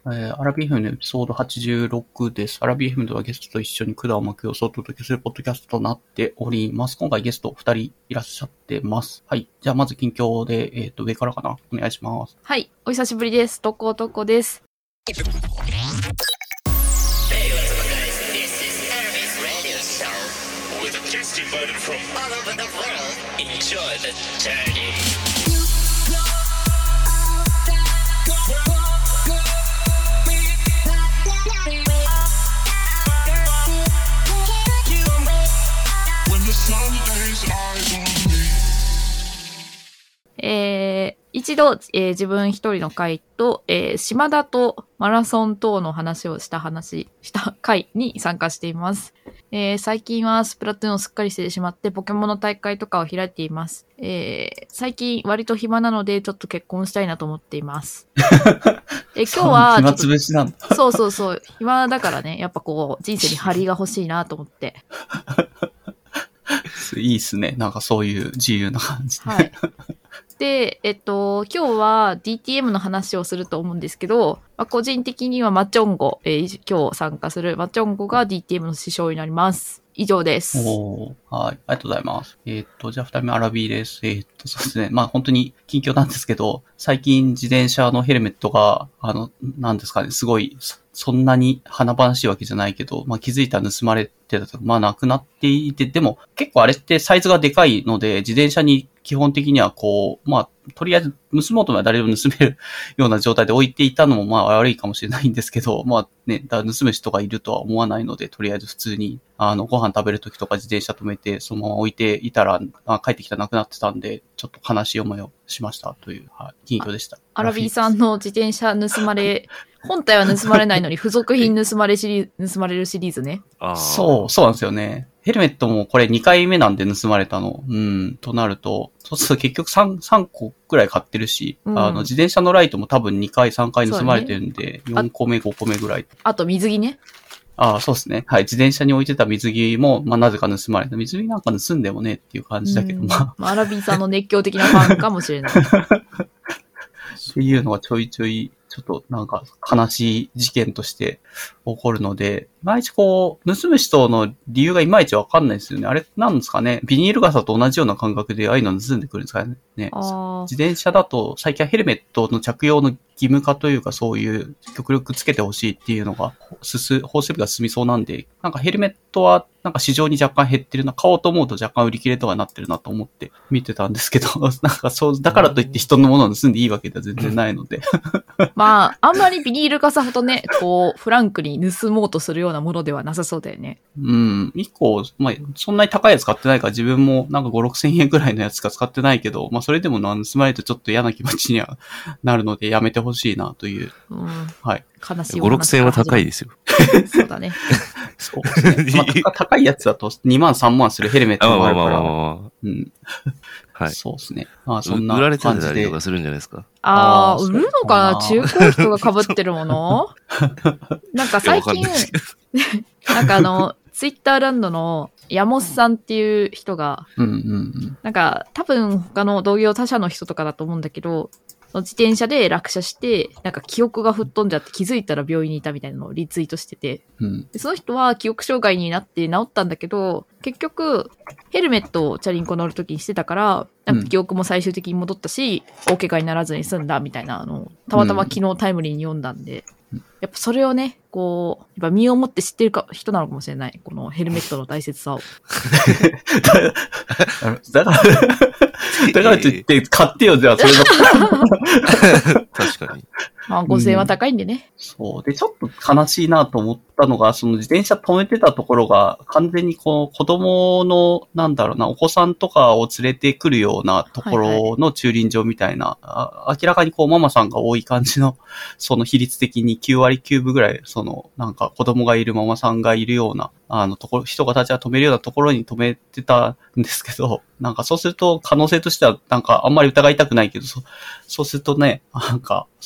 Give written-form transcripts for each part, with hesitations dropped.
アラビ FM のエピソード86です。アラビ FM ではゲストと一緒に管を巻く様子をお届けするポッドキャストとなっております。今回ゲスト2人いらっしゃってます。はい。じゃあまず近況で、上からかな。お願いします。 はい。お久しぶりです。とことこです。一度、自分一人の回と、島田とマラソン等の話をした回に参加しています。最近はスプラトゥーンをすっかりしてしまってポケモンの大会とかを開いています。最近割と暇なのでちょっと結婚したいなと思っています。今日は暇つぶしなんだ。 そう。暇だからね、やっぱこう人生に張りが欲しいなと思って。 いいっすね。なんかそういう自由な感じで。 はい。で、今日は DTM の話をすると思うんですけど、個人的にはマチョンゴ、今日参加するマチョンゴが DTM の師匠になります。以上です。 はい。ありがとうございます。じゃあ二人目アラビーです。そうですね。まあ本当に近況なんですけど、最近自転車のヘルメットが、なんですかね、すごい、そんなに華々しいわけじゃないけど、まあ気づいたら盗まれてたとか、まあなくなっていて、でも結構あれってサイズがでかいので、自転車に基本的にはこう、まあ、とりあえず盗もうとは誰でも盗めるような状態で置いていたのもまあ悪いかもしれないんですけど、まあね、盗む人がいるとは思わないので、とりあえず普通に、ご飯食べるときとか自転車止めて、そのまま置いていたら、帰ってきたらなくなってたんで、ちょっと悲しい思いをしましたという、はい、近況でした。 アラビーさんの自転車盗まれ、本体は盗まれないのに付属品盗まれるシリーズね。 そうなんですよね。ヘルメットもこれ2回目なんで盗まれたの。となると、そうすると結局3個くらい買ってるし、自転車のライトも多分2回3回盗まれてるんで、4個目5個目ぐらい。 あと水着ね。 そうですね。はい。自転車に置いてた水着も、まあ、なぜか盗まれた。水着なんか盗んでもねっていう感じだけど、 アラビーさんの熱狂的なファンかもしれない。 っていうのがちょいちょい、ちょっとなんか悲しい事件として起こるので、いまいちこう、盗む人の理由がいまいちわかんないですよね。あれなんですかね。ビニール傘と同じような感覚でああいうの盗んでくるんですかね。自転車だと最近はヘルメットの着用の義務化というかそういう極力つけてほしいっていうのが法整備が進みそうなんで、なんかヘルメットはなんか市場に若干減ってるな、買おうと思うと若干売り切れとかなってるなと思って見てたんですけど、なんかだからといって人のものを盗んでいいわけでは全然ないので。 まあ、あんまりビニール傘ほどね、こう、フランクに盗もうとするようなものではなさそうだよね。 1個、まあ、そんなに高いやつ買ってないから自分もなんか5、6千円くらいのやつしか使ってないけど、まあそれでも盗まれるとちょっと嫌な気持ちにはなるのでやめてほしいなという。はい。 悲しい。 5、6千円は高いですよ。 そうだね。 そうですね。まあ、高いやつだと2万3万するヘルメットもあるから。はい。そうですね。まあそんな感じで。 売られてたりとかするんじゃないですか。 売るのかな、中古の人が被ってるものなんか最近、なんかツイッターランドの山本さんっていう人が、なんか多分他の同業他社の人とかだと思うんだけど、自転車で落車して、なんか記憶が吹っ飛んじゃって気づいたら病院にいたみたいなのをリツイートしてて、でその人は記憶障害になって治ったんだけど、結局ヘルメットをチャリンコ乗るときにしてたから、なんか記憶も最終的に戻ったし、大怪我にならずに済んだみたいなのをたまたま昨日タイムリーに読んだんで、やっぱそれをね、こう、やっぱ身をもって知ってる人なのかもしれない。このヘルメットの大切さを。 だからと言って買ってよ、じゃあそれの。 確かに。 まあ5000円は高いんでね。 そう。で、ちょっと悲しいなと思ったのが、その自転車止めてたところが、完全にこう、子供の、なんだろうな、お子さんとかを連れてくるようなところの駐輪場みたいな、明らかにこう、ママさんが多い感じの、その比率的に9割9分ぐらい、その、なんか子供がいるママさんがいるような、人がたちは止めるようなところに止めてたんですけど、なんかそうすると可能性としては、なんかあんまり疑いたくないけど、そうするとね、なんか、そう親御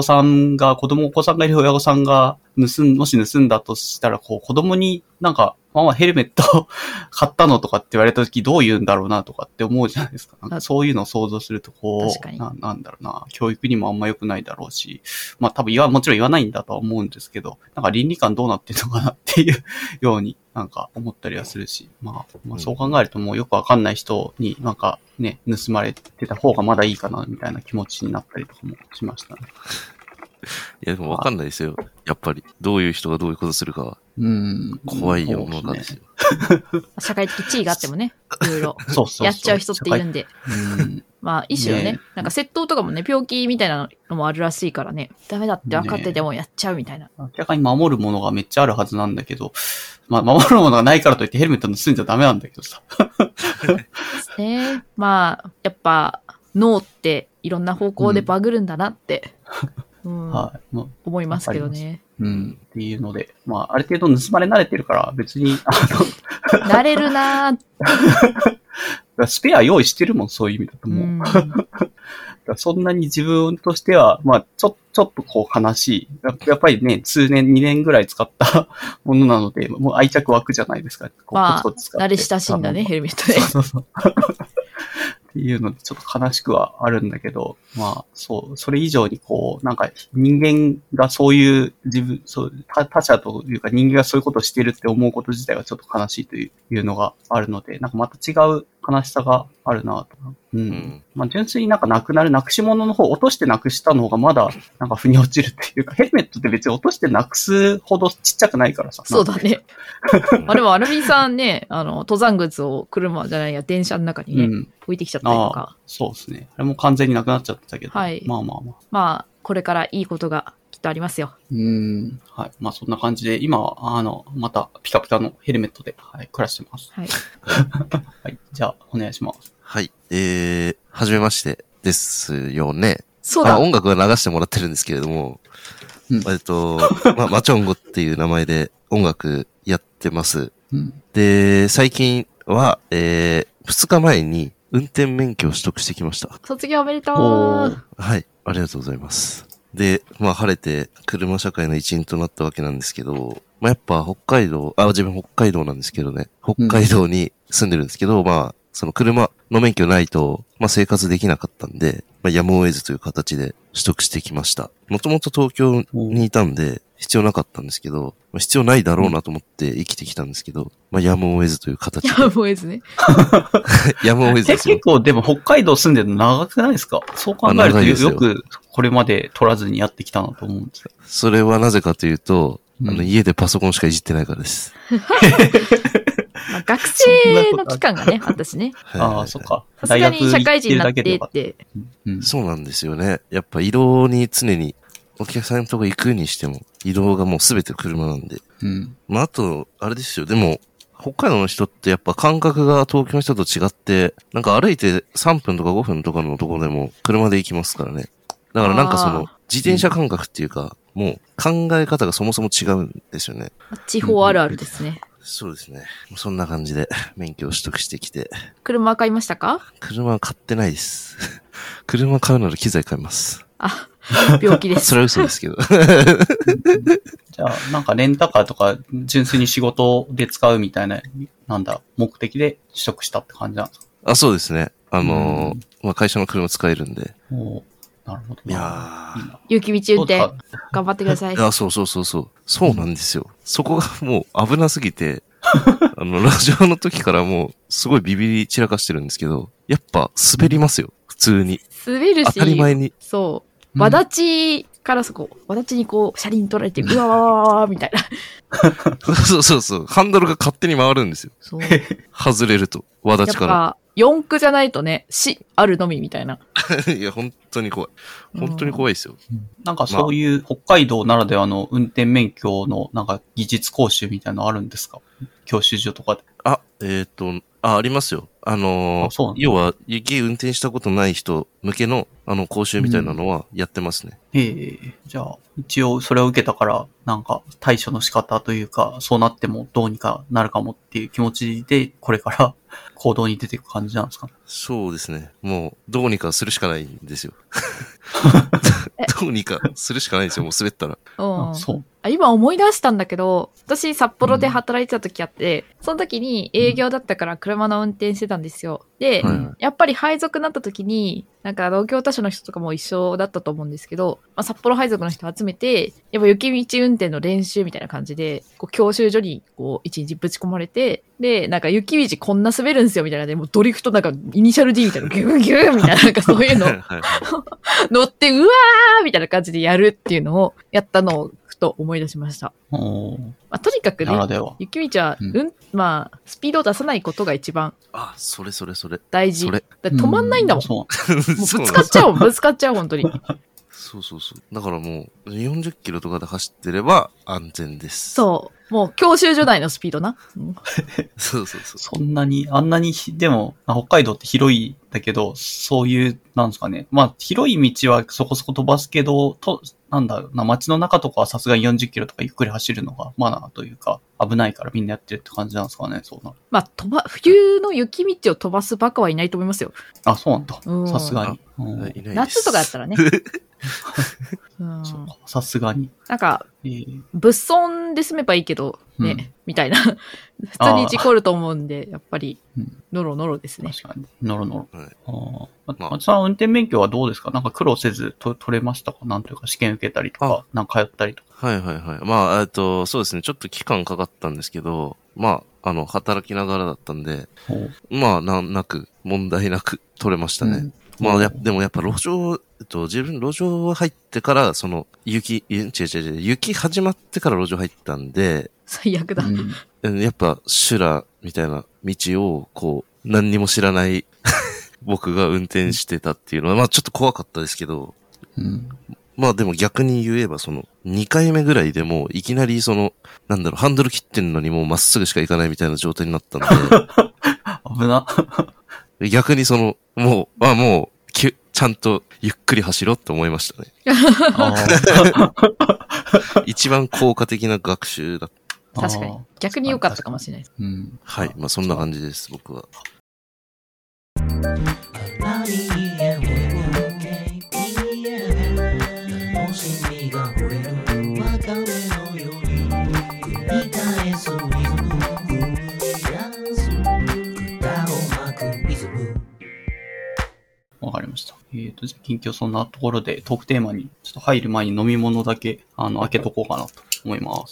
子供お子さんがいる親御さんがもし盗んだとしたら、子供になんか、ママヘルメット買ったのとかって言われた時どう言うんだろうなとかって思うじゃないですか。なんかそういうのを想像するとなんだろうな、教育にもあんま良くないだろうし、まあ多分もちろん言わないんだとは思うんですけど、なんか倫理観どうなってるのかなっていうようになんか思ったりはするし、まあそう考えるともうよくわかんない人になんかね、盗まれてた方がまだいいかなみたいな気持ちになったりとかもしましたね。 いや、でもわかんないですよ。やっぱり、どういう人がどういうことするかは。怖い世の中ですよ。 社会的地位があってもね、いろいろやっちゃう人っているんで。まあ、一種のね、なんか窃盗とかもね、病気みたいなのもあるらしいからね、ダメだって分かっててもやっちゃうみたいな。 明らかに守るものがめっちゃあるはずなんだけど、まあ、守るものがないからといってヘルメット盗んじゃダメなんだけどさ。 ですね。まあ、やっぱ、脳っていろんな方向でバグるんだなって。はい、思いますけどね。 っていうので、まあ、ある程度盗まれ慣れてるから、別に、 慣れるなぁ。スペア用意してるもん、そういう意味だともう。そんなに自分としては、まあ、ちょっと悲しい。やっぱりね、数年、2年ぐらい使ったものなので、もう愛着湧くじゃないですか。 まあ、慣れ親しんだね、ヘルメットで。そう。 っていうので、ちょっと悲しくはあるんだけど、まあ、それ以上になんか人間がそういう他者というか人間がそういうことをしてるって思うこと自体はちょっと悲しいというのがあるので、なんかまた違う悲しさがあるなと。まあ純粋になんかなくし物の方、落としてなくしたの方がまだなんか腑に落ちるっていうか、ヘルメットって別に落としてなくすほどちっちゃくないからさ。 そうだね。でもアルミンさんね、登山靴を電車の中にね、置いてきちゃったりとか。 そうですね。あれも完全になくなっちゃったけど。 はい。 まあ。 まあ、これからいいことがきっとありますよ。 はい。まあそんな感じで、今、またピカピカのヘルメットで、はい、暮らしてます。はい。はい。じゃあ、お願いします。 はい。はじめましてですよね。 そうだ。 音楽は流してもらってるんですけれども、マチョンゴっていう名前で音楽やってます。で、最近は、2日前に運転免許を取得してきました。 卒業おめでとう。 はい。ありがとうございます。で、まあ晴れて車社会の一員となったわけなんですけど、まあやっぱ自分北海道なんですけどね、北海道に住んでるんですけど、まあその車の免許ないと、まあ生活できなかったんで、まあやむを得ずという形で取得してきました。もともと東京にいたんで、必要なかったんですけど、まあ、必要ないだろうなと思って生きてきたんですけど、まあやむを得ずという形で。 やむを得ずね。 やむを得ずですよ。 結構でも北海道住んでるの長くないですか？そう考えるとよくこれまで取らずにやってきたなと思うんですよ。 それはなぜかというと、家でパソコンしかいじってないからです。 まあ、学生の期間がね、あったしね。 ああ、そっか。 さすがに社会人になってって。 そうなんですよね。やっぱ移動に常に、お客さんのとこ行くにしても、移動がもうすべて車なんで。まあ、あと、あれですよ。でも、北海道の人ってやっぱ感覚が東京の人と違って、なんか歩いて3分とか5分とかのところでも車で行きますからね。だからなんかその、自転車感覚っていうか、もう考え方がそもそも違うんですよね。 地方あるあるですね。 そうですね。そんな感じで免許を取得してきて。 車買いましたか？ 車は買ってないです。車買うなら機材買います。 あ、病気です。 それは嘘ですけど。 じゃあ、なんかレンタカーとか純粋に仕事で使うみたいな、目的で取得したって感じなんですか？ あ、そうですね。まあ、会社の車使えるんで。 なるほど。 いやー。 雪道運転、頑張ってください。 いや、そう。そうなんですよ。そこがもう危なすぎて、ラジオの時からもう、すごいビビり散らかしてるんですけど、やっぱ滑りますよ。普通に。 滑るし。 当たり前に。 そう。わだちからわだちに車輪取られて、うわわわわみたいな。 そう。ハンドルが勝手に回るんですよ。そう。外れると。わだちから。 やっぱ、四駆じゃないとね、あるのみみたいな。 いや、本当に怖い。本当に怖いですよ。 なんかそういう北海道ならではの運転免許のなんか技術講習みたいなのあるんですか？教習所とかで。 ありますよ。要は、雪運転したことない人向けの、講習みたいなのはやってますね。 じゃあ、一応それを受けたから、なんか対処の仕方というか、そうなってもどうにかなるかもっていう気持ちで、これから行動に出ていく感じなんですか？ そうですね。もう、どうにかするしかないんですよ。 どうにかするしかないんですよ、もう滑ったら。 そう。 今思い出したんだけど、私札幌で働いてた時あって、その時に営業だったから車の運転してたんですよ。で、やっぱり配属になった時に、なんか同業他社の人とかも一緒だったと思うんですけど、札幌配属の人集めて、やっぱ雪道運転の練習みたいな感じで、教習所に一日ぶち込まれて、で、なんか雪道こんな滑るんすよみたいなで、もうドリフトなんかイニシャル D みたいなギューギューみたいな、なんかそういうの乗って、うわーみたいな感じでやるっていうのをやったのをふと思い出しました。とにかくね、雪道は、スピードを出さないことが一番。 それ。 大事。だって止まんないんだもん。もうぶつかっちゃう、本当に。 そう。だからもう、40キロとかで走ってれば安全です。 そう。もう、教習所内のスピードな。 そう。 そんなに、あんなに、でも、北海道って広いだけど、そういう、なんですかね。広い道はそこそこ飛ばすけど、街の中とかはさすがに40キロとかゆっくり走るのがマナーというか、危ないからみんなやってるって感じなんですかね、そうな。 冬の雪道を飛ばすバカはいないと思いますよ。 そうなんだ。さすがに。 夏とかだったらね。 そうか、さすがに。 なんか、物損で済めばいいけど、ね、みたいな。普通に事故ると思うんで、やっぱり、ノロノロですね。 確かに。ノロノロ。松さん、運転免許はどうですか？なんか苦労せず取れましたか？なんというか試験受けたりとか、なんか通ったりとか。 はい。そうですね。ちょっと期間かかったんですけど、働きながらだったんで、問題なく取れましたね。でもやっぱ自分路上入ってから、雪始まってから路上入ったんで、 最悪だ。 やっぱ修羅みたいな道を、何にも知らない僕が運転してたっていうのは、ちょっと怖かったですけど、でも逆に言えば2回目ぐらいでもいきなりハンドル切ってんのにもうまっすぐしか行かないみたいな状態になったんで。 危な。 逆にもう、ちゃんとゆっくり走ろうって思いましたね。一番効果的な学習だった。 確かに。逆に良かったかもしれないです。 はい。そんな感じです、僕は。 わかりました。じゃあ近況そんなところでトークテーマにちょっと入る前に飲み物だけ開けとこうかなと思います。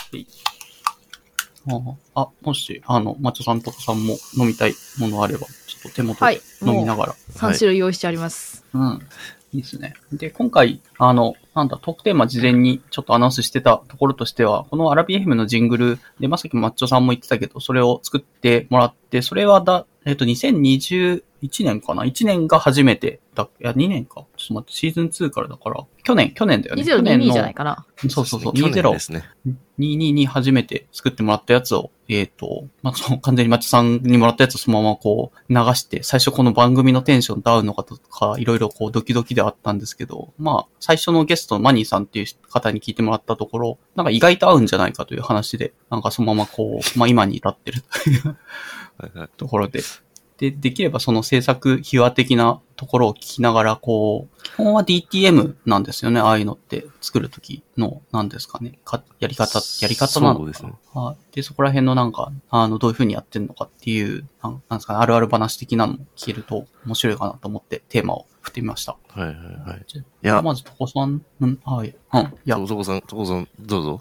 もしマチョさんとかさんも飲みたいものあればちょっと手元で飲みながら。 3種類用意してあります。 いいですね。で、今回、トークテーマ事前にちょっとアナウンスしてたところとしては、このアラビ FM のジングルで、さっきマッチョさんも言ってたけど、それを作ってもらって、それは2021年かな ?1 年が初めてだ。いや、2年か。ちょっと待って、シーズン2からだから、去年だよね。 2022じゃないかな。 そう。 20ですね。 22に初めて作ってもらったやつを、完全にマッチョさんにもらったやつをそのまま流して、最初この番組のテンションと合うのかとか、いろいろドキドキではあったんですけど、最初のゲストのマニーさんっていう方に聞いてもらったところ、なんか意外と合うんじゃないかという話で、なんかそのまま今に至ってるというところで。できればその制作秘話的なところを聞きながら、基本は DTM なんですよね。ああいうのって作るときの、なんですかね。やり方なのかな。そうですね。で、そこら辺のなんか、どういう風にやってんのかっていう、なんですかね、あるある話的なのも聞けると面白いかなと思ってテーマを振ってみました。 はい。 いや、まず、トコさん、 トコさん、どうぞ。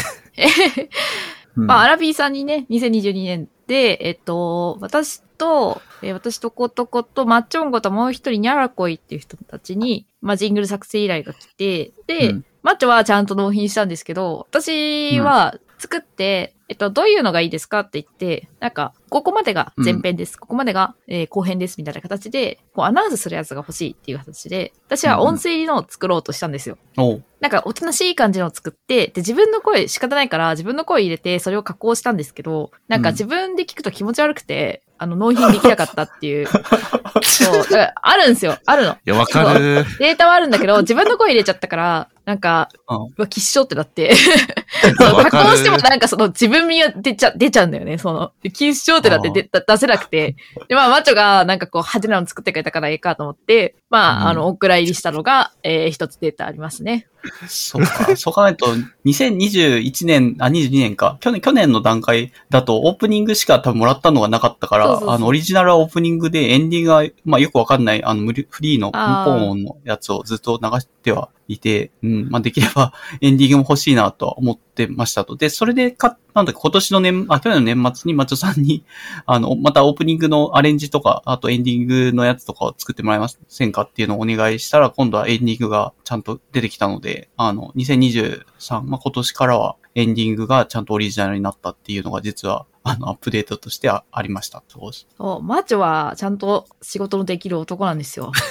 アラビーさんにね、2022年で、私とコトコとマッチョンゴともう一人ニャラコイっていう人たちに、ジングル作成依頼が来て、で、マッチョはちゃんと納品したんですけど、私は作って、どういうのがいいですかって言って、なんか、ここまでが前編です。ここまでが、後編です。みたいな形で、アナウンスするやつが欲しいっていう形で、私は音声入りのを作ろうとしたんですよ。なんか、おとなしい感じのを作って、で、自分の声仕方ないから、自分の声入れて、それを加工したんですけど、なんか自分で聞くと気持ち悪くて、納品できなかったっていう。そう、だからあるんですよ。あるの。いや、わかる。 データはあるんだけど、自分の声入れちゃったから、なんか、きっしょってなって。 そう、加工してもなんかその自分味が出ちゃうんだよね。その、錦糸町ってだって出せなくて。で、まあ、マチョがなんかこう、派手なの作ってくれたからいいかと思って、まあ、お蔵入りしたのが、一つデータありますね。 そうか。そう考えると、2021年、22年か。去年の段階だと、オープニングしか多分もらったのがなかったから、オリジナルはオープニングで、エンディングが、まあよくわかんない、フリーのポンポンのやつをずっと流してはいて、まあできればエンディングも欲しいなとは思ってましたと。で、それでなんだっけ、去年の年末にマチョさんに、またオープニングのアレンジとか、あとエンディングのやつとかを作ってもらえませんかっていうのをお願いしたら、今度はエンディングがちゃんと出てきたので、2023、まあ今年からはエンディングがちゃんとオリジナルになったっていうのが実は、アップデートとしてありました。 そう、マチョはちゃんと仕事のできる男なんですよ。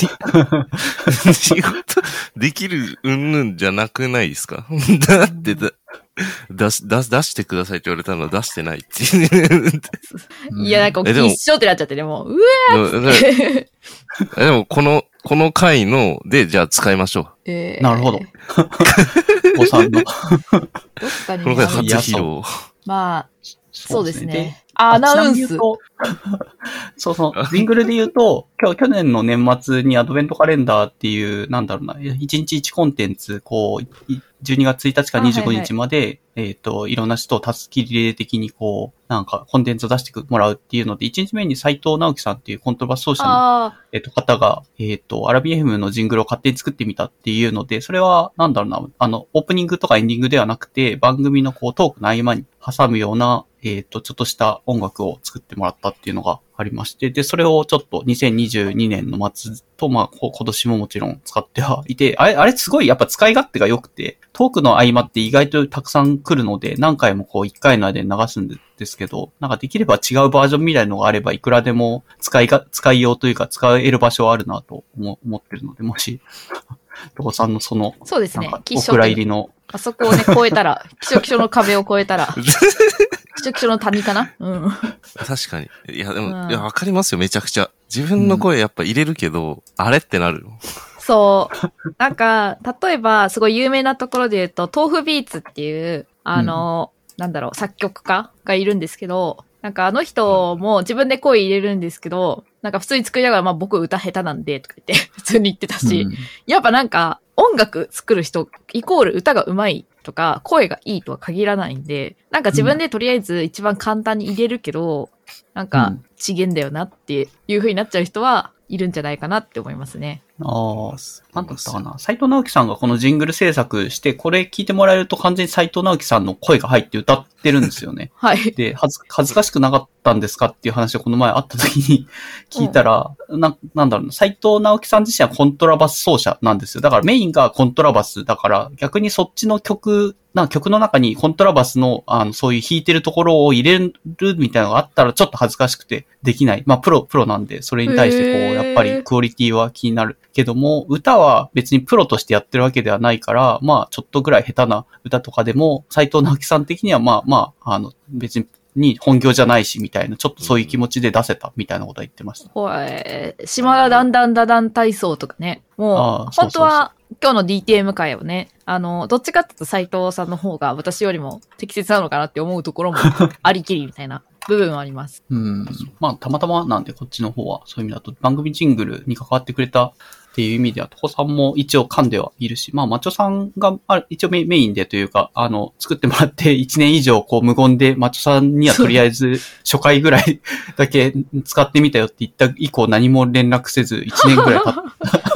仕事できるうんぬんじゃなくないですか？だって出してくださいって言われたのは出してないっていう。 いや、なんか一緒ってなっちゃってね、もう、うわーってでも、この回ので、じゃあ使いましょう。なるほど。お子さんの。どっかに。 この回初披露。 まあ、そうですね。アナウンス。 そう、ジングルで言うと、去年の年末にアドベントカレンダーっていう、なんだろうな、1日1コンテンツ、こう、12月1日から25日まで、いろんな人をタスキリレー的にこう、なんかコンテンツを出してもらうっていうので、1日目に斉藤直樹さんっていうコントラバス奏者の、方が、アラビ FM のジングルを勝手に作ってみたっていうので、それは、なんだろうな、オープニングとかエンディングではなくて、番組のこう、トークの合間に挟むような、ちょっとした音楽を作ってもらったっていうのがありまして、で、それをちょっと2022年の末と、まあ、今年ももちろん使ってはいて、あれすごいやっぱ使い勝手が良くて、トークの合間って意外とたくさん来るので、何回もこう1回の間に流すんですけど、なんかできれば違うバージョンみたいなのがあれば、いくらでも使いようというか使える場所はあるなと思ってるので、もし、トコさんのそうですね。 お蔵入りの。 あそこをね、越えたら、キショキショの壁を越えたら、キショキショの谷かな？うん。 確かに。いや、でも、いや、わかりますよ、めちゃくちゃ。自分の声やっぱ入れるけど、あれってなるの。 そう。なんか、例えば、すごい有名なところで言うと、豆腐ビーツっていう、なんだろう、作曲家がいるんですけど、なんかあの人も自分で声入れるんですけど、なんか普通に作りながら、まあ僕歌下手なんで、とか言って、普通に言ってたし、やっぱなんか音楽作る人、イコール歌が上手いとか、声がいいとは限らないんで、なんか自分でとりあえず一番簡単に入れるけど、なんか、ちげんだよなっていう風になっちゃう人はいるんじゃないかなって思いますね。 ああ、なんだったかな。斉藤直樹さんがこのジングル制作して、これ聞いてもらえると完全に斉藤直樹さんの声が入って歌ってるんですよね。 はい。 で、恥ずかしくなかったんですかっていう話をこの前会った時に聞いたら、なんだろうな、斉藤直樹さん自身はコントラバス奏者なんですよ。だからメインがコントラバスだから、逆にそっちの曲の中にコントラバスの、そういう弾いてるところを入れるみたいなのがあったらちょっと恥ずかしくてできない。まあ、プロなんで、それに対してこう、やっぱりクオリティは気になるけども、歌は別にプロとしてやってるわけではないから、まあ、ちょっとぐらい下手な歌とかでも、斉藤直樹さん的にはまあ、別に本業じゃないし、みたいな、ちょっとそういう気持ちで出せた、みたいなことは言ってました。 島田だんだんだだん体操とかね。もう、本当は、今日の DTM 会をね、どっちかっていうと斉藤さんの方が私よりも適切なのかなって思うところもありきりみたいな部分はあります。 まあ、たまたまなんでこっちの方は、そういう意味だと番組ジングルに関わってくれたっていう意味では、トコさんも一応噛んではいるし、まあ、マチョさんが一応メインでというか、作ってもらって1年以上こう無言で、マチョさんにはとりあえず初回ぐらいだけ使ってみたよって言った以降何も連絡せず1年ぐらい経った。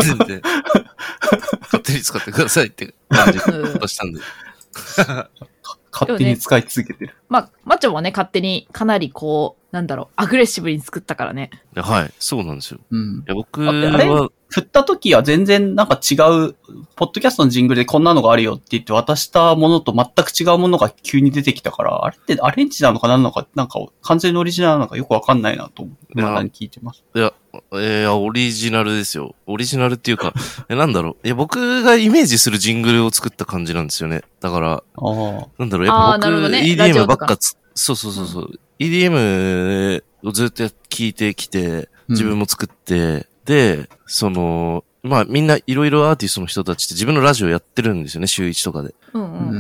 全然。勝手に使ってくださいって感じとしたんで。 勝手に使い続けてる。 まあ、マチョもね、勝手にかなりこう、なんだろう、アグレッシブに作ったからね。 はい、そうなんですよ。 うん。 いや僕は、 振った時は全然なんか違う、ポッドキャストのジングルでこんなのがあるよって言って渡したものと全く違うものが急に出てきたから、あれってアレンジなのか何なのか、なんか完全にオリジナルなのかよくわかんないなと思って、まだに聞いてます。 いや、オリジナルですよ。オリジナルっていうか、なんだろう。いや、僕がイメージするジングルを作った感じなんですよね。だから、なんだろう、やっぱ僕、ね、EDM ばっかそう。EDM をずっと聞いてきて、自分も作って、で、まあみんないろいろアーティストの人たちって自分のラジオやってるんですよね、週1とかで。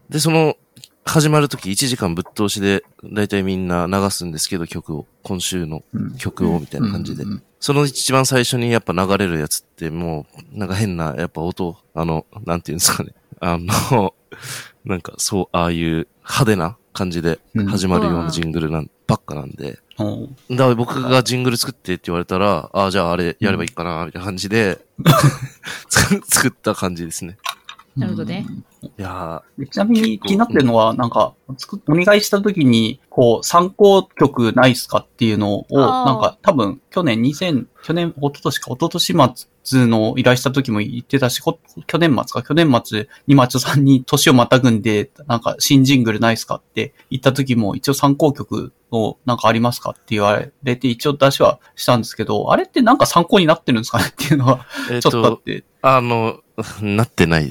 で、始まるとき1時間ぶっ通しで、だいたいみんな流すんですけど、曲を。今週の曲をみたいな感じで。その一番最初にやっぱ流れるやつってもう、なんか変な、やっぱ音、なんていうんですかね。なんかそう、ああいう派手な感じで始まるようなジングルばっかなんで。だから僕がジングル作ってって言われたら、じゃああれやればいいかな、みたいな感じで、作った感じですね。 なるほどね。 いやちなみに気になってるのは、なんか、お願いしたときに、こう、参考曲ないっすかっていうのを、なんか、多分、一昨年、一昨年末の依頼した時も言ってたし、去年末にマチョさんに年をまたぐんで、なんか、新ジングルないっすかって言った時も、一応参考曲をなんかありますかって言われて、一応出しはしたんですけど、あれってなんか参考になってるんですかねっていうのは、ちょっとあって。 なってないです。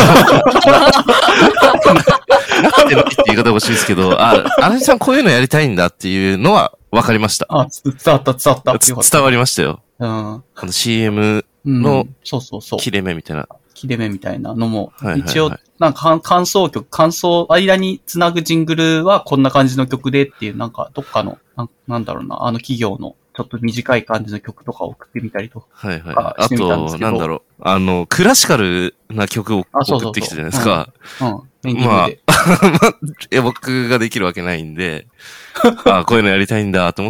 なってないって言い方欲しいですけど、荒井さんこういうのやりたいんだっていうのは分かりました。 伝わった。 伝わりましたよ。CM の切れ目みたいな。 切れ目みたいなのも、一応、なんか間につなぐジングルはこんな感じの曲でっていう、なんかどっかの、なんだろうな、企業のちょっと短い感じの曲とかを送ってみたりとかしてみたんですけど。 あと、なんだろう、クラシカルな曲を送ってきたじゃないですか。 エンディングで。僕ができるわけないんで、こういうのやりたいんだと思って、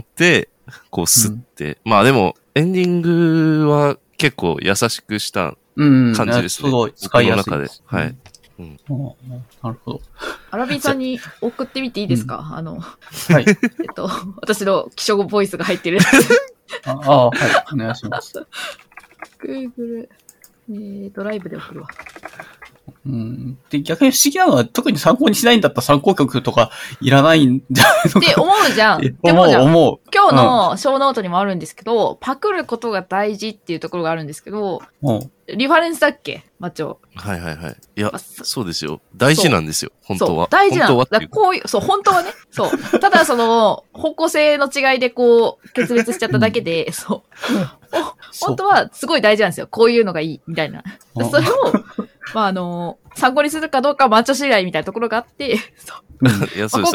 こうスッて。まあでも、エンディングは結構優しくした感じですね。 すごい使いやすい。 僕の中で。はい。 なるほど。 アラビーさんに送ってみていいですか？ はい。 私の気象ボイスが入ってる。 はい。お願いします。 Google、ライブで送るわ。 で、逆に不思議なのは、特に参考にしないんだったら参考曲とかいらないんじゃないのか。 って思うじゃん。 思う。 今日のショーノートにもあるんですけど、パクることが大事っていうところがあるんですけど、リファレンスだっけマチョ。 はい。いや、そうですよ。大事なんですよ。本当は。 大事なの。こういう、本当はね。そう。ただ方向性の違いで決別しちゃっただけで、本当はすごい大事なんですよ。こういうのがいい、みたいな。それを、参考にするかどうかマチョ次第みたいなところがあって、 いや、そうです。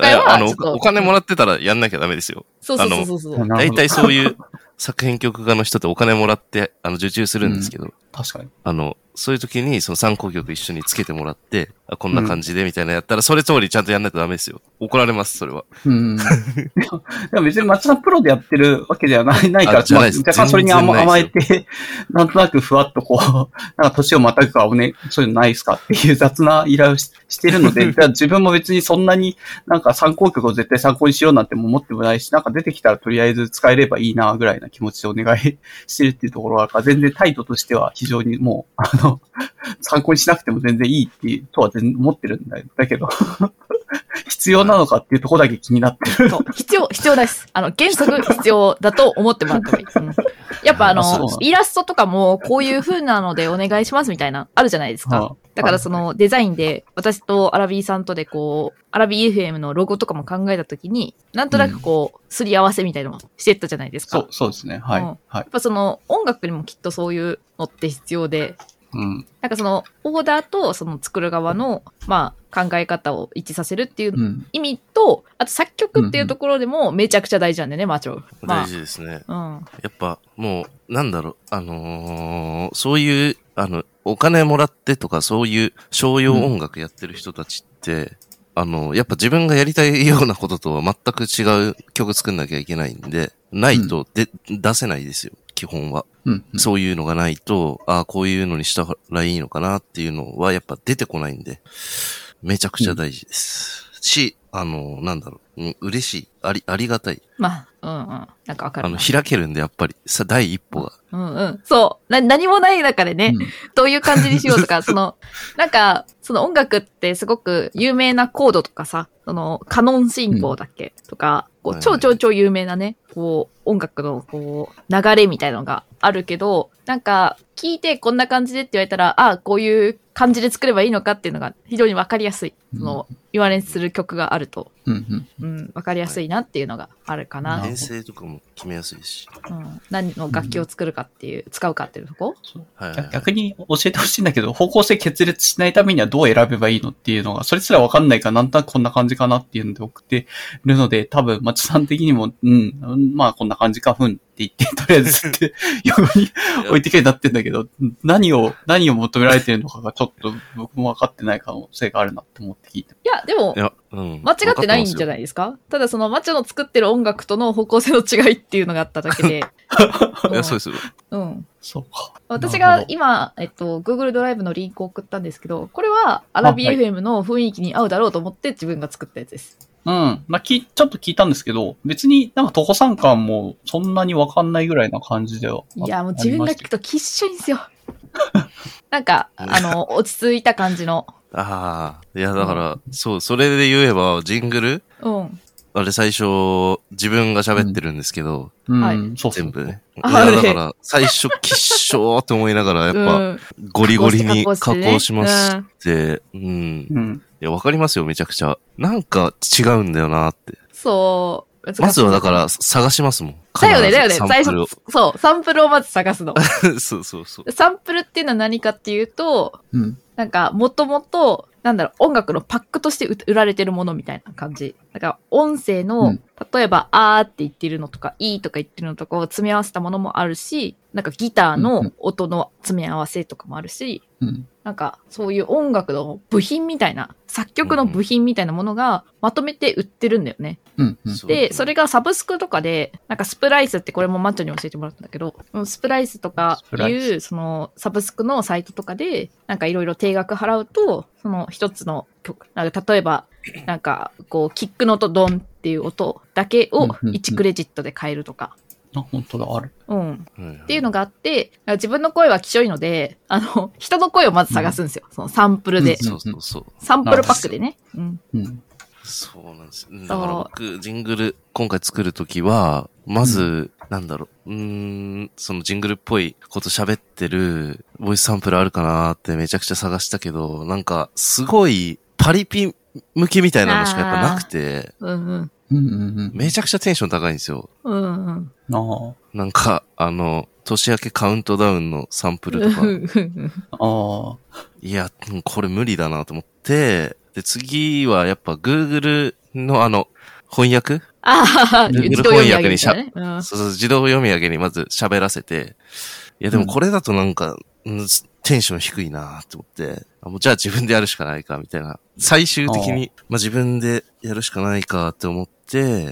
お金もらってたらやんなきゃダメですよ。 そう。 大体そういう作編曲家の人ってお金もらって、受注するんですけど。 確かに。 そういう時に、参考曲一緒につけてもらって、こんな感じでみたいなやったら、それ通りちゃんとやんないとダメですよ。怒られます、それは。 でも別に松さんプロでやってるわけではないから、若干それに甘えて、なんとなくふわっとなんか年をまたぐかそういうのないですかっていう雑な依頼をしてるので、自分も別にそんなになんか参考曲を絶対参考にしようなんても思ってもないし、なんか出てきたらとりあえず使えればいいなぐらいな気持ちでお願いしてるっていうところが、全然態度としては非常にもう、参考にしなくても全然いいっていうとは全然思ってるんだけど、必要なのかっていうところだけ気になってる。 そう、必要です。原則必要だと思ってもらった方がいい。やっぱイラストとかもこういう風なのでお願いしますみたいな、あるじゃないですか。だからデザインで、私とアラビーさんとでアラビー FM のロゴとかも考えたときに、なんとなくすり合わせみたいなのをしてったじゃないですか。 そうですね。はい。 やっぱ音楽にもきっとそういうのって必要で、なんかオーダーと作る側の、考え方を一致させるっていう意味と、あと作曲っていうところでもめちゃくちゃ大事なんだよね、マチョ。 大事ですね。やっぱもう、なんだろう、そういう、お金もらってとかそういう商用音楽やってる人たちって、やっぱ自分がやりたいようなこととは全く違う曲作んなきゃいけないんで、ないと出せないですよ。基本は。そういうのがないと、こういうのにしたらいいのかなっていうのはやっぱ出てこないんで、めちゃくちゃ大事です。なんだろう、嬉しい、ありがたい。 なんかわかる。 開けるんでやっぱり、第一歩が。 そう。何もない中でね、どういう感じにしようとか、なんか、音楽ってすごく有名なコードとかさ、カノン進行だっけ、とか、超有名なね、音楽の流れみたいなのがあるけど、なんか、 聞いてこんな感じでって言われたら、ああ、こういう感じで作ればいいのかっていうのが非常にわかりやすい。その、言われする曲があると、わかりやすいなっていうのがあるかな。 編成とかも決めやすいし。 何の楽器を作るかっていう、使うかっていうとこ、 逆に教えてほしいんだけど、方向性決裂しないためにはどう選べばいいのっていうのが、それすらわかんないから、なんとなくこんな感じかなっていうので送ってるので、多分、マチさん的にも、まあこんな感じか、って言って、とりあえずって、横に置いてけになってんだけど、何を求められてるのかがちょっと僕も分かってない可能性があるなと思って聞いて。 いや、でも、間違ってないんじゃないですか？ただそのマチョの作ってる音楽との方向性の違いっていうのがあっただけで。 いや、そうですよ。 そうか。 私が今、Google ドライブのリンクを送ったんですけど、これはアラビ FM の雰囲気に合うだろうと思って自分が作ったやつです。まあ、ちょっと聞いたんですけど、別になんか徒歩参観もそんなにわかんないぐらいな感じでは。 いや、もう自分が聞くときっしょいんですよ。なんか、落ち着いた感じの。 いや、だから、それで言えば、ジングルあれ最初、自分が喋ってるんですけど、全部ね。いや、だから、最初、きっしょーって思いながら、やっぱ、ゴリゴリに加工しまして、いや、わかりますよ、めちゃくちゃ。なんか違うんだよなって。 そう。 まずはだから、探しますもん。 だよね。最初、そう、サンプルをまず探すの。 そう。 サンプルっていうのは何かっていうと、なんか、もともと、音楽のパックとして売られてるものみたいな感じ。だから、音声の、例えば、あーって言ってるのとか、いいとか言ってるのとかを詰め合わせたものもあるし、なんかギターの音の詰め合わせとかもあるし、なんか、そういう音楽の部品みたいな、作曲の部品みたいなものがまとめて売ってるんだよね。で、それがサブスクとかで、なんかスプライスってこれもマッチョに教えてもらったんだけど、スプライスとかいう、そのサブスクのサイトとかで、なんかいろいろ定額払うと、その一つの曲、なんか例えば、なんかこう、キックの音ドンっていう音だけを1クレジットで買えるとか。 本当だ、ある。 っていうのがあって、自分の声はきしょいので、人の声をまず探すんですよ。そのサンプルで。サンプルパックでね。 そうなんです。だから僕、ジングル、今回作るときは、まず、そのジングルっぽいこと喋ってる、ボイスサンプルあるかなーってめちゃくちゃ探したけど、なんか、すごい、パリピ向けみたいなのしかやっぱなくて、めちゃくちゃテンション高いんですよ。なんか、年明けカウントダウンのサンプルとか。いや、これ無理だなと思って、で、次はやっぱ Google の翻訳Google 翻訳に自動読み上げにまず喋らせて、いやでもこれだとなんか、テンション低いなって思って、もうじゃあ自分でやるしかないかみたいな。最終的に、自分でやるしかないかって思って、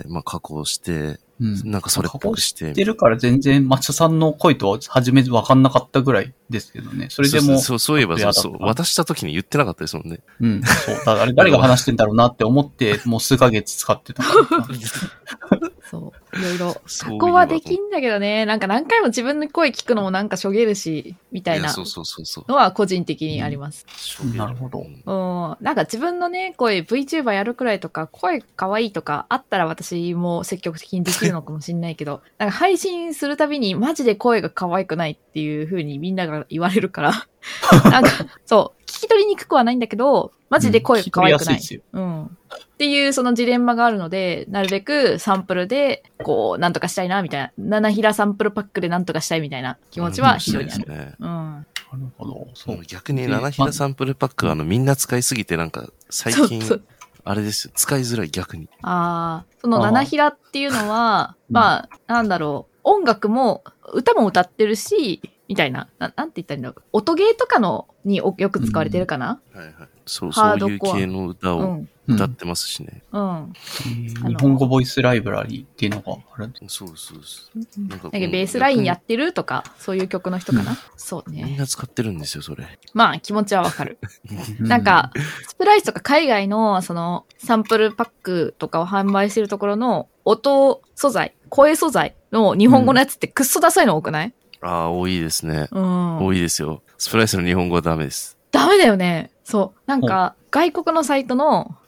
加工して、なんかそれっぽくして。 加工してるから全然マチョさんの声とは初め分かんなかったぐらいですけどね。それでも。 そういえばそう。渡した時に言ってなかったですもんね。 そう。誰が話してんだろうなって思って、もう数ヶ月使ってたから。 そう。いろいろ。加工はできんだけどね。なんか何回も自分の声聞くのもなんかしょげるし、みたいなのは個人的にあります。 なるほど。 なんか自分のね、声 VTuber やるくらいとか、声可愛いとかあったら私も積極的にできるのかもしれないけど、なんか配信するたびにマジで声が可愛くないっていう風にみんなが言われるから、なんか、そう、聞き取りにくくはないんだけど、マジで声が可愛くない。っていうそのジレンマがあるので、なるべくサンプルで、こう、なんとかしたいな、みたいな。七平サンプルパックでなんとかしたいみたいな気持ちは非常にある。 なるほど。そう。 逆に七平サンプルパックはみんな使いすぎてなんか、最近、あれですよ。使いづらい逆に。 その七平っていうのは、音楽も、歌も歌ってるし、みたいな。なんて言ったらいいんだろう。音ゲーとかのによく使われてるかな、 そういう系の歌を歌ってますしね。 日本語ボイスライブラリーっていうのがあるんです。 そう。 なんかベースラインやってるとか、そういう曲の人かな、そうね。 みんな使ってるんですよ、それ。 気持ちはわかる。なんか、スプライスとか海外の、その、サンプルパックとかを販売してるところの、音素材、声素材の日本語のやつってくっそダサいの多くない？ 多いですね。多いですよ。スプライスの日本語はダメです。 ダメだよね。そう。なんか、外国のサイトの、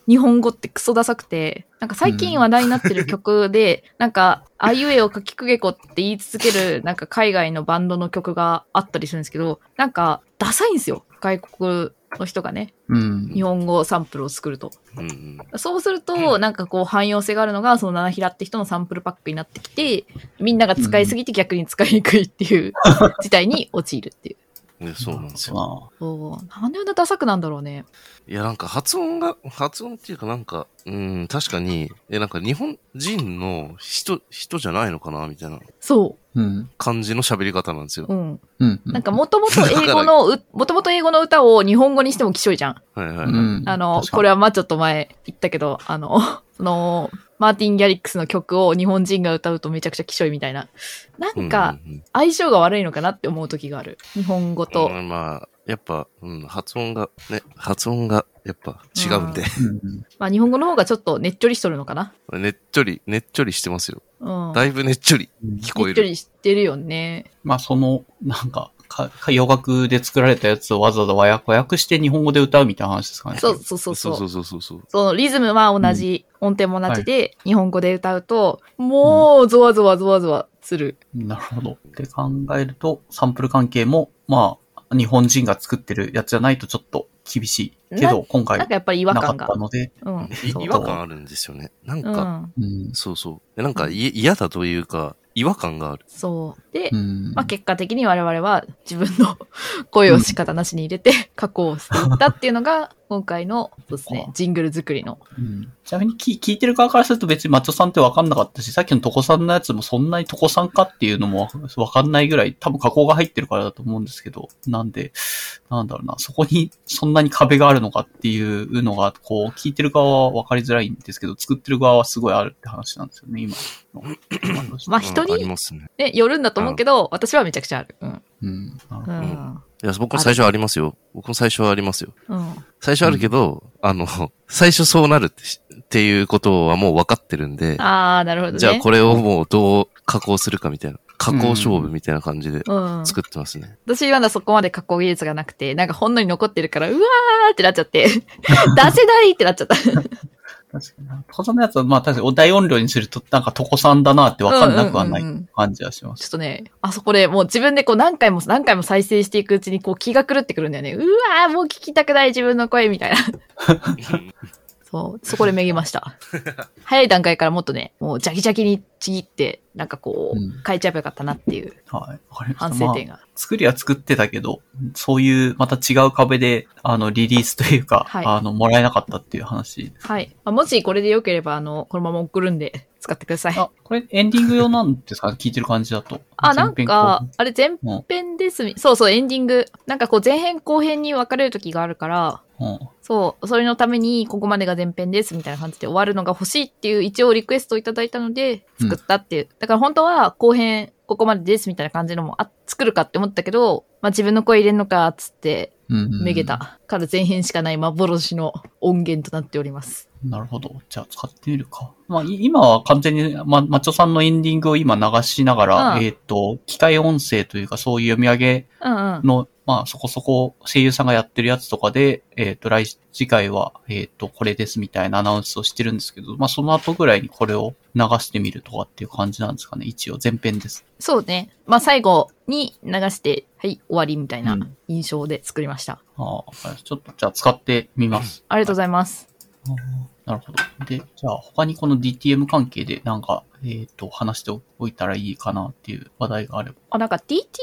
日本語ってクソダサくて、なんか最近話題になってる曲で、なんか、あいうえをかきくげこって言い続ける、なんか海外のバンドの曲があったりするんですけど、なんか、ダサいんですよ。外国の人がね。日本語サンプルを作ると。そうすると、なんかこう汎用性があるのが、その七平って人のサンプルパックになってきて、みんなが使いすぎて逆に使いにくいっていう事態に陥るっていう。 そうなんですよ。 なんであんなダサくなんだろうね。 いや、なんか発音っていうかなんか、確かに、なんか日本人の人じゃないのかなみたいな。 そう。 感じの喋り方なんですよ。 なんかもともと英語の歌を日本語にしてもきしょいじゃん。これはちょっと前言ったけど、その、マーティン・ギャリックスの曲を日本人が歌うとめちゃくちゃきしょいみたいな。なんか、相性が悪いのかなって思う時がある。日本語と。 まあ、やっぱ、発音がやっぱ違うんで。 まあ日本語の方がちょっとねっちょりしとるのかな。 ねっちょりしてますよ。だいぶねっちょり聞こえる。 ねっちょりしてるよね。 まあなんか、洋楽で作られたやつをわざわざ和訳して日本語で歌うみたいな話ですかね。 そう。そのリズムは同じ、音程も同じで、日本語で歌うと、もうゾワゾワする。 なるほど。って考えると、サンプル関係も、まあ、日本人が作ってるやつじゃないとちょっと厳しいけど、今回なんかやっぱり違和感がなかったので、 違和感あるんですよね。なんか、そう。なんか嫌だというか、違和感がある。 そう。で、まあ結果的に我々は自分の声を仕方なしに入れて加工していったっていうのが、今回のそうですね、ジングル作りの。 ちなみに聞いてる側からすると別にマッチョさんって分かんなかったし、さっきのトコさんのやつもそんなにトコさんかっていうのも分かんないぐらい、多分加工が入ってるからだと思うんですけど、なんで、なんだろうな、そこにそんなに壁があるのかっていうのが、こう、聞いてる側は分かりづらいんですけど、作ってる側はすごいあるって話なんですよね、今の。 まあ人に、ね、よるんだと思うけど、私はめちゃくちゃある。 いや、僕も最初はありますよ。最初はあるけど、最初そうなるっていうことはもう分かってるんで。 なるほどね。 じゃあこれをもうどう加工するかみたいな。加工勝負みたいな感じで作ってますね。 私はそこまで加工技術がなくて、なんかほんのり残ってるから、うわーってなっちゃって、出せないってなっちゃった。 確かに。トコさんのやつは、まあ確かに大音量にすると、なんかトコさんだなって分かんなくはない感じはします。 ちょっとね、あそこでもう自分でこう何回も再生していくうちにこう気が狂ってくるんだよね。うわーもう聞きたくない自分の声みたいな。そう、そこでめげました。早い段階からもっとね、もうジャキジャキにちぎって、なんかこう、変えちゃえばよかったなっていう。 はい。わかりました。 反省点が。 作りは作ってたけど、そういうまた違う壁で、リリースというか、もらえなかったっていう話。 はい。もしこれで良ければ、このまま送るんで、使ってください。 これエンディング用なんですか聞いてる感じだと。 なんか、あれ前編です。そう、エンディング。なんかこう前編後編に分かれる時があるから、そう、それのためにここまでが前編ですみたいな感じで終わるのが欲しいっていう一応リクエストをいただいたので、作ったっていう。だから本当は後編ここまでですみたいな感じのも作るかって思ったけど、まあ自分の声入れんのかっつって、めげたから前編しかない幻の音源となっております。 なるほど。じゃあ使ってみるか。まあ今は完全に、マッチョさんのエンディングを今流しながら、機械音声というかそういう読み上げの、まあそこそこ声優さんがやってるやつとかで、次回は、これですみたいなアナウンスをしてるんですけど、まあその後ぐらいにこれを流してみるとかっていう感じなんですかね。一応前編です。 そうね。まあ最後に流して、はい、終わりみたいな印象で作りました。 ちょっとじゃあ使ってみます。 ありがとうございます。 なるほど。で、じゃあ他にこの DTM 関係でなんか、話しておいたらいいかなっていう話題があれば。 なんか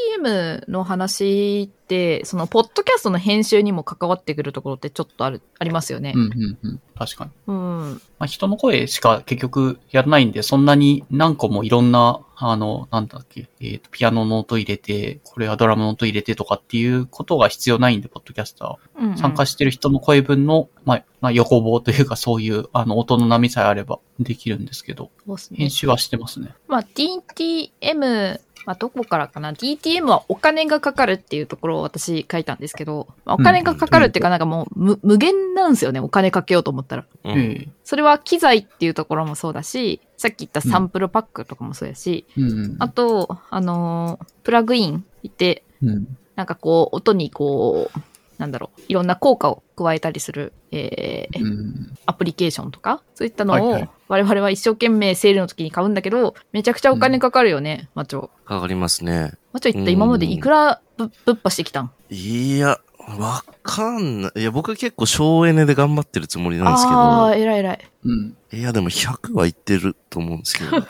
DTM の話って、そのポッドキャストの編集にも関わってくるところってちょっとありますよね。 確かに。まあ、人の声しか結局やらないんで、そんなに何個もいろんな、なんだっけ、ピアノの音入れて、これはドラムの音入れてとかっていうことが必要ないんで、ポッドキャスター。参加してる人の声分の、まあ、横棒というかそういう、音の波さえあればできるんですけど、編集はしてますね。 まあ、DTM、まあ、どこからかな ?DTM はお金がかかるっていうところを私書いたんですけど、まあ、お金がかかるっていうかなんかもう無限なんですよね。お金かけようと思ったら。それは機材っていうところもそうだし、さっき言ったサンプルパックとかもそうやし、あと、プラグインいて、なんかこう、音にこう、なんだろう、いろんな効果を加えたりする、アプリケーションとか、そういったのをはいはい我々は一生懸命セールの時に買うんだけど、めちゃくちゃお金かかるよね、マチョ。 かかりますね。 マチョ言った今までいくらぶっ破してきたん？ いや、わかんない。いや、僕結構省エネで頑張ってるつもりなんですけど。 ああ、偉い偉い。 うん。 いや、でも100はいってると思うんですけど。い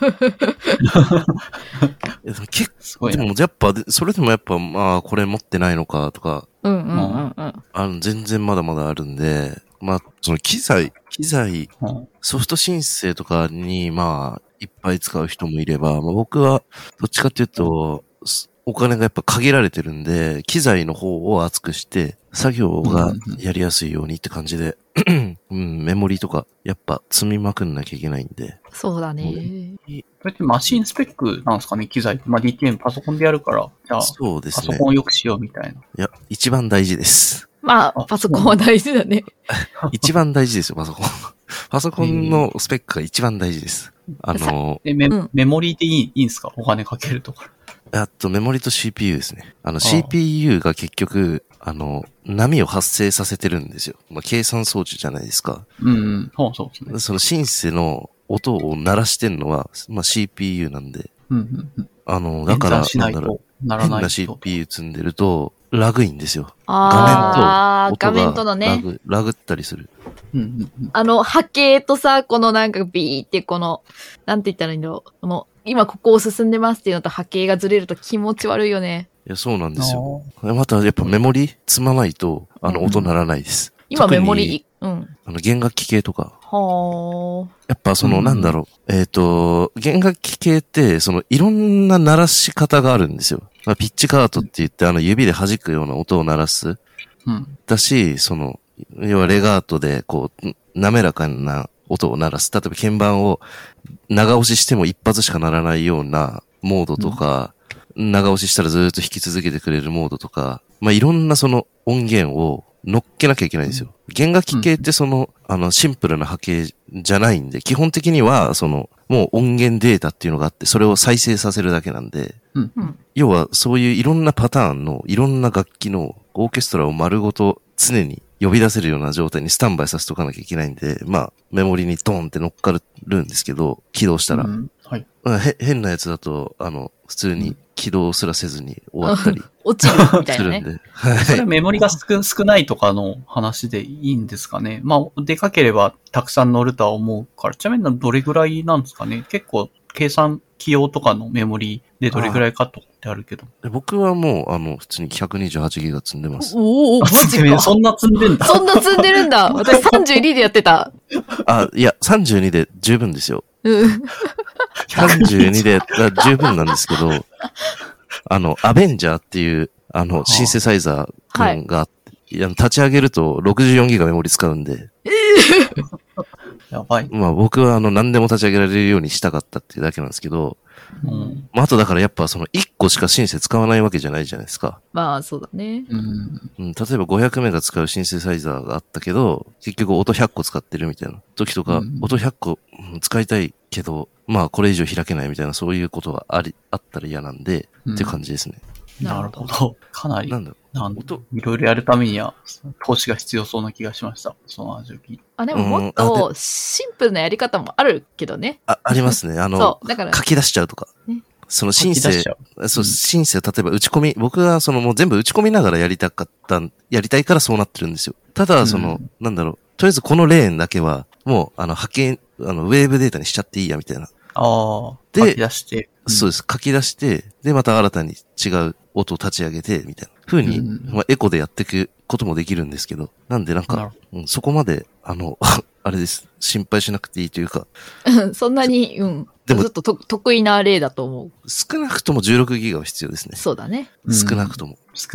やでも結構、でもやっぱ、それでもやっぱ、まあ、これ持ってないのかとか、全然まだまだあるんで、まあ、その機材、ソフト申請とかに、まあ、いっぱい使う人もいれば、まあ、僕は、どっちかっていうと、お金がやっぱ限られてるんで、機材の方を厚くして、作業がやりやすいようにって感じで、うん、メモリとか、やっぱ積みまくんなきゃいけないんで。 そうだね。 それってマシンスペックなんですかね、機材って。まあ、DTM パソコンでやるから、じゃあ、 そうですね。 パソコンをよくしようみたいな。 いや、一番大事です。 まあ、パソコンは大事だね。 一番大事ですよ、パソコン。パソコンのスペックが一番大事です。 メモリでいいんですか？お金かけるとか。 メモリと CPU ですね。CPU が結局、波を発生させてるんですよ。まあ、計算装置じゃないですか。 うんうん。そうですね。 そのシンセの音を鳴らしてんのは、まあ、CPU なんで。だから、変な CPU 積んでると、ラグいんですよ。画面とのね。ラグったりする。 波形とさ、このなんかビーってこの、なんて言ったらいいんだろう。この、今ここを進んでますっていうのと波形がずれると気持ち悪いよね。 いや、そうなんですよ。またやっぱメモリ積まないと、音鳴らないです。 今メモリ、 弦楽器系とか。 はあ。 やっぱなんだろう。弦楽器系って、いろんな鳴らし方があるんですよ。ピッチカートって言って、指で弾くような音を鳴らす。だし、要はレガートで、こう、滑らかな音を鳴らす。例えば鍵盤を長押ししても一発しか鳴らないようなモードとか、長押ししたらずっと弾き続けてくれるモードとか、まあ、いろんな音源を乗っけなきゃいけないんですよ。弦楽器系ってシンプルな波形じゃないんで、基本的には、もう音源データっていうのがあって、それを再生させるだけなんで、要はそういういろんなパターンの、いろんな楽器のオーケストラを丸ごと常に呼び出せるような状態にスタンバイさせておかなきゃいけないんで、まあ、メモリにドーンって乗っかるんですけど、起動したら。変なやつだと、普通に起動すらせずに終わったり。 落ちるみたいなね。 それはメモリが少ないとかの話でいいんですかね。まあ、でかければたくさん乗るとは思うから、ちなみにどれぐらいなんですかね。結構、計算器用とかのメモリでどれぐらいかとってあるけど。 僕はもう、普通に128ギガ積んでます。 おー、マジか。 そんな積んでんだ。 そんな積んでるんだ。私32でやってた。 いや、32で十分ですよ。32で十分なんですけど、アベンジャーっていう、シンセサイザー君があって、立ち上げると64ギガメモリ使うんで。 やばい。 まあ僕は何でも立ち上げられるようにしたかったっていうだけなんですけど、まああとだからやっぱ1個しかシンセ使わないわけじゃないじゃないですか。 まあそうだね。 例えば500メガ使うシンセサイザーがあったけど、結局音100個使ってるみたいな時とか、音100個使いたいけど、まあこれ以上開けないみたいなそういうことがあったら嫌なんで、っていう感じですね。 なるほど。かなり。 なんだろう。 いろいろやるためには、投資が必要そうな気がしました。その味を聞いて。 でももっとシンプルなやり方もあるけどね。 ありますね。 そう。だから書き出しちゃうとか。ね、シンセ、シンセ、例えば打ち込み、僕はもう全部打ち込みながらやりたいからそうなってるんですよ。ただ、なんだろう。とりあえずこのレーンだけは、もう、波形、ウェーブデータにしちゃっていいや、みたいな。 で、書き出して。 そうです。書き出して、で、また新たに違う音を立ち上げて、みたいな風に、まあ、エコでやっていくこともできるんですけど、なんでそこまで、あれです。心配しなくていいというか。 そんなに、でも、ちょっと得意な例だと思う。 少なくとも16ギガは必要ですね。 そうだね。 少なくとも。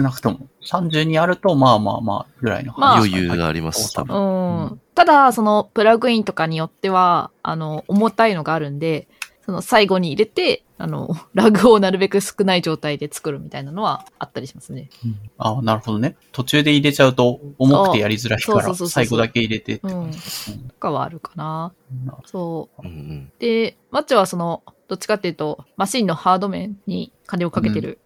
32あると、まあ、ぐらいの話。余裕があります、多分。ただ、プラグインとかによっては、重たいのがあるんで、最後に入れて、ラグをなるべく少ない状態で作るみたいなのはあったりしますね。 なるほどね。途中で入れちゃうと重くてやりづらいから、最後だけ入れて。とかはあるかな。そう。で、マッチョはどっちかっていうと、マシンのハード面に金をかけてる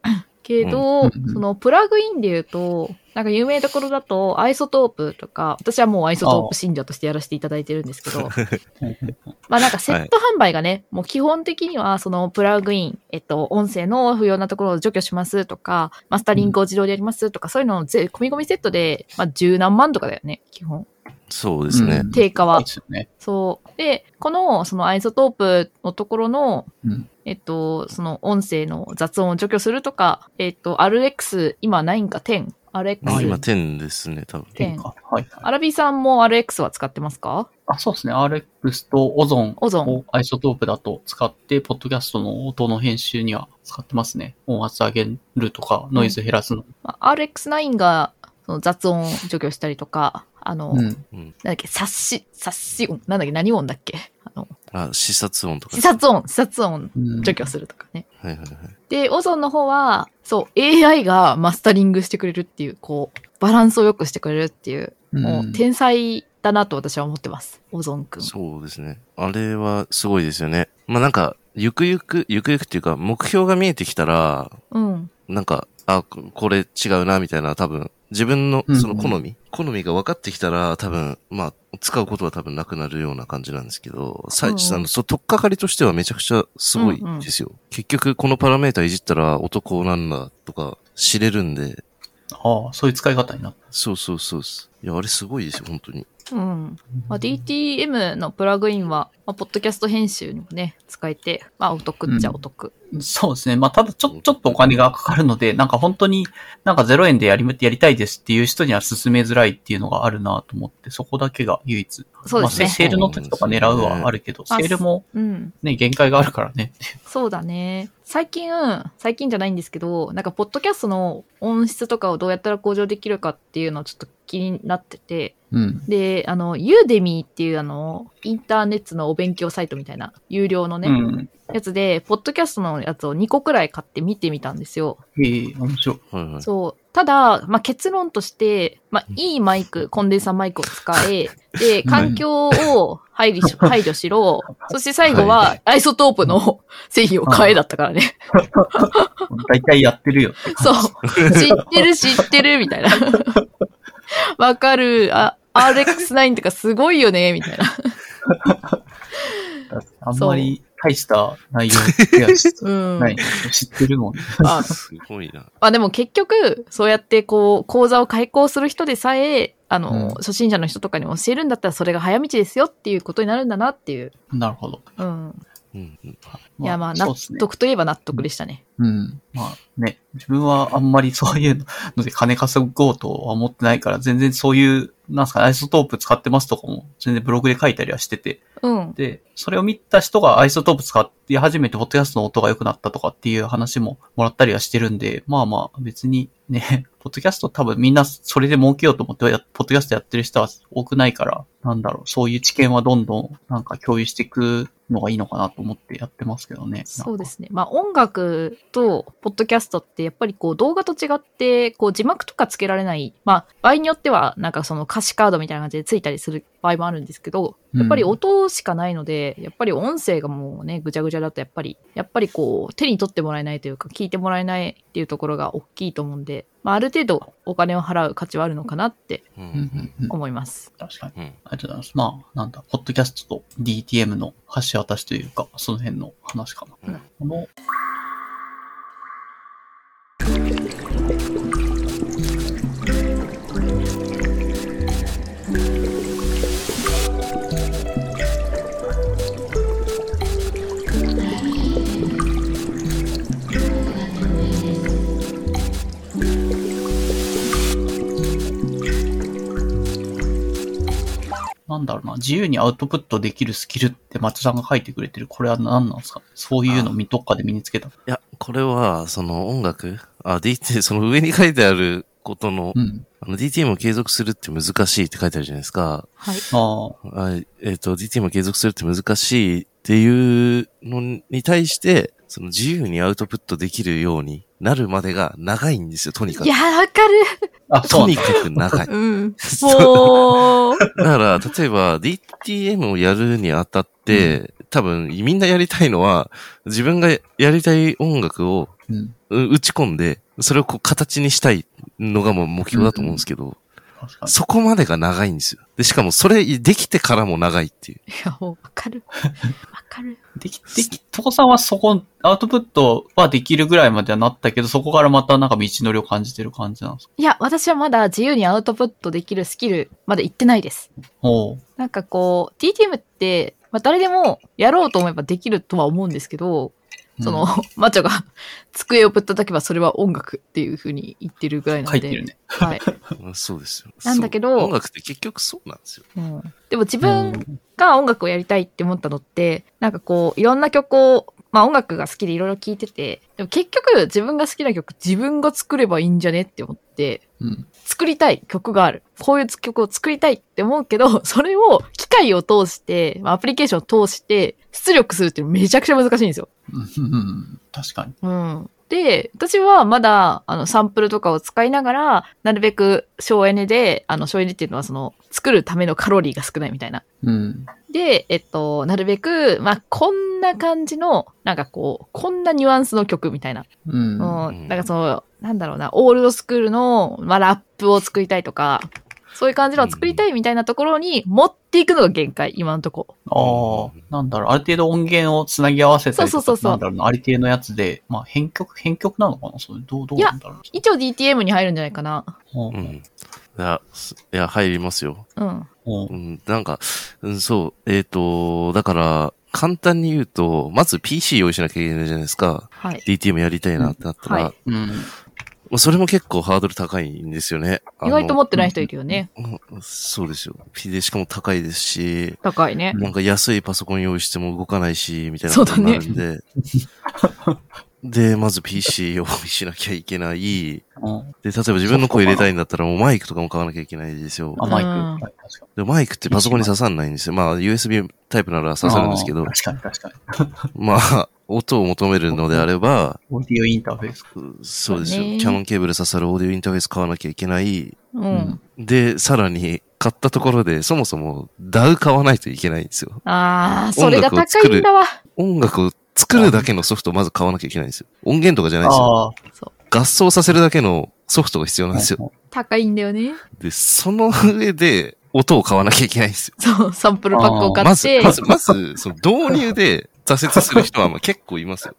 けど、そのプラグインで言うと、なんか有名どころだと、アイソトープとか、私はもうアイソトープ信者としてやらせていただいてるんですけど、まあなんかセット販売がね、もう基本的にはそのプラグイン、音声の不要なところを除去しますとか、マスタリングを自動でやりますとか、そういうのを込み込みセットで、まあ十何万とかだよね、基本。 そうですね。 定価は。 ね、 そう。で、そのアイソトープのところの、その音声の雑音を除去するとか、RX、今9か10。RX。 今10ですね、多分。 10。 はい。 アラビさんも RX は使ってますか？ そうですね。RX とオゾンをアイソトープだと使って、ポッドキャストの音の編集には使ってますね。音圧上げるとか、ノイズ減らすの。 RX9 がその雑音を除去したりとか、なんだっけ、察し音、なんだっけ、何音だっけ？ 視察音とか。 視察音除去するとかね。 はいはいはい。 で、オゾンの方は、そう、AI がマスタリングしてくれるっていう、こう、バランスを良くしてくれるっていう、もう天才だなと私は思ってます。オゾンくん。 そうですね。あれはすごいですよね。まあなんか、ゆくゆくっていうか、目標が見えてきたら、なんか、これ違うな、みたいな、多分、自分のその好みが分かってきたら、多分、まあ、使うことは多分なくなるような感じなんですけど、取っかかりとしてはめちゃくちゃすごいですよ。結局、このパラメータいじったら男なんだとか知れるんで。 そういう使い方になった。 そう。いや、あれすごいですよ、本当に。 まあ、DTM のプラグインは、まあ、ポッドキャスト編集にもね、使えて、まあ、お得っちゃお得。 そうですね。まあ、ただちょっとお金がかかるので、なんか本当になんか0円でやりたいですっていう人には進めづらいっていうのがあるなと思って、そこだけが唯一。 そうですね。 まあ、セールの時とか狙うはあるけど、セールもね、限界があるからね。 そうだね。最近じゃないんですけど、なんかポッドキャストの音質とかをどうやったら向上できるかっていうのをちょっと気になってて、で、ユーデミーっていうインターネットのお勉強サイトみたいな、有料のね、やつで、ポッドキャストのやつを2個くらい買って見てみたんですよ。 面白い。 そう。ただ、まあ、結論として、まあ、いいマイク、コンデンサーマイクを使え、で、環境を配慮しろ、そして最後は、アイソトープの製品を買えだったからね。 大体やってるよ。 そう。知ってる、みたいな。わかる。RX9 とかすごいよね、みたいな。 あんまり大した内容ってない。知ってるもんね。 すごいな。 でも結局、そうやってこう、講座を開講する人でさえ、初心者の人とかに教えるんだったらそれが早道ですよっていうことになるんだなっていう。 なるほど。 いや、まあ、納得といえば納得でしたね。 まあね、自分はあんまりそういうので金稼ごうとは思ってないから、全然そういう、なんすか、アイソトープ使ってますとかも全然ブログで書いたりはしてて。で、それを見た人がアイソトープ使って初めてポッドキャストの音が良くなったとかっていう話ももらったりはしてるんで、まあ別にね、ポッドキャスト多分みんなそれで儲けようと思ってポッドキャストやってる人は多くないから、そういう知見はどんどんなんか共有していくのがいいのかなと思ってやってますけどね。 そうですね。まあ音楽とポッドキャストってやっぱりこう動画と違ってこう字幕とかつけられない。まあ場合によってはなんかその歌詞カードみたいな感じでついたりする場合もあるんですけど、やっぱり音しかないので、やっぱり音声がもうね、ぐちゃぐちゃだとやっぱりこう手に取ってもらえないというか聞いてもらえないっていうところが大きいと思うんで、まあある程度お金を払う価値はあるのかなって思います。 確かに。ありがとうございます。まあポッドキャストと DTM の橋渡しというか、その辺の話かな。自由にアウトプットできるスキルって松さんが書いてくれてる、これは何なんですか？そういうのどっかで身につけた？いや、これは、その音楽、その上に書いてあることの、DTM を継続するって難しいって書いてあるじゃないですか。 はい。 DTM を継続するって難しいっていうのに対して、その自由にアウトプットできるようになるまでが長いんですよ、とにかく。 いや、わかる。 とにかく長い。 もう。 だから、例えば DTM をやるにあたって、多分みんなやりたいのは、自分がやりたい音楽を打ち込んで、それをこう形にしたいのがもう目標だと思うんですけど、そこまでが長いんですよ。で、しかもそれできてからも長いっていう。 いや、もうわかる。わかる。 トコさんはそこ、アウトプットはできるぐらいまではなったけど、そこからまたなんか道のりを感じてる感じなんですか？ いや、私はまだ自由にアウトプットできるスキルまで行ってないです。なんかこう、DTM って、まあ、誰でもやろうと思えばできるとは思うんですけど、マチョが机をぶったたけばそれは音楽っていう風に言ってるぐらいなんで。 書いてるね。 はい。 そうですよ。 なんだけど、 音楽って結局そうなんですよ。 でも自分が音楽をやりたいって思ったのって、なんかこう、いろんな曲を、まあ音楽が好きでいろいろ聴いてて、でも結局自分が好きな曲自分が作ればいいんじゃねって思って、作りたい曲がある。こういう曲を作りたいって思うけど、それを機械を通して、アプリケーションを通して出力するっていうのめちゃくちゃ難しいんですよ。 確かに。 で、私はまだ、サンプルとかを使いながら、なるべく省エネで、省エネっていうのは作るためのカロリーが少ないみたいな。で、なるべく、まあ、こんな感じの、なんかこう、こんなニュアンスの曲みたいな。なんかなんだろうな、オールドスクールの、まあ、ラップを作りたいとか、そういう感じのを作りたいみたいなところに持っていくのが限界、今のとこ。 なんだろう、ある程度音源をつなぎ合わせたりとか、 そうなんだろうな、あり程度のやつで、まあ、編曲なのかな？それどうなんだろう。 一応 DTM に入るんじゃないかな。 いや、入りますよ。なんか、そう、だから、簡単に言うと、まず PC 用意しなきゃいけないじゃないですか。DTM やりたいなってなったら。それも結構ハードル高いんですよね。 意外と持ってない人いるよね。 そうですよ。で、しかも高いですし。 高いね。 なんか安いパソコン用意しても動かないし、みたいなことになるんで。で、まず PC 用意しなきゃいけない。で、例えば自分の声入れたいんだったらもうマイクとかも買わなきゃいけないですよ。 マイク。 でマイクってパソコンに刺さんないんですよ。まあ、USB タイプなら刺さるんですけど。 確かに。 まあ、音を求めるのであれば、 オーディオインターフェース。 そうですよ。キャノンケーブル刺さるオーディオインターフェース買わなきゃいけない。で、さらに、買ったところで、そもそも DAW 買わないといけないんですよ。 それが高いんだわ。 音楽を作るだけのソフトをまず買わなきゃいけないんですよ。音源とかじゃないですよ。合奏させるだけのソフトが必要なんですよ。 高いんだよね。 で、その上で、音を買わなきゃいけないんですよ。 そう、サンプルパックを買って。 まず、その導入で挫折する人は結構いますよ。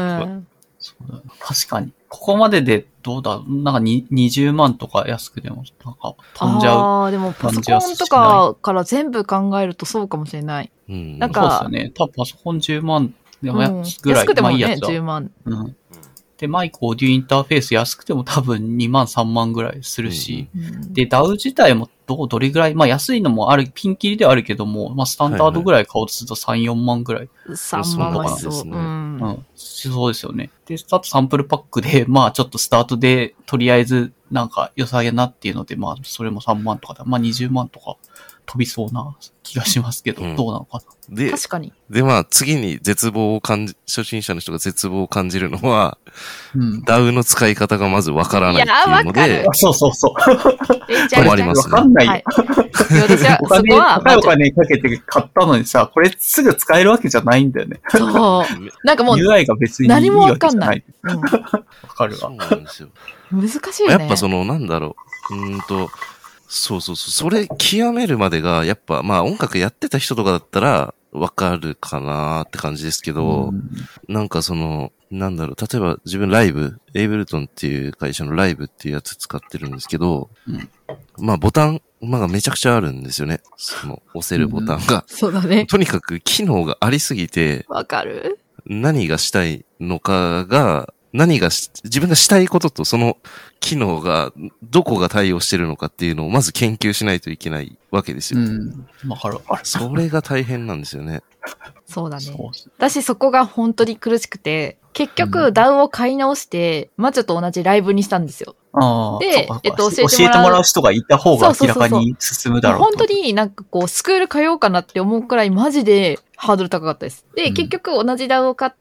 確かに。ここまででどうだなんか20万とか安くでも、なんか飛んじゃう。 でもパソコンとかから全部考えるとそうかもしれない。なんか。 そうですよね。多分パソコン10万でもぐらい。 安くてもね、10万。 で、マイク、オーディオインターフェース安くても多分2万、3万ぐらいするし、で、DAW 自体もどれぐらい、まあ安いのもある、ピンキリではあるけども、まあスタンダードぐらい買おうとすると3、4万ぐらい。 3万はそう。 そうですよね。で、あとサンプルパックで、まあちょっとスタートで、とりあえずなんか良さげなっていうので、まあそれも3万とかだ。まあ20万とか飛びそうな気がしますけど、どうなのかな。 で、 確かに。 で、まあ、次に初心者の人が絶望を感じるのは、DAW の使い方がまずわからないっていうので、 そう。 困りますね。 わかんないよ。私は、そこは、高いお金かけて買ったのにさ、これすぐ使えるわけじゃないんだよね。 そう。なんかもう、 UI が別に何もわかんない。 わかるわ。 そうなんですよ。 難しいよね。 やっぱなんだろう。そう。それ極めるまでが、やっぱ、まあ音楽やってた人とかだったら、わかるかなーって感じですけど、なんかなんだろう、例えば自分エイブルトンっていう会社のライブっていうやつ使ってるんですけど、まあボタン、まあめちゃくちゃあるんですよね。押せるボタンが。 そうだね。 とにかく機能がありすぎて、 わかる？ 何がしたいのかが、自分がしたいこととその機能がどこが対応してるのかっていうのをまず研究しないといけないわけですよ。 わかる。 それが大変なんですよね。 そうだね。私そこが本当に苦しくて、結局DAW を買い直して、マチョと同じライブにしたんですよ。で、教えてもらう人がいた方が明らかに進むだろうと。 本当になんかこう、スクール通おうかなって思うくらいマジでハードル高かったです。で、結局同じDAWを買って、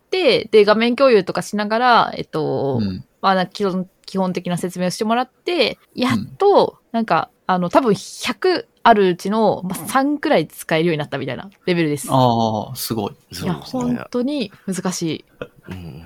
で、画面共有とかしながら、まあ、基本的な説明をしてもらって、やっと、なんか、多分100あるうちの、まあ、3くらい使えるようになったみたいなレベルです。 すごい。 いや、本当に難しい。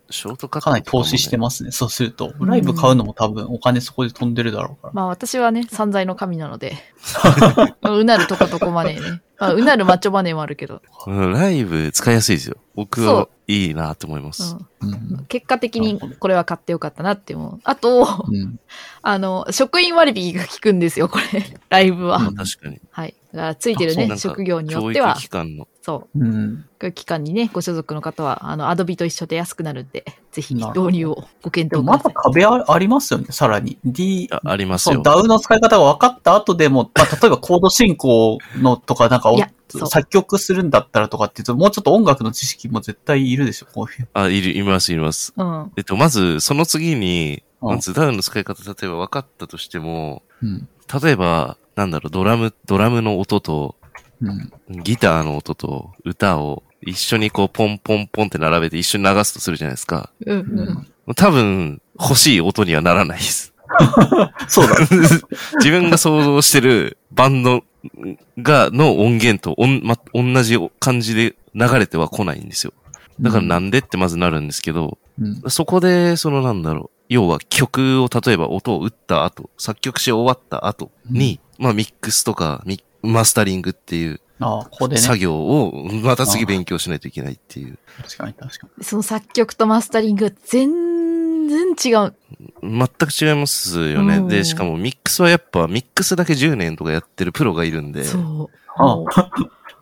ショートカットかなり投資してますね。そうすると。ライブ買うのも多分お金そこで飛んでるだろうから。 まあ私はね、散財の神なので。うなるとことこマネーね。まあ、うなるマッチョマネーもあるけど。 ライブ使いやすいですよ。僕はいいなと思います。 結果的にこれは買ってよかったなって思う。あと、職員割引が効くんですよ、これ。ライブは。 確かに。 はい。だからついてるね、職業によっては。 教育機関の。 そう。教育機関にね、ご所属の方は、アドビと一緒で安くなるんで、ぜひ導入をご検討ください。 まだ壁ありますよね、さらに。 ありますよ。 DAW の使い方が分かった後でも、まあ、例えばコード進行のとか、なんか作曲するんだったらとかって言うと、もうちょっと音楽の知識も絶対いるでしょ、こういう。 います。まず、その次に、DAW の使い方、例えば分かったとしても、例えば、ドラムの音と、ギターの音と歌を一緒にこうポンポンポンって並べて一緒に流すとするじゃないですか。多分欲しい音にはならないです。 そうだ。 自分が想像してるバンドの音源と同じ感じで流れては来ないんですよ。だからなんでってまずなるんですけど、そこで要は曲を例えば音を打った後、作曲し終わった後に、まあミックスとかマスタリングっていう作業をまた次勉強しないといけないっていう。 確かに。 その作曲とマスタリング全然違う。 全く違いますよね。で、しかもミックスはやっぱミックスだけ10年とかやってるプロがいるんで。 そう。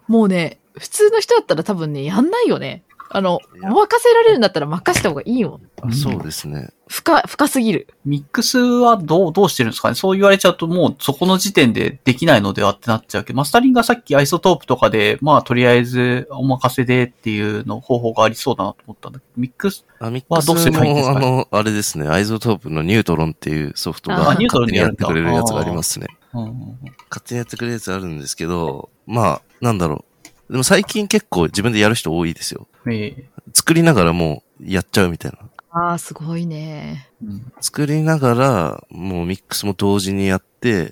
もうね、普通の人だったら多分ね、やんないよね。任せられるんだったら任した方がいいよ。 そうですね。 深すぎる。 ミックスはどうしてるんですかね。そう言われちゃうともうそこの時点でできないのではってなっちゃうけど、マスタリングがさっきアイソトープとかで、まあとりあえずお任せでっていうの方法がありそうだなと思ったんだけど、ミックスはどうすればいいんですかね。 あれですね、アイソトープのニュートロンっていうソフトが勝手にやってくれるやつがありますね。勝手にやってくれるやつあるんですけど、まあ、でも最近結構自分でやる人多いですよ。作りながらもうやっちゃうみたいな。 ああ、すごいね。 作りながらもうミックスも同時にやって、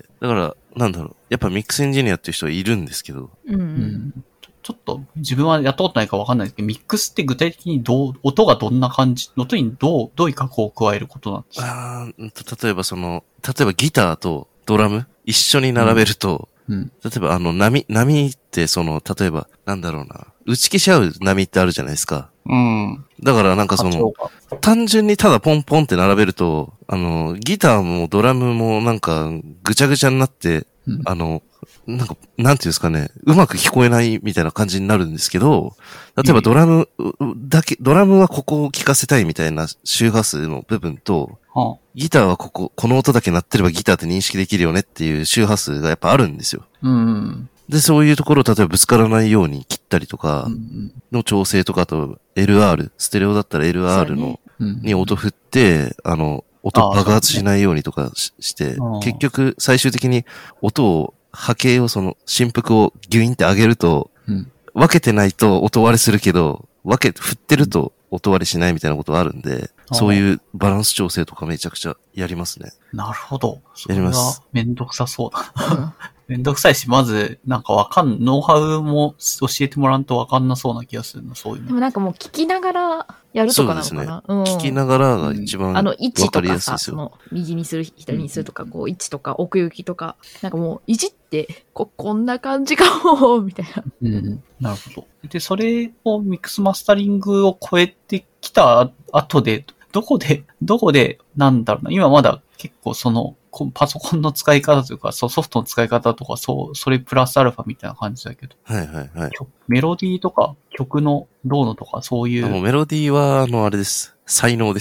だからやっぱミックスエンジニアっていう人はいるんですけど。 ちょっと自分はやったことないかわかんないですけど、ミックスって具体的に音がどんな感じ、音にどういう加工を加えることなんですか？ 例えばギターとドラム一緒に並べると、例えば波って例えば打ち消し合う波ってあるじゃないですか。だから単純にただポンポンって並べると、ギターもドラムもぐちゃぐちゃになって、なんていうんですかね、うまく聞こえないみたいな感じになるんですけど、例えばドラムはここを聞かせたいみたいな周波数の部分と、ギターはこの音だけ鳴ってればギターって認識できるよねっていう周波数がやっぱあるんですよ。で、そういうところを例えばぶつからないように切ったりとか、の調整とか、あと LR、ステレオだったら LR に音振って、音爆発しないようにとかして、結局最終的に波形を振幅をギュインって上げると、分けてないと音割れするけど、振ってると音割れしないみたいなことがあるんで、そういうバランス調整とかめちゃくちゃやりますね。 なるほど。 やります。 めんどくさそうだ。めんどくさいし、まず、ノウハウも教えてもらうとわかんなそうな気がするな、そういうの。 でももう聞きながらやるとかなのかな。 聞きながらが一番わかりやすいですよ。位置とかさ、 右にする、左にするとか、位置とか奥行きとか、もう、いじって、こんな感じかも、みたいな。 なるほど。で、それをミックスマスタリングを超えてきた後で、どこで、今まだ結構パソコンの使い方というか、ソフトの使い方とか、それプラスアルファみたいな感じだけど。メロディーとか曲のどうのとかそういう。 もうメロディーは、あれです。才能です。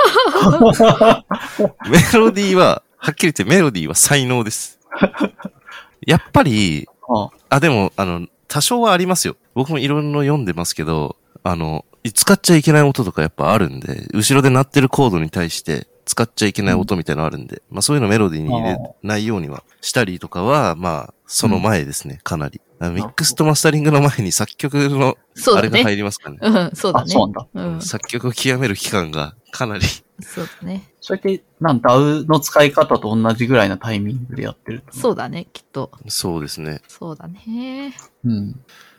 メロディーは、はっきり言ってメロディーは才能です。やっぱり、でも、多少はありますよ。僕もいろいろ読んでますけど、使っちゃいけない音とかやっぱあるんで、後ろで鳴ってるコードに対して使っちゃいけない音みたいなのあるんで、まあそういうのメロディーに入れないようにはしたりとかは、まあ、その前ですね、かなり。ミックスとマスタリングの前に作曲の、あれが入りますかね。 そうだね。 そうなんだ。 作曲を極める期間がかなり。 そうだね。 それって、DAW の使い方と同じぐらいなタイミングでやってる。 そうだね、きっと。 そうですね。 そうだね。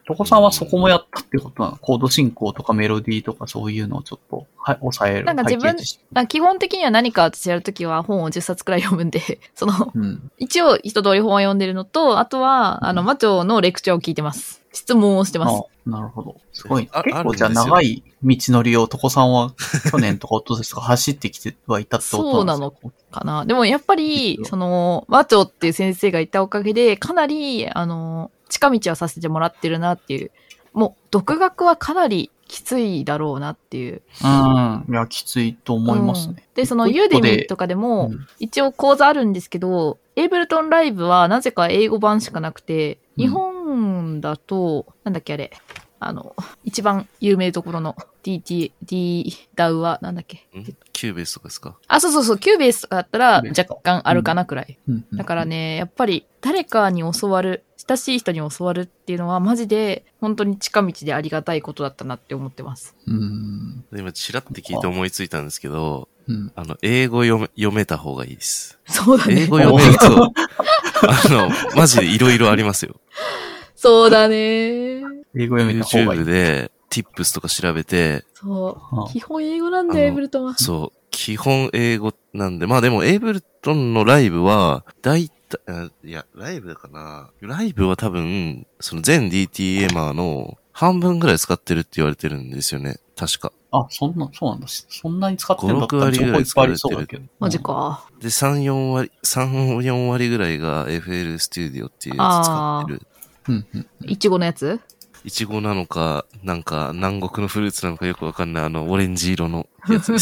トコさんはそこもやったってことなの？コード進行とかメロディーとかそういうのをちょっと、抑える。 なんか自分、基本的には何か私やるときは本を10冊くらい読むんで、一応一通り本を読んでるのと、あとは、マチョのレクチャーを聞いてます。質問をしてます。 なるほど。すごい。結構じゃあ長い道のりをトコさんは去年とかおととしとか走ってきてはいたってことなんですか？そうなのかな。でもやっぱり、マチョっていう先生がいたおかげで、かなり、近道はさせてもらってるなっていう。もう、独学はかなりきついだろうなっていう。 いや、きついと思いますね。 で、ユーデミーとかでも、一応講座あるんですけど、エイブルトンライブはなぜか英語版しかなくて、日本だと、なんだっけあれ、一番有名どころの DAW はなんだっけ？ キューベースとかですか？ そう、キューベースとかだったら若干あるかなくらい。だからね、やっぱり誰かに教わる、親しい人に教わるっていうのはマジで本当に近道でありがたいことだったなって思ってます。 今チラって聞いて思いついたんですけど、英語読めた方がいいです。 そうだね。 英語読めると、マジでいろいろありますよ。 そうだね。 英語読めた方がいい。 YouTube で Tips とか調べて。 そう。基本英語なんだよ、エイブルトンは。 そう。基本英語なんで。まあでも、エイブルトンのライブは、ライブかな。ライブは多分、全 DTMer の半分ぐらい使ってるって言われてるんですよね。確か。 そうなんだ。そんなに使ってるんだったら 5、6割ぐらい使われてる。 マジか。 で、3、4割ぐらいが FL Studio っていうやつ使ってる。 いちごのやつ？ いちごなのか、なんか南国のフルーツなのかよくわかんないオレンジ色のやつです。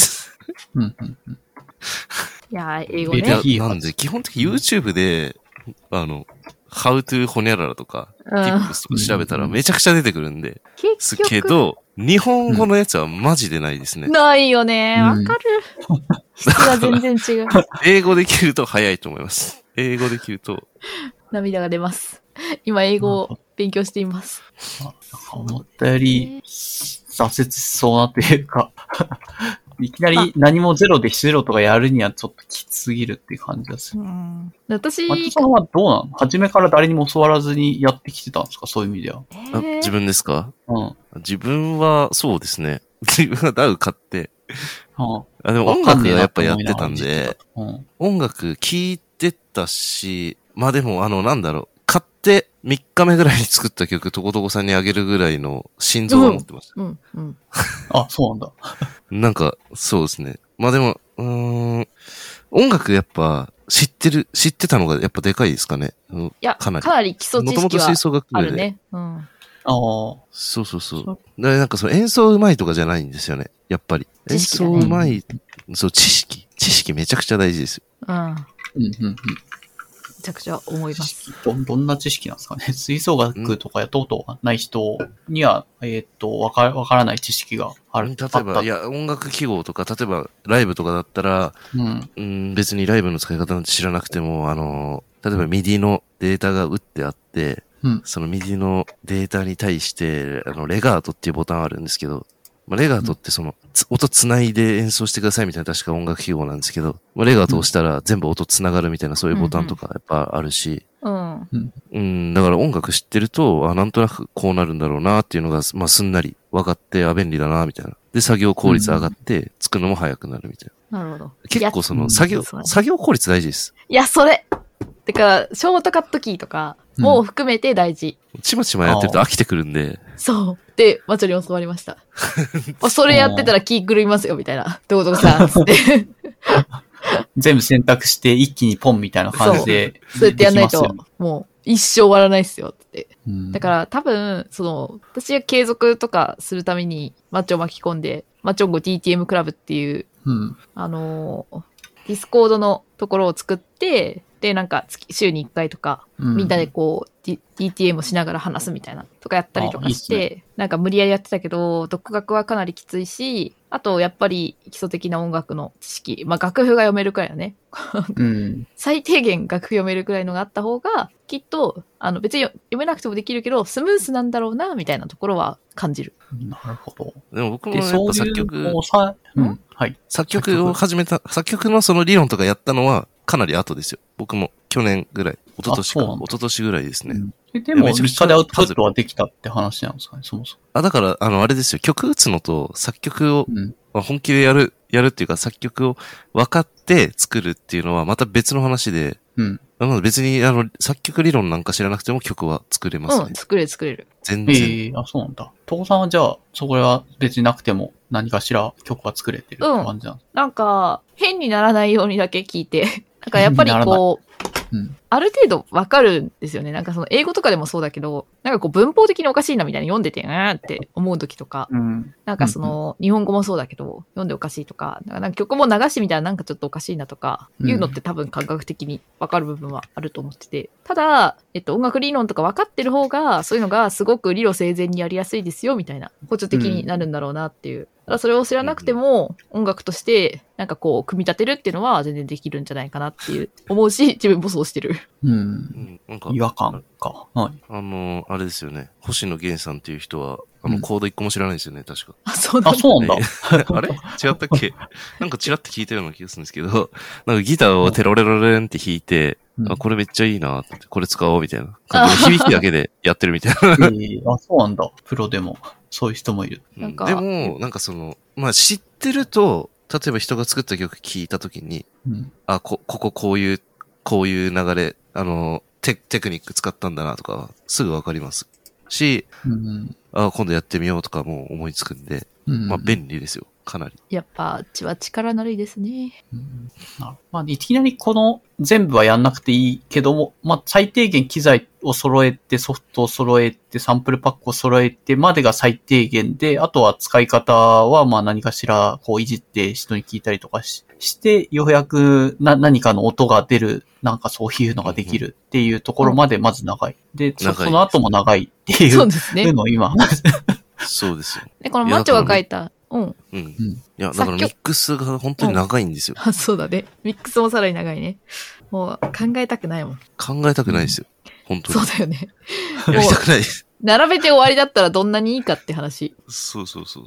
いや英語ね。 なんで、基本的に YouTube で、How to ホニャララとか、Tips とか調べたらめちゃくちゃ出てくるんで。すけど、日本語のやつはマジでないですね。 ないよね。わかる。質が全然違う。 英語できると早いと思います。英語できると。 涙が出ます。今英語を勉強しています。 思ったより挫折しそうなっていうかいきなり何もゼロでゼロとかやるにはちょっときつすぎるっていう感じです。 私、 松さんはどうなの？初めから誰にも教わらずにやってきてたんですか？そういう意味では。 自分ですか？自分はそうですね。自分はダウ買って。でも音楽はやっぱやってたんで、音楽聴いてたし、まあでもなんだろう。買って3日目ぐらいに作った曲、トコトコさんにあげるぐらいの心臓を持ってました。 そうなんだ。 なんか、そうですね。まあでも、音楽やっぱ知ってたのがやっぱでかいですかね。 いや、かなり基礎知識はあるね。 もともと吹奏楽部で。そう。なんか演奏上手いとかじゃないんですよね。やっぱり。演奏上手い、そう、知識めちゃくちゃ大事ですよ。 めちゃくちゃ思います。 どんな知識なんですかね。吹奏楽とかやったことがない人には、わからない知識がある。 例えば、音楽記号とか、例えば、ライブとかだったら、別にライブの使い方なんて知らなくても、例えば MIDI のデータが打ってあって、その MIDI のデータに対して、レガートっていうボタンあるんですけど、レガートって音つないで演奏してくださいみたいな確か音楽記号なんですけど、レガートを押したら全部音つながるみたいなそういうボタンとかやっぱあるし、だから音楽知ってると、なんとなくこうなるんだろうなっていうのが、まあすんなり分かって、便利だなみたいな。で、作業効率上がって、作るのも早くなるみたいな。なるほど。 結構作業効率大事です。 いや、それてか、ショートカットキーとかも含めて大事。 ちまちまやってると飽きてくるんで。 そう。で、マチョに教わりました。それやってたら気狂いますよ、みたいな。どうぞさ、つって。 全部選択して一気にポンみたいな感じで。 そうやってやんないと、もう一生終わらないっすよ、って。だから多分、私が継続とかするためにマチョを巻き込んで、マチョンゴ DTM クラブっていう、ディスコードのところを作って、で、なんか週に1回とか、みんなでこう、DTM をしながら話すみたいなとかやったりとかして、なんか無理やりやってたけど、独学はかなりきついし、あとやっぱり基礎的な音楽の知識、まあ楽譜が読めるくらいのね。最低限楽譜読めるくらいのがあった方が、きっと、別に読めなくてもできるけど、スムースなんだろうな、みたいなところは感じる。 なるほど。 でも僕もやっぱ作曲のその理論とかやったのはかなり後ですよ。僕も去年ぐらい、一昨年ぐらいですね。 でも、3日でアウトプットはできたって話なんですかね、そもそも。 だから、あれですよ、曲打つのと作曲を、本気でやるっていうか、作曲を分かって作るっていうのはまた別の話で、なので別に、作曲理論なんか知らなくても曲は作れますね。 作れる。 全然。 そうなんだ。東さんはじゃあ、そこは別になくても何かしら曲は作れてるって感じなんですか？ なんか、変にならないようにだけ聞いて、なんかやっぱりこう、ある程度わかるんですよね。なんかその英語とかでもそうだけど、なんかこう文法的におかしいなみたいに読んでて、って思う時とか、なんかその日本語もそうだけど、読んでおかしいとか、なんか曲も流してみたらなんかちょっとおかしいなとか、いうのって多分感覚的にわかる部分はあると思ってて。ただ、音楽理論とかわかってる方が、そういうのがすごく理路整然にやりやすいですよみたいな、補助的になるんだろうなっていう。ただそれを知らなくても、音楽として、なんかこう、組み立てるっていうのは全然できるんじゃないかなっていう、思うし、自分もそうしてる。 なんか違和感か。はい。 あれですよね。星野源さんっていう人は、コード一個も知らないですよね、確か。 そうなんだ。 そうなんだ。 あれ違ったっけなんかチラッと聞いたような気がするんですけど、なんかギターをテロレロレンって弾いて、これめっちゃいいなって、これ使おうみたいな感じで響きだけでやってるみたいな。 そうなんだ。プロでも、そういう人もいる。 でも、なんか知ってると、例えば人が作った曲聴いたときに、こういう流れ、テクニック使ったんだなとか、すぐわかりますし、今度やってみようとかも思いつくんで、便利ですよ、かなり。 やっぱ、血は力なりですね。 いきなりこの全部はやんなくていいけども、最低限機材を揃えて、ソフトを揃えて、サンプルパックを揃えてまでが最低限で、あとは使い方は何かしらこういじって人に聞いたりとかして、ようやく何かの音が出る、なんかそういうのができるっていうところまでまず長い。で、その後も長いっていうそうですね。 のを今。 そうですよ。 で、このマッチョが書いた、 いや、だからミックスが本当に長いんですよ。 そうだね。ミックスもさらに長いね。もう考えたくないもん。 考えたくないですよ。本当に。 そうだよね。 やりたくないです。 並べて終わりだったらどんなにいいかって話。 そう。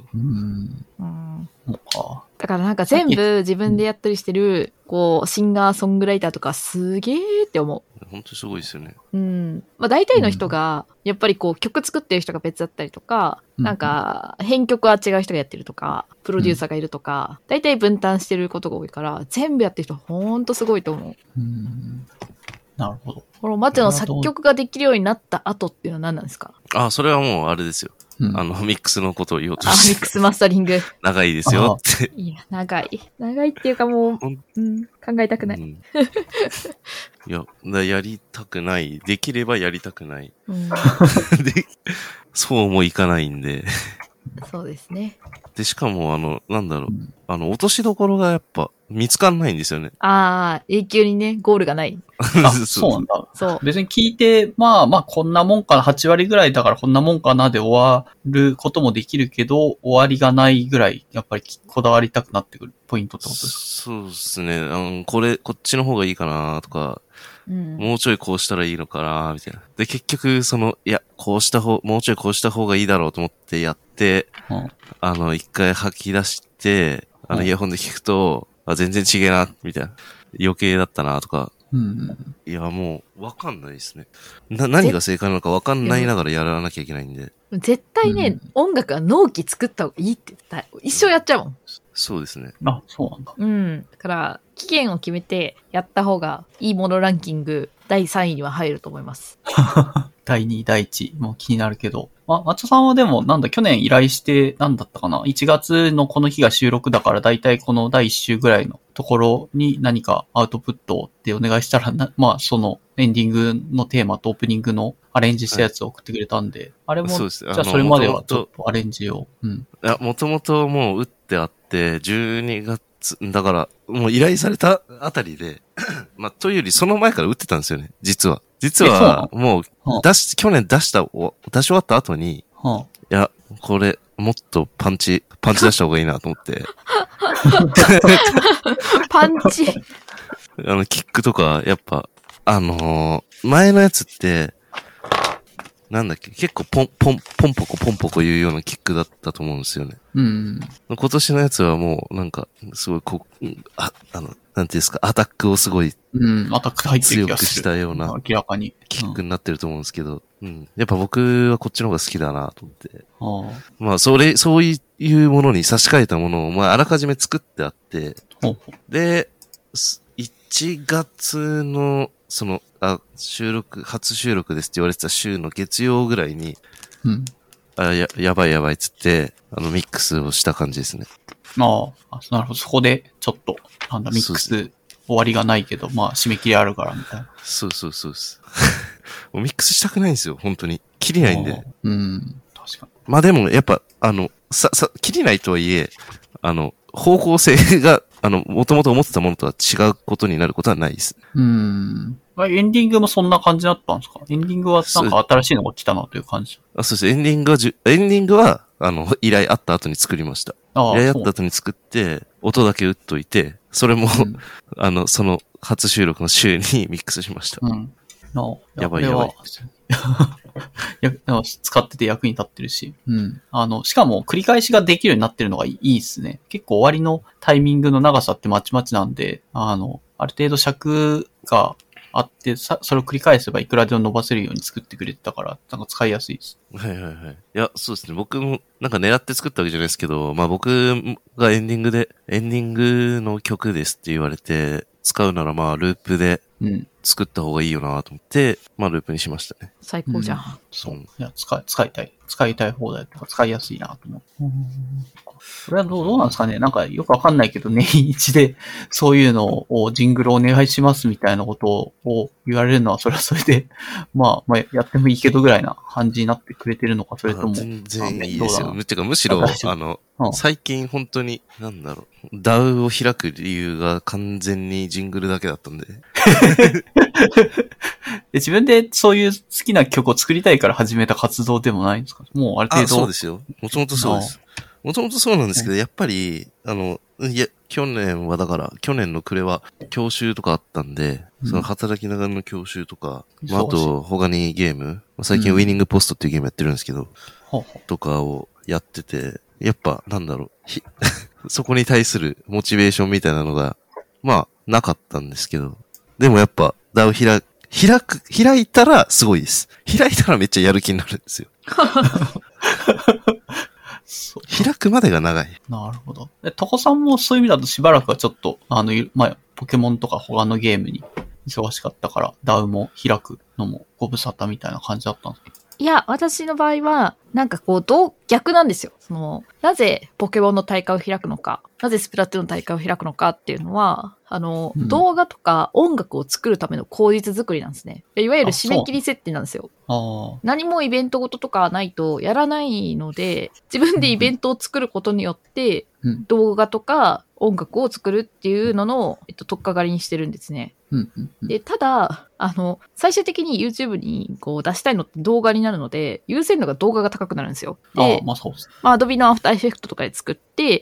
だからなんか全部自分でやったりしてる、こう、シンガーソングライターとかすげーって思う。 本当にすごいですよね。 大体の人が、やっぱりこう曲作ってる人が別だったりとか、なんか編曲は違う人がやってるとか、プロデューサーがいるとか、大体分担してることが多いから、全部やってる人ほんとすごいと思う。 なるほど。 このマチョの作曲ができるようになった後っていうのは何なんですか？ それはもうあれですよ。ミックスのことを言おうとして。 ミックスマスタリング。 長いですよって。 いや、長い。長いっていうかもう、考えたくない。 いや、やりたくない。できればやりたくない。そうもいかないんで。 そうですね。 で、しかも落としどころがやっぱ見つかんないんですよね。 永久にね、ゴールがない。 そうなんだ。 そう。 別に聞いて、こんなもんかな、8割ぐらいだからこんなもんかなで終わることもできるけど、終わりがないぐらい、やっぱりこだわりたくなってくるポイントってことですか？ そうですね。こっちの方がいいかなとか、もうちょいこうしたらいいのかなみたいな。で、結局、もうちょいこうした方がいいだろうと思ってやって、一回吐き出して、イヤホンで聞くと、全然違えな、みたいな。余計だったな、とか。いや、もう、わかんないですね。何が正解なのかわかんないながらやらなきゃいけないんで。 絶対ね、音楽は納期作った方がいいって言ったら、一生やっちゃうもん。 そうですね。 そうなんだ。 だから、期限を決めてやった方がいいものランキング第3位には入ると思います。 第2位、第1位も気になるけど。マチョさんはでも去年依頼して何だったかな ?1 月のこの日が収録だからだいたいこの第1週ぐらいのところに何かアウトプットってお願いしたらそのエンディングのテーマとオープニングのアレンジしたやつを送ってくれたんで、あれも、じゃあそれまではちょっとアレンジを。 もともともう打ってあって、12月、だから、もう依頼されたあたりで、というよりその前から打ってたんですよね、実は。もう、去年出し終わった後に、いや、これ、もっとパンチ出した方がいいなと思って。 パンチキックとか、やっぱ、前のやつって、なんだっけ、結構ポンポコ言うようなキックだったと思うんですよね。今年のやつはもう、なんか、すごいなんていうんですか、アタックをすごい、 アタック入ってる強くしたような、 明らかに。 キックになってると思うんですけど、 うん。やっぱ僕はこっちの方が好きだなと思って。まあ、そういうものに差し替えたものを、まあ、あらかじめ作ってあって、で、1月の、初収録ですって言われてた週の月曜ぐらいに、 うん。 やばいっつって、ミックスをした感じですね。 なるほど。そこで、ちょっと、ミックス終わりがないけど、まあ、締め切りあるからみたいな。 そうです。もうミックスしたくないんですよ、本当に。切りないんで。 うん、確かに。 まあでも、やっぱ、切りないとはいえ、方向性が、もともと思ってたものとは違うことになることはないです。 エンディングもそんな感じだったんですか？エンディングはなんか新しいのが来たなという感じ。 そうです。エンディングは、依頼あった後に作りました。依頼あった後に作って、音だけ打っといて、それも、その初収録の週にミックスしました。やばい。 使ってて役に立ってるし。しかも繰り返しができるようになってるのがいいですね。結構終わりのタイミングの長さってまちまちなんで、ある程度尺があって、それを繰り返せばいくらでも伸ばせるように作ってくれてたから、なんか使いやすいです。 はい。いや、そうですね。僕もなんか狙って作ったわけじゃないですけど、まあ僕がエンディングの曲ですって言われて、使うならまあループで作った方がいいよなと思って、まあループにしましたね。 最高じゃん。 そう。いや、使いたい放題とか使いやすいなと思って。これはどうなんですかね。なんかよくわかんないけど、年一でそういうのをジングルお願いしますみたいなことを言われるのはそれはそれで、まあやってもいいけどぐらいな感じになってくれてるのか、それとも。 全然いいですよ。てかむしろ、最近本当に、DAW を開く理由が完全にジングルだけだったんで。 自分でそういう好きな曲を作りたいから始めた活動でもないんですか？もうある程度。 そうですよ。もともとそうです。もともとそうなんですけど、やっぱり、去年の暮れは教習とかあったんで、その働きながらの教習とか、あと他にゲーム、最近ウィニングポストっていうゲームやってるんですけど、とかをやってて、やっぱそこに対するモチベーションみたいなのが、まあ、なかったんですけど、でもやっぱ、開いたらすごいです。開いたらめっちゃやる気になるんですよ。開くまでが長い。 なるほど。タコさんもそういう意味だとしばらくはちょっと、ポケモンとか他のゲームに忙しかったから、DAW も開くのもご無沙汰みたいな感じだったんですか？ いや、私の場合は、なんかこう、逆なんですよ。なぜポケモンの大会を開くのか、なぜスプラトゥーンの大会を開くのかっていうのは、動画とか音楽を作るための口実作りなんですね。いわゆる締め切り設定なんですよ。何もイベントごととかないとやらないので、自分でイベントを作ることによって、動画とか音楽を作るっていうのの、取っかかりにしてるんですね。で、ただ、最終的に YouTube にこう出したいのって動画になるので、優先度が動画が高くなるんですよ。で、Adobe の After Effects とかで作って、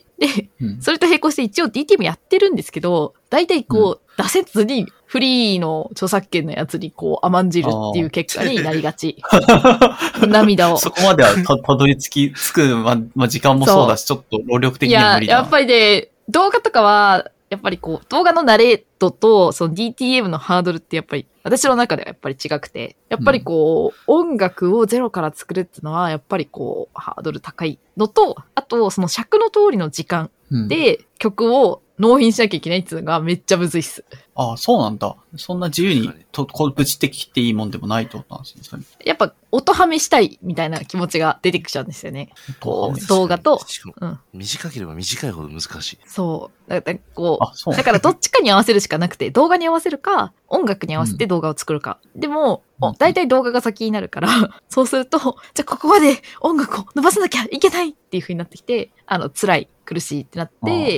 で、それと並行して一応 DTM やってるんですけど、大体こう、出せずにフリーの著作権のやつにこう甘んじるっていう結果になりがち。涙を。 そこまではたどり着く、時間もそうだし、ちょっと労力的には無理だ。 やっぱりね、動画とかは、やっぱりこう、動画のナレートと、その DTM のハードルってやっぱり、私の中ではやっぱり違くて、やっぱりこう、音楽をゼロから作るっていうのは、やっぱりこう、ハードル高いのと、あと、その尺の通りの時間で曲を納品しなきゃいけないっていうのがめっちゃむずいっす。 そうなんだ。そんな自由にぶちって切っていいもんでもないってことなんですね。 やっぱ音はめしたいみたいな気持ちが出てきちゃうんですよね。こう動画と、 短ければ短いほど難しい。 そう。だからどっちかに合わせるしかなくて、動画に合わせるか、音楽に合わせて動画を作るか。でも、だいたい動画が先になるから、そうすると、じゃあここまで音楽を伸ばさなきゃいけないっていう風になってきて、辛い、苦しいってなって、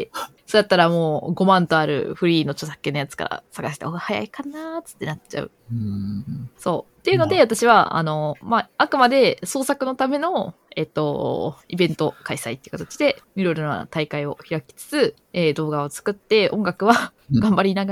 そうだったらもう5万とあるフリーの著作権のやつから探した方が早いかなーつってなっちゃう。そう。っていうので、私は、あくまで創作のための、イベント開催っていう形で、いろいろな大会を開きつつ、動画を作って、音楽は頑張りながら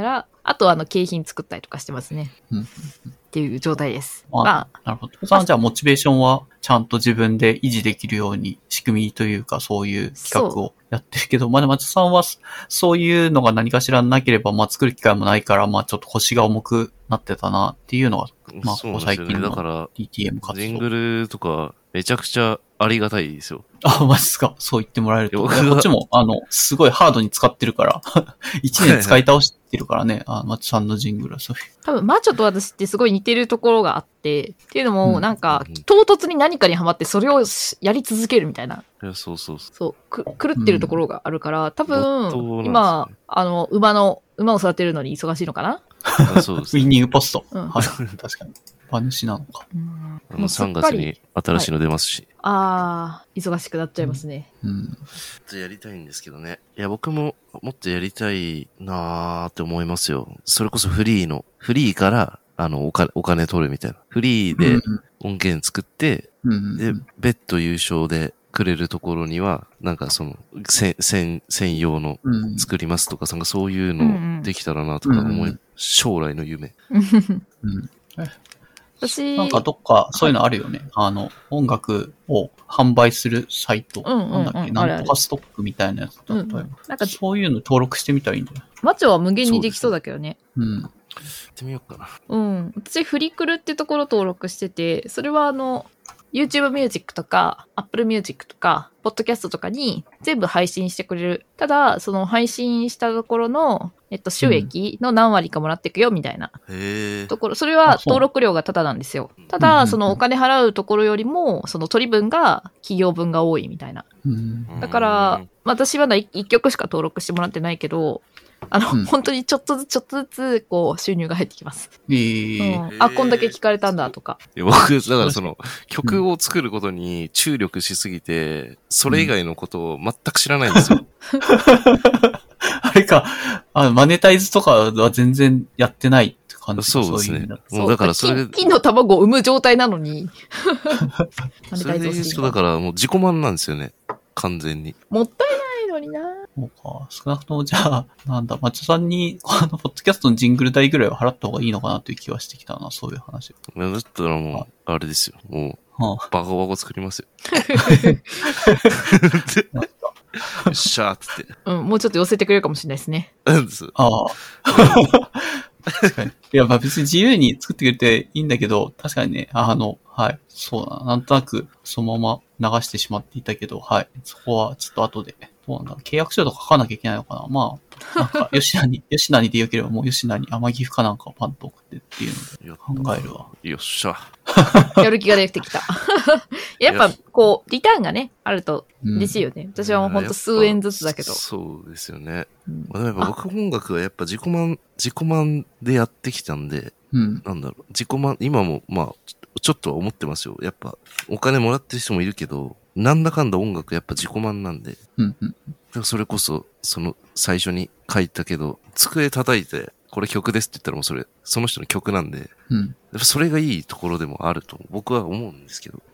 あと景品作ったりとかしてますね。っていう状態です。 なるほど。じゃあモチベーションはちゃんと自分で維持できるように仕組みというかそういう企画をやってるけど、まあでも松さんはそういうのが何かしらなければ、まあ作る機会もないから、まあちょっと腰が重くなってたなっていうのが、まあここ最近の DTM 活動。 ジングルとかめちゃくちゃありがたいですよ。 あ、マジっすか。そう言ってもらえると。こっちも、すごいハードに使ってるから、1年使い倒してるからね、マッチさんのジングルはそういう。 多分、マッチョと私ってすごい似てるところがあって、っていうのも、なんか、唐突に何かにハマってそれをやり続けるみたいな。 いや、そう。 そう、狂ってるところがあるから、多分、今、馬を育てるのに忙しいのかな。 そうです。 ウィンニングポスト。はい。確かに。馬主なのか。 3月に新しいの出ますし。 忙しくなっちゃいますね。 やりたいんですけどね。いや、僕ももっとやりたいなーって思いますよ。それこそフリーから、お金取るみたいな。フリーで音源作って、で、別途優勝でくれるところには、なんか専用の作りますとか、そういうのできたらなとか将来の夢。 なんかどっかそういうのあるよね。音楽を販売するサイト。なんだっけ、なんとかストックみたいなやつだったよ。なんかそういうの登録してみたらいいんだよ。 マチョは無限にできそうだけどね。 やってみようかな。私、フリクルってところ登録してて、それはYouTube Music とか Apple Music とか Podcast とかに全部配信してくれる。ただ、その配信したところの、収益の何割かもらっていくよみたいなところ。それは登録料がタダなんですよ。ただ、そのお金払うところよりも、その取り分が企業分が多いみたいな。だから、私は1曲しか登録してもらってないけど、本当にちょっとずつ、こう、収入が入ってきます。こんだけ聞かれたんだとか。 僕、だから曲を作ることに注力しすぎて、それ以外のことを全く知らないんですよ。 あれか、マネタイズとかは全然やってないって感じ。 そうですね。もうだから金の卵を産む状態なのに。 それで言うと、だからもう自己満なんですよね。完全に。 もったいないのにな。 そうか。少なくともじゃあ、なんだ、マチョさんに、ポッドキャストのジングル代ぐらいは払った方がいいのかなという気はしてきたな、そういう話。 だったらもう、あれですよ。もう、バコバコ作りますよ。よっしゃーって。 もうちょっと寄せてくれるかもしれないですね。 確かに。いや、まあ別に自由に作ってくれていいんだけど、確かにね、はい。そうだな。なんとなく、そのまま流してしまっていたけど、はい。そこはちょっと後で、どうなんだろう。契約書とか書かなきゃいけないのかな。まあ、なんか、吉成でよければもう吉成、天岐阜かなんかをパンと送ってっていうので考えるわ。 よっしゃ。 やる気が出てきた。やっぱ、こう、リターンがね、あると嬉しいよね。私はもうほんと数円ずつだけど。 そうですよね。でもやっぱ僕音楽はやっぱ自己満でやってきたんで、なんだろう、自己満、今もまあ、ちょっとは思ってますよ。やっぱ、お金もらってる人もいるけど、なんだかんだ音楽やっぱ自己満なんで。それこそ、最初に書いたけど、机叩いて、これ曲ですって言ったらもうその人の曲なんで、それがいいところでもあると僕は思うんですけど。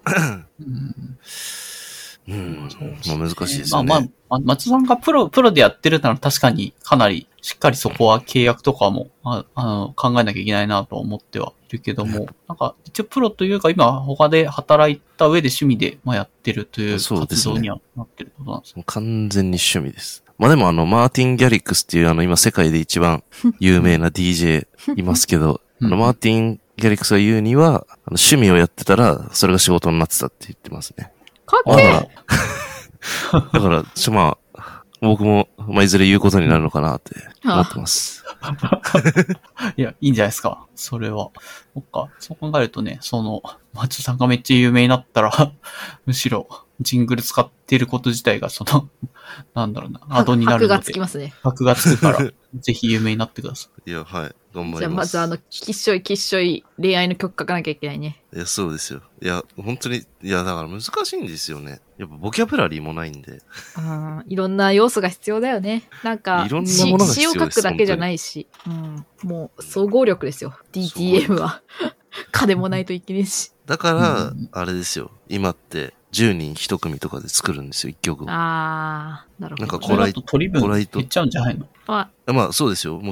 まあ難しいですよね。 松さんがプロでやってるなら確かにかなりしっかりそこは契約とかも考えなきゃいけないなと思ってはいるけども、なんか一応プロというか今他で働いた上で趣味でやってるという活動にはなってることなんですね。 完全に趣味です。まあでもマーティン・ギャリックスっていう今世界で一番有名な DJ いますけど、マーティン・ギャリックスが言うには、趣味をやってたらそれが仕事になってたって言ってますね。 かっけえだから、まあ、僕も、いずれ言うことになるのかなって思ってます。 いや、いいんじゃないですか。それは。そっか。そう考えるとね、松さんがめっちゃ有名になったら、むしろ、ジングル使っていること自体が、なんだろうな、アドになるので。 箔がつきますね。 箔がつくから、ぜひ有名になってください。いや、はい。頑張ります。 じゃあまずきっしょい恋愛の曲書かなきゃいけないね。 いや、そうですよ。いや、本当に、いや、だから難しいんですよね。やっぱボキャブラリーもないんで。 いろんな要素が必要だよね。なんか、 いろんなものが必要です。 詩を書くだけじゃないし。もう、総合力ですよ。DTM は。金もないといけないし。 だから、あれですよ。今って、10人1組とかで作るんですよ、1曲を。 なるほど。 なんかコライト。取り分減っちゃうんじゃないの？ まあ、そうですよ、もちろん。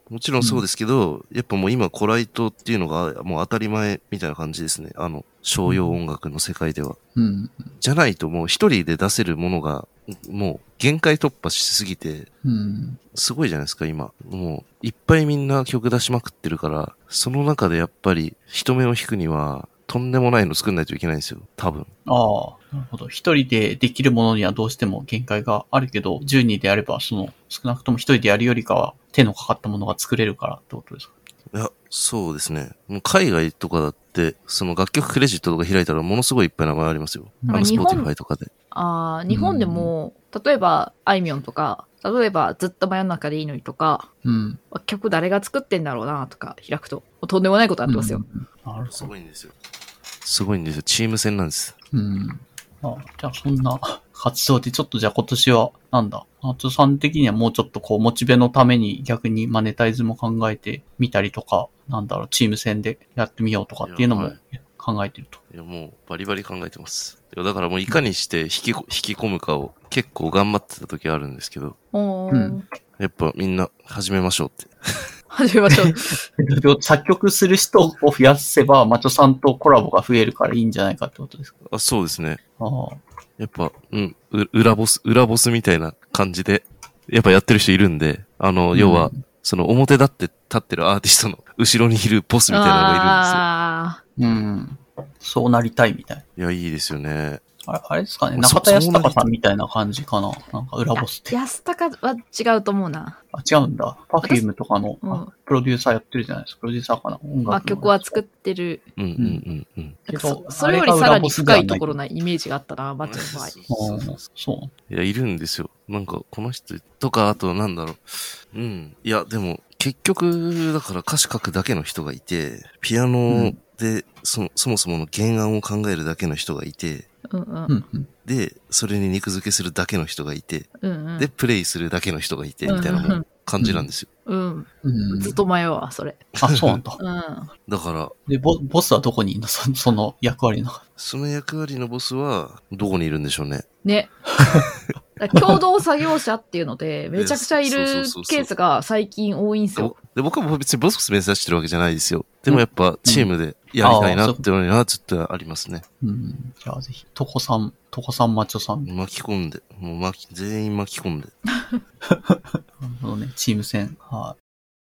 もちろんそうですけど、やっぱもう今コライトっていうのがもう当たり前みたいな感じですね。商用音楽の世界では。じゃないともう一人で出せるものがもう限界突破しすぎて、すごいじゃないですか今。もういっぱいみんな曲出しまくってるから、その中でやっぱり人目を引くにはとんでもないの作んないといけないんですよ。多分。 ああ、なるほど。一人でできるものにはどうしても限界があるけど、10人でやれば少なくとも一人でやるよりかは手のかかったものが作れるからってことですか？ いや、そうですね。もう海外とかだって、その楽曲クレジットとか開いたらものすごいいっぱい名前ありますよ。Spotify とかで。 日本でも、例えば、あいみょんとか、例えば、ずっと真夜中でいいのにとか、曲誰が作ってんだろうなとか開くと、とんでもないことあってますよ。 すごいんですよ。すごいんですよ。チーム戦なんです。 じゃあそんな活動でちょっとじゃあ今年は松尾さん的にはもうちょっとモチベのために逆にマネタイズも考えてみたりとか、チーム戦でやってみようとかっていうのも考えてると。 いやもうバリバリ考えてます。だからもういかにして引き込むかを結構頑張ってた時あるんですけど、やっぱみんな始めましょうって。 始めましょう。 作曲する人を増やせば、マチョさんとコラボが増えるからいいんじゃないかってことですか？ そうですね。やっぱ、裏ボスみたいな感じで、やっぱやってる人いるんで、要は、その表立ってるアーティストの後ろにいるボスみたいなのがいるんですよ。 そうなりたいみたい。 いや、いいですよね。 あれですかね。中田康隆さんみたいな感じかな。裏ボスって。 康隆は違うと思うな。 違うんだ。パフュームとかの、プロデューサーやってるじゃないですか。プロデューサーかな。音楽の。 曲は作ってる。それよりさらに深いところなイメージがあったな、マッチの場合。 そう。 いや、いるんですよ。この人とか、あといや、でも、結局、だから歌詞書くだけの人がいて、ピアノで、そもそもの原案を考えるだけの人がいて、で、それに肉付けするだけの人がいて、で、プレイするだけの人がいて、みたいな感じなんですよ。 ずっと迷うわ、それ。 そうなんだ。 だから。 で、ボスはどこにいるの？その役割の。 その役割のボスは、どこにいるんでしょうね。 ね。共同作業者っていうので、めちゃくちゃいるケースが最近多いんですよ。 で、僕は別にボス目指してるわけじゃないですよ。でもやっぱチームでやりたいなっていうのはずっとありますね。 じゃあぜひ、トコさんマチョさん。 巻き込んで、もう全員巻き込んで。 なるほどね、チーム戦。はい。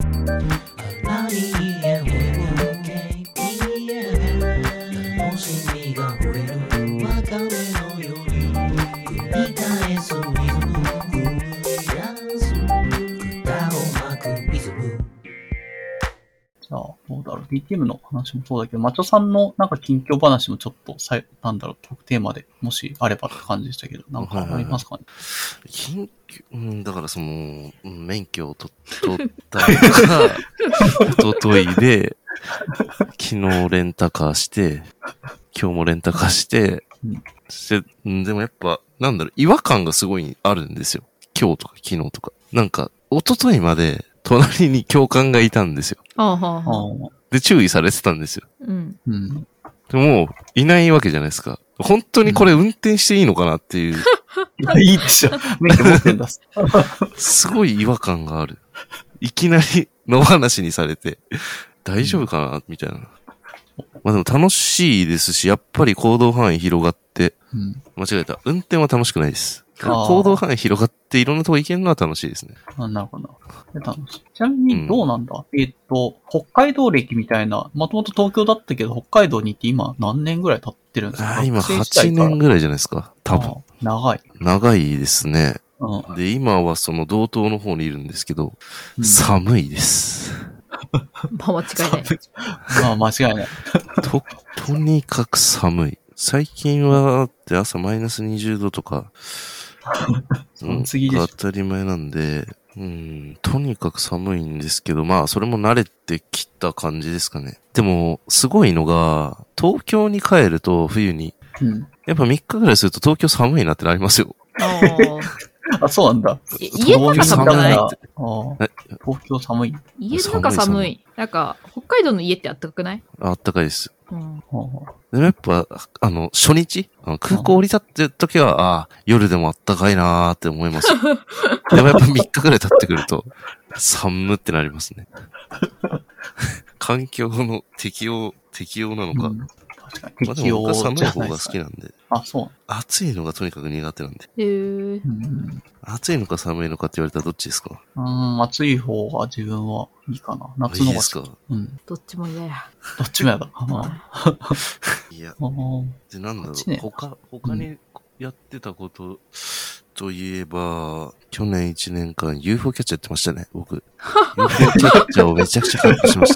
じゃあ、どうだろう。BTM の話もそうだけど、マチョさんの近況話もちょっとトークテーマでもしあればって感じでしたけど、ありますかね？ 近況、だから免許を取ったのが、一昨日で、昨日レンタカーして、今日もレンタカーして、でもやっぱ、違和感がすごいあるんですよ。今日とか昨日とか。一昨日まで、隣に教官がいたんですよ。で、注意されてたんですよ。でも、いないわけじゃないですか。本当にこれ運転していいのかなっていう。 いいでしょ。免許持ってんだ。 すごい違和感がある。いきなり野放しにされて、大丈夫かなみたいな。まあでも楽しいですし、やっぱり行動範囲広がって、間違えた。運転は楽しくないです。行動範囲広がっていろんなとこ行けるのは楽しいですね。 なるほど。楽しい。ちなみにどうなんだ？北海道歴みたいな、もともと東京だったけど北海道に行って今何年ぐらい経ってるんですか？ 今8年ぐらいじゃないですか。多分。長いですね。で、今はその道東の方にいるんですけど、寒いです。 間違いない。 間違いない。 とにかく寒い。最近は朝-20度とか、当たり前なんで、とにかく寒いんですけど、まあそれも慣れてきた感じですかね。でも、すごいのが、東京に帰ると冬に、やっぱ3日ぐらいすると東京寒いなってなりますよ。 そうなんだ。 家の中寒くない？ 東京寒い。 家の中寒い。北海道の家ってあったかくない？ あったかいです。でもやっぱ、初日空港降り立ってる時は、夜でもあったかいなーって思います。でもやっぱ3日くらい経ってくると、 寒ってなりますね。環境の適応なのか。 確かに。 まあでも僕は寒い方が好きなんで。 あ、そう。 暑いのがとにかく苦手なんで。暑いのか寒いのかって言われたらどっちですか？ 暑い方が自分はいいかな。夏の方が。 いいですか？ どっちも嫌や。 どっちも嫌だ。 いや。で、なんだろう。他にやってたことといえば、去年1年間 UFO キャッチャーやってましたね、僕。UFO キャッチャーをめちゃくちゃキャッチしました。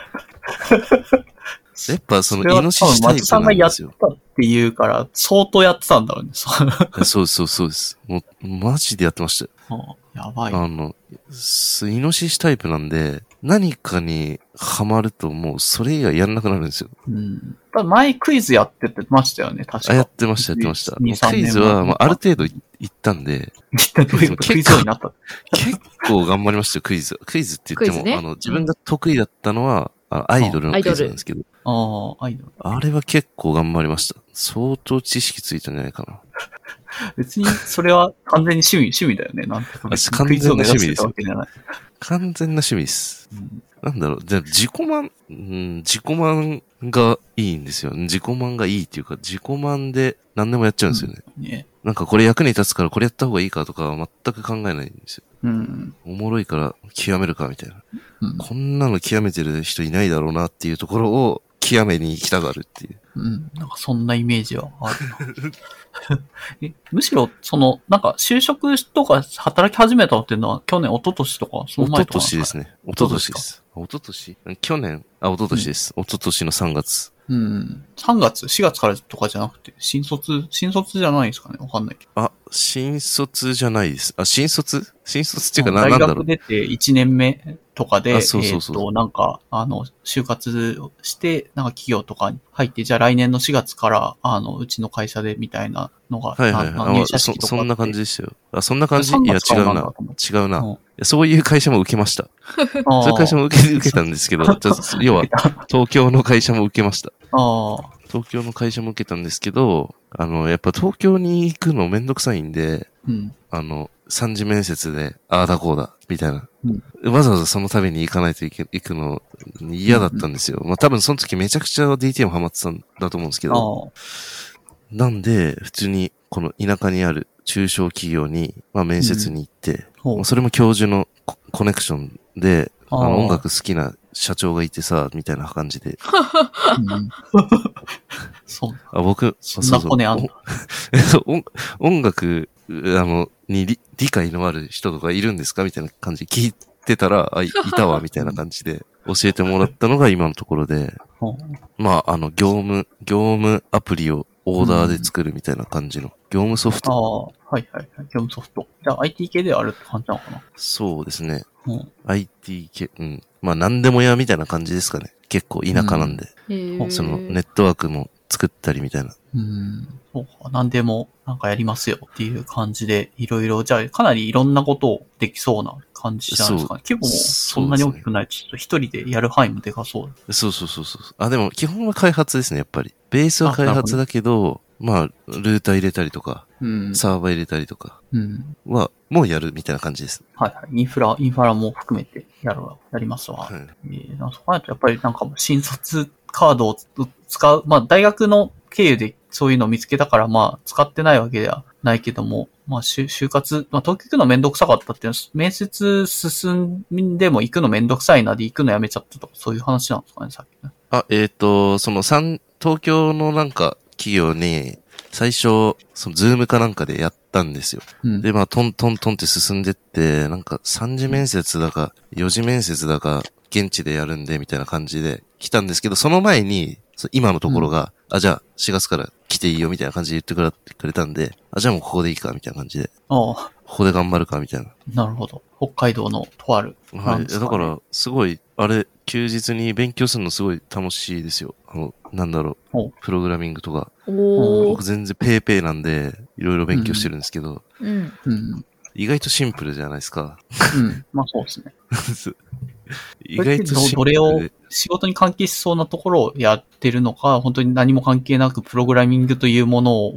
やっぱそのイノシシタイプなんですよ。松さんがやったって言うから、相当やってたんだろうね。 そうです。もう、マジでやってましたよ。 やばい。 イノシシタイプなんで、何かにハマるともうそれ以外やんなくなるんですよ。 前クイズやってましたよね、確か。 やってました。クイズは、ある程度行ったんで。 クイズになった。 結構頑張りましたよ、クイズ。クイズって言っても、自分が得意だったのは、アイドルのクイズなんですけど。 アイドル。 あれは結構頑張りました。相当知識ついたんじゃないかな。 別に、それは完全に趣味だよね。なんて完全な趣味ですよ。完全な趣味です。なんだろう。じゃ自己満がいいんですよ。自己満がいいっていうか、自己満で何でもやっちゃうんですよね。なんかこれ役に立つからこれやった方がいいかとかは全く考えないんですよ。おもろいから極めるかみたいな。こんなの極めてる人いないだろうなっていうところを極めに行きたがるっていう。 なんかそんなイメージはあるな。むしろ、なんか就職とか働き始めたっていうのは去年、一昨年とか、その前とか。 一昨年ですね。一昨年です。一昨年去年一昨年です。一昨年の3月。 3月 ?4 月からとかじゃなくて、新卒じゃないですかね？わかんないけど。 新卒じゃないです。新卒っていうかなんだろう。 大学出て1年目とかで、 そうなんか、就活して、なんか企業とかに入って、じゃあ来年の4月から、うちの会社でみたいなのが、入社式とか。 そんな感じでしたよ。そんな感じ？いや、違うな。そういう会社も受けました。そういう会社も受けたんですけど、要は、東京の会社も受けました。東京の会社も受けたんですけど、やっぱ東京に行くのめんどくさいんで、3次面接で、ああだこうだ、みたいな。わざわざその度に行かないと行くの嫌だったんですよ。多分その時めちゃくちゃ DTM ハマってたんだと思うんですけど。なんで、普通にこの田舎にある中小企業に、面接に行って、それも教授のコネクションで、音楽好きな社長がいてさ、みたいな感じで。 そう。 僕、音楽、に理解のある人とかいるんですかみたいな感じで聞いてたら、いたわ、みたいな感じで教えてもらったのが今のところで、業務アプリをオーダーで作るみたいな感じの業務ソフト。 業務ソフト。じゃあ IT 系ではあるって感じなのかな？ そうですね。IT 系、何でもやみたいな感じですかね。結構田舎なんで。そのネットワークも作ったりみたいな。 そうか。何でもなんかやりますよっていう感じで、いろいろ、じゃあかなりいろんなことをできそうな感じじゃないですかね。規模もそんなに大きくないと、ちょっと一人でやる範囲もでかそう。 そう。でも基本は開発ですね、やっぱり。ベースは開発だけど、ルーター入れたりとか、サーバー入れたりとかは、もうやるみたいな感じです。 インフラも含めてやりますわ。そこだとやっぱりなんか新卒カードを使う、大学の経由でそういうのを見つけたから、使ってないわけではないけども、就活、東京行くのめんどくさかったっていうのは、面接進んでも行くのめんどくさいなで行くのやめちゃったとか、そういう話なんですかね、さっきね。 東京のなんか企業に、最初、そのズームかなんかでやったんですよ。で、トントントンって進んでって、なんか3次面接だか、4次面接だか、現地でやるんで、みたいな感じで来たんですけど、その前に、今のところが、じゃあ4月から来ていいよ、みたいな感じで言ってくれたんで、じゃあもうここでいいか、みたいな感じで。ここで頑張るか、みたいな。 なるほど。北海道のとある。 はい。だから、すごい、休日に勉強するのすごい楽しいですよ。プログラミングとか。僕全然ペーペーなんで、いろいろ勉強してるんですけど、意外とシンプルじゃないですか。 そうですね。 意外とシンプルで。 どれを仕事に関係しそうなところをやってるのか、本当に何も関係なくプログラミングというものをや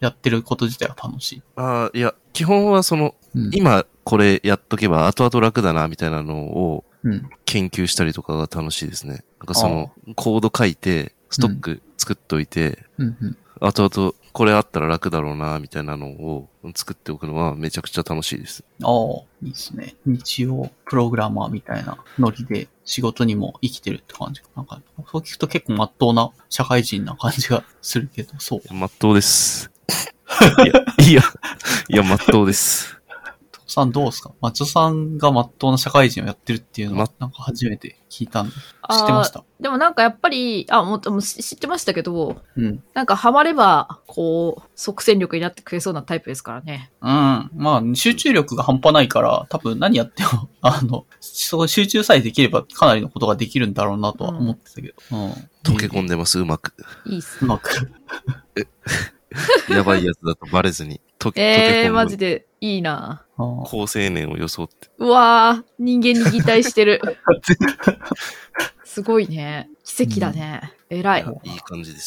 やってること自体は楽しい。 いや、基本は今これやっとけば後々楽だな、みたいなのを研究したりとかが楽しいですね。なんかコード書いて、ストック作っといて、後々これあったら楽だろうな、みたいなのを作っておくのはめちゃくちゃ楽しいです。 いいですね。日曜プログラマーみたいなノリで仕事にも生きてるって感じ。なんか、そう聞くと結構真っ当な社会人な感じがするけど、そう。 真っ当です。いや、真っ当です。 さんどうですか？松尾さんが真っ当な社会人をやってるっていうのは、なんか初めて聞いたんで、知ってました？ でもなんかやっぱり、もう知ってましたけど、なんかハマれば、即戦力になってくれそうなタイプですからね。 まあ、集中力が半端ないから、多分何やっても、集中さえできればかなりのことができるんだろうなとは思ってたけど。 溶け込んでます、うまく。 いいっすね。 うまく。 やばいやつだとバレずに溶け込む。 マジでいいな。 高青年を装って。 うわー、人間に擬態してる。すごいね。奇跡だね。偉い。 いい感じです。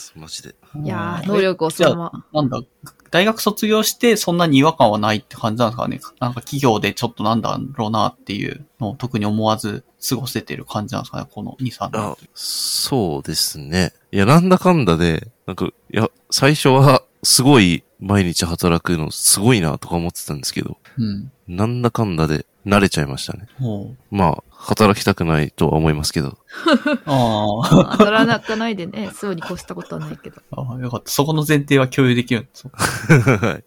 マジで。 いやー、能力をそのまま。 なんだ、大学卒業してそんなに違和感はないって感じなんですかね。なんか企業でちょっとなんだろうなっていうのを特に思わず過ごせてる感じなんですかね。この2、3年。 そうですね。いや、なんだかんだで、最初はすごい毎日働くのすごいなとか思ってたんですけど、なんだかんだで慣れちゃいましたね。まあ、働きたくないとは思いますけど。 働かないでね、そうに越したことはないけど。 よかった。そこの前提は共有できるんですよ。 はい。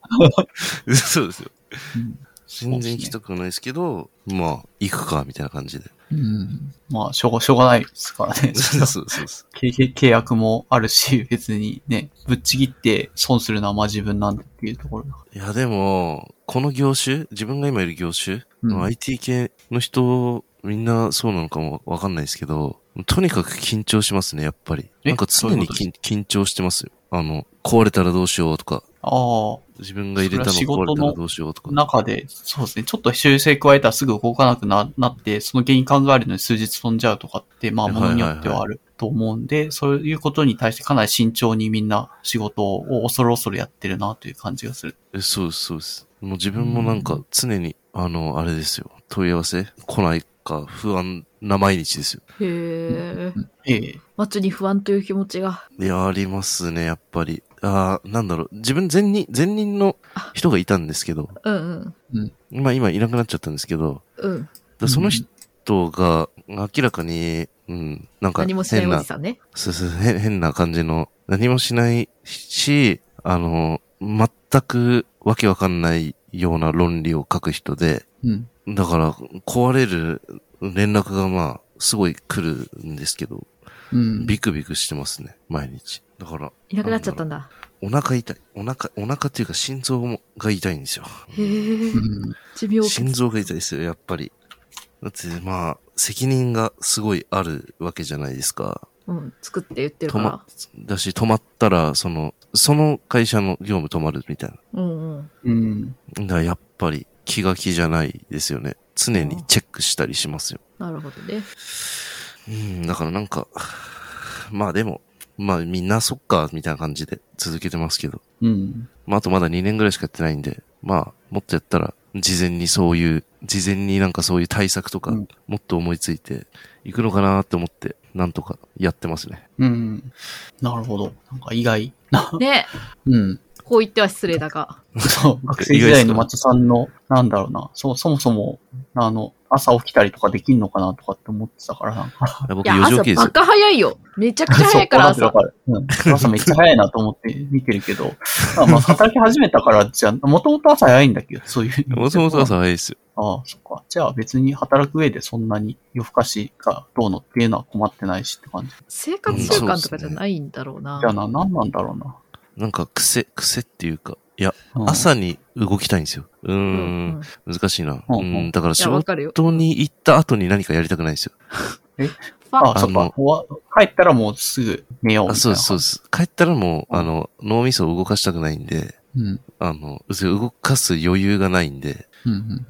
そうですよ。全然行きたくないですけど、まあ、行くか、みたいな感じで。 まあ、しょうがないですからね。 そう。 契約もあるし、別にね、ぶっちぎって損するのはまあ自分なんだっていうところだ。 いや、でも、この業種、自分が今いる業種、IT 系の人、みんなそうなのかもわかんないですけど、とにかく緊張しますね、やっぱり。なんか常に緊張してますよ。壊れたらどうしようとか。自分が入れたの壊れたらどうしようとか。 中で、そうですね。ちょっと修正加えたらすぐ動かなくなって、その原因考えるのに数日飛んじゃうとかって、まあ、ものによってはあると思うんで、そういうことに対してかなり慎重にみんな仕事を恐る恐るやってるなという感じがする。 そうです。もう自分もなんか常に、あれですよ。問い合わせ来ないか不安な毎日ですよ。 へえ。松に不安という気持ちが。 いや、ありますね、やっぱり。なんだろう。自分前任の人がいたんですけど。まあ今いなくなっちゃったんですけど。その人が明らかに、なんか何もしないおじさんね。 そう、変な感じの、何もしないし、全くわけわかんないような論理を書く人で、だから壊れる連絡がまあ、すごい来るんですけど、ビクビクしてますね、毎日。だから。 いなくなっちゃったんだ。 お腹痛い。お腹っていうか心臓が痛いんですよ。心臓が痛いですよ、やっぱり。だってまあ、責任がすごいあるわけじゃないですか。 作って言ってるから。 だし、止まったら、その会社の業務止まるみたいな。だからやっぱり気が気じゃないですよね。常にチェックしたりしますよ。 なるほどね。 だからなんか、まあでも、まあみんなそっか、みたいな感じで続けてますけど。まああとまだ2年ぐらいしかやってないんで、まあもっとやったら、事前になんかそういう対策とか、もっと思いついていくのかなって思って、なんとかやってますね。 なるほど。なんか意外な。 ね。こう言っては失礼だが。 そう、学生時代の松さんの、なんだろうな、そもそも、朝起きたりとかできんのかなとかって思ってたから、なんか。 僕4時起きですよ。 朝バカ早いよ。めちゃくちゃ早いから朝。 朝めっちゃ早いなと思って見てるけど、まあ働き始めたからじゃもともと朝早いんだけど、そういう。 もともと朝早いですよ。 そっか。じゃあ別に働く上でそんなに夜更かしがどうのっていうのは困ってないしって感じ。 生活習慣とかじゃないんだろうな。 じゃあ何なんだろうな。 なんか癖っていうか、いや、朝に動きたいんですよ。難しいな。だから仕事に行った後に何かやりたくないんですよ。 そっか。帰ったらもうすぐ寝ようみたいな。 そうです。帰ったらもう、脳みそを動かしたくないんで、動かす余裕がないんで、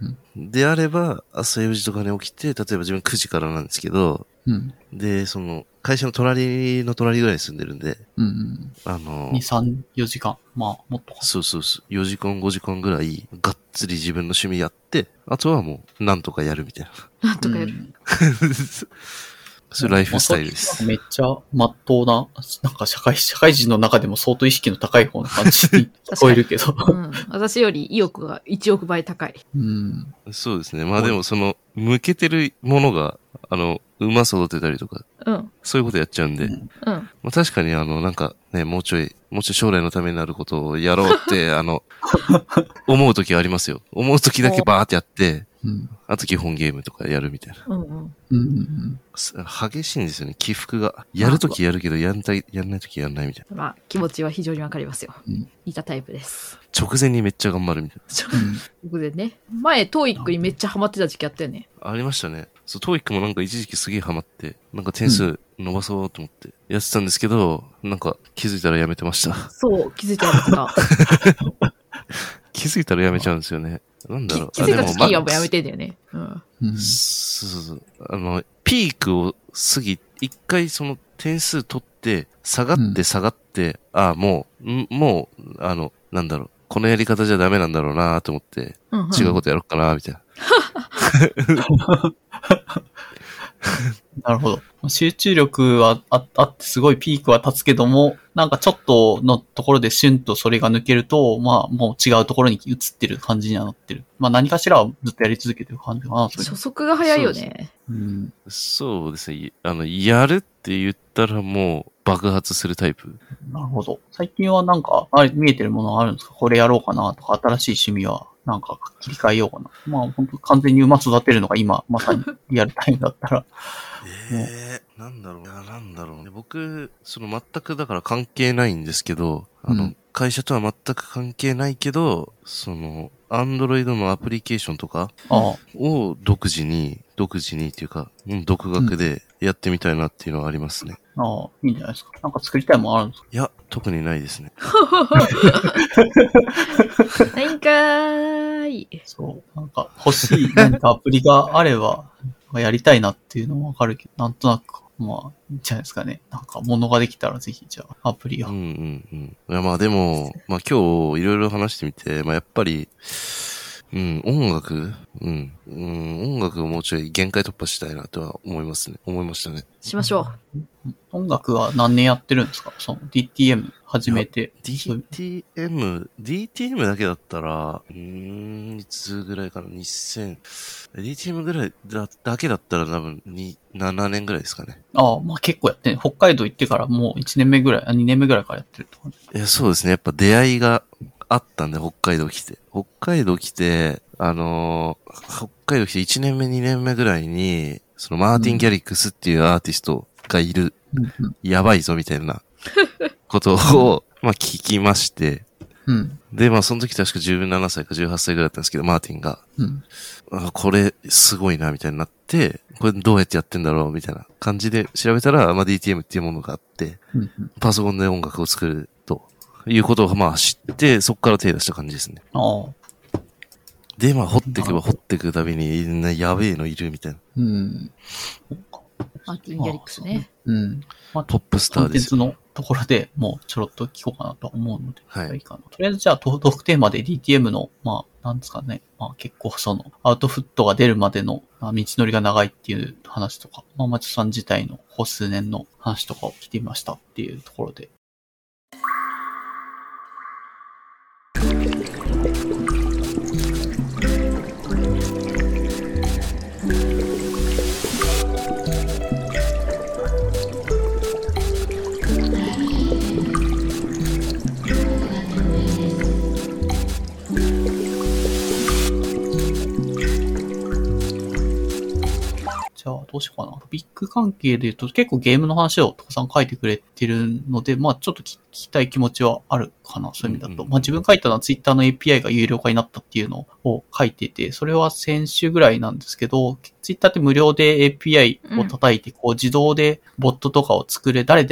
であれば、朝4時とかに起きて、例えば自分9時からなんですけど、で、 会社の隣の隣ぐらいに住んでるんで、 2、3、4時間。まあ、もっとか。 そう。4時間、5時間ぐらい、がっつり自分の趣味やって、あとはもう、なんとかやるみたいな。 なんとかやる。 そういうライフスタイルです。 めっちゃ真っ当な、なんか社会人の中でも相当意識の高い方な感じに聞こえるけど。 私より意欲が1億倍高い。 そうですね。まあでも向けてるものが、馬育てたりとか、そういうことやっちゃうんで、まあ確かになんかね、もうちょい将来のためになることをやろうって、思うときありますよ。思うときだけバーってやって、あと基本ゲームとかやるみたいな。激しいんですよね、起伏が。やるときやるけど、やんないときやんないみたいな。 まあ、気持ちは非常にわかりますよ。似たタイプです。 直前にめっちゃ頑張るみたいな。 直前ね。前、トーイックにめっちゃハマってた時期あったよね。 ありましたね。そう、トーイックもなんか一時期すげえハマって、なんか点数伸ばそうと思ってやってたんですけど、なんか気づいたらやめてました。 そう、気づいたらやめてた。 気づいたらやめちゃうんですよね。なんだろう。 気づいた時はもうやめてんだよね。 そう。ピークを一回その点数取って、下がって、もう、なんだろう。このやり方じゃダメなんだろうなと思って、違うことやろうかなみたいな。 なるほど。集中力はあってすごいピークは立つけども、なんかちょっとのところでシュンとそれが抜けると、まあもう違うところに移ってる感じにはなってる。まあ何かしらはずっとやり続けてる感じかな。 初速が早いよね。 そうですね。やるって言ったらもう爆発するタイプ。 なるほど。最近はなんか、見えてるものはあるんですか？これやろうかなとか、新しい趣味はなんか切り替えようかな。まあ本当完全に馬育てるのが今、まさにリアルタイムだったら。 なんだろう。僕、全くだから関係ないんですけど、会社とは全く関係ないけど、アンドロイドのアプリケーションとかを独自にっていうか、独学でやってみたいなっていうのはありますね。 いいんじゃないですか。なんか作りたいもんあるんですか？ いや、特にないですね。 ないんかーい。 そう。なんか欲しい何かアプリがあれば、やりたいなっていうのもわかるけど、なんとなく、まあ、いいんじゃないですかね。なんか物ができたらぜひ、じゃあ、アプリを。 いや、まあでも、まあ今日いろいろ話してみて、まあやっぱり、音楽をもうちょい限界突破したいなとは思いましたね。 しましょう。音楽は何年やってるんですか？DTM 始めて。 DTM だけだったら、いつぐらいかな、DTM ぐらいだけだったら多分7年ぐらいですかね。 まあ結構やってね。北海道行ってからもう1年目ぐらい、2年目ぐらいからやってるとか、ね。 いや、そうですね。やっぱ出会いがあったんで、北海道来て、北海道来て1年目、2年目ぐらいに、マーティン・ギャリックスっていうアーティストがいる、やばいぞみたいなことを、まあ聞きまして、で、まあその時確か17歳か18歳ぐらいだったんですけど、マーティンが、これすごいなみたいになって、これどうやってやってんだろうみたいな感じで調べたら、まあ DTM っていうものがあって、パソコンで音楽を作るということをまあ知って、そこから手出した感じですね。で、まあ掘っていくたびに、やべえのいるみたいな。 マーティン・ギャリックスね。 まあ、 トップスターですよ。 コンテンツのところでもうちょろっと聞こうかなと思うので、 はい。 いいかな。とりあえずじゃあ、トークテーマで DTM の、まあ、なんですかね。まあ結構アウトフットが出るまでの、道のりが長いっていう話とか、まあ、マチョさん自体のここ数年の話とかを聞いてみましたっていうところで。じゃあ、どうしようかな。ビッグ関係で言うと、結構ゲームの話をたくさん書いてくれてるので、まあちょっと聞きたい気持ちはあるかな、そういう意味だと。まあ自分書いたのは Twitter の API が有料化になったっていうのを書いてて、それは先週ぐらいなんですけど、Twitter って無料で API を叩いて、こう自動でボットとかを誰でも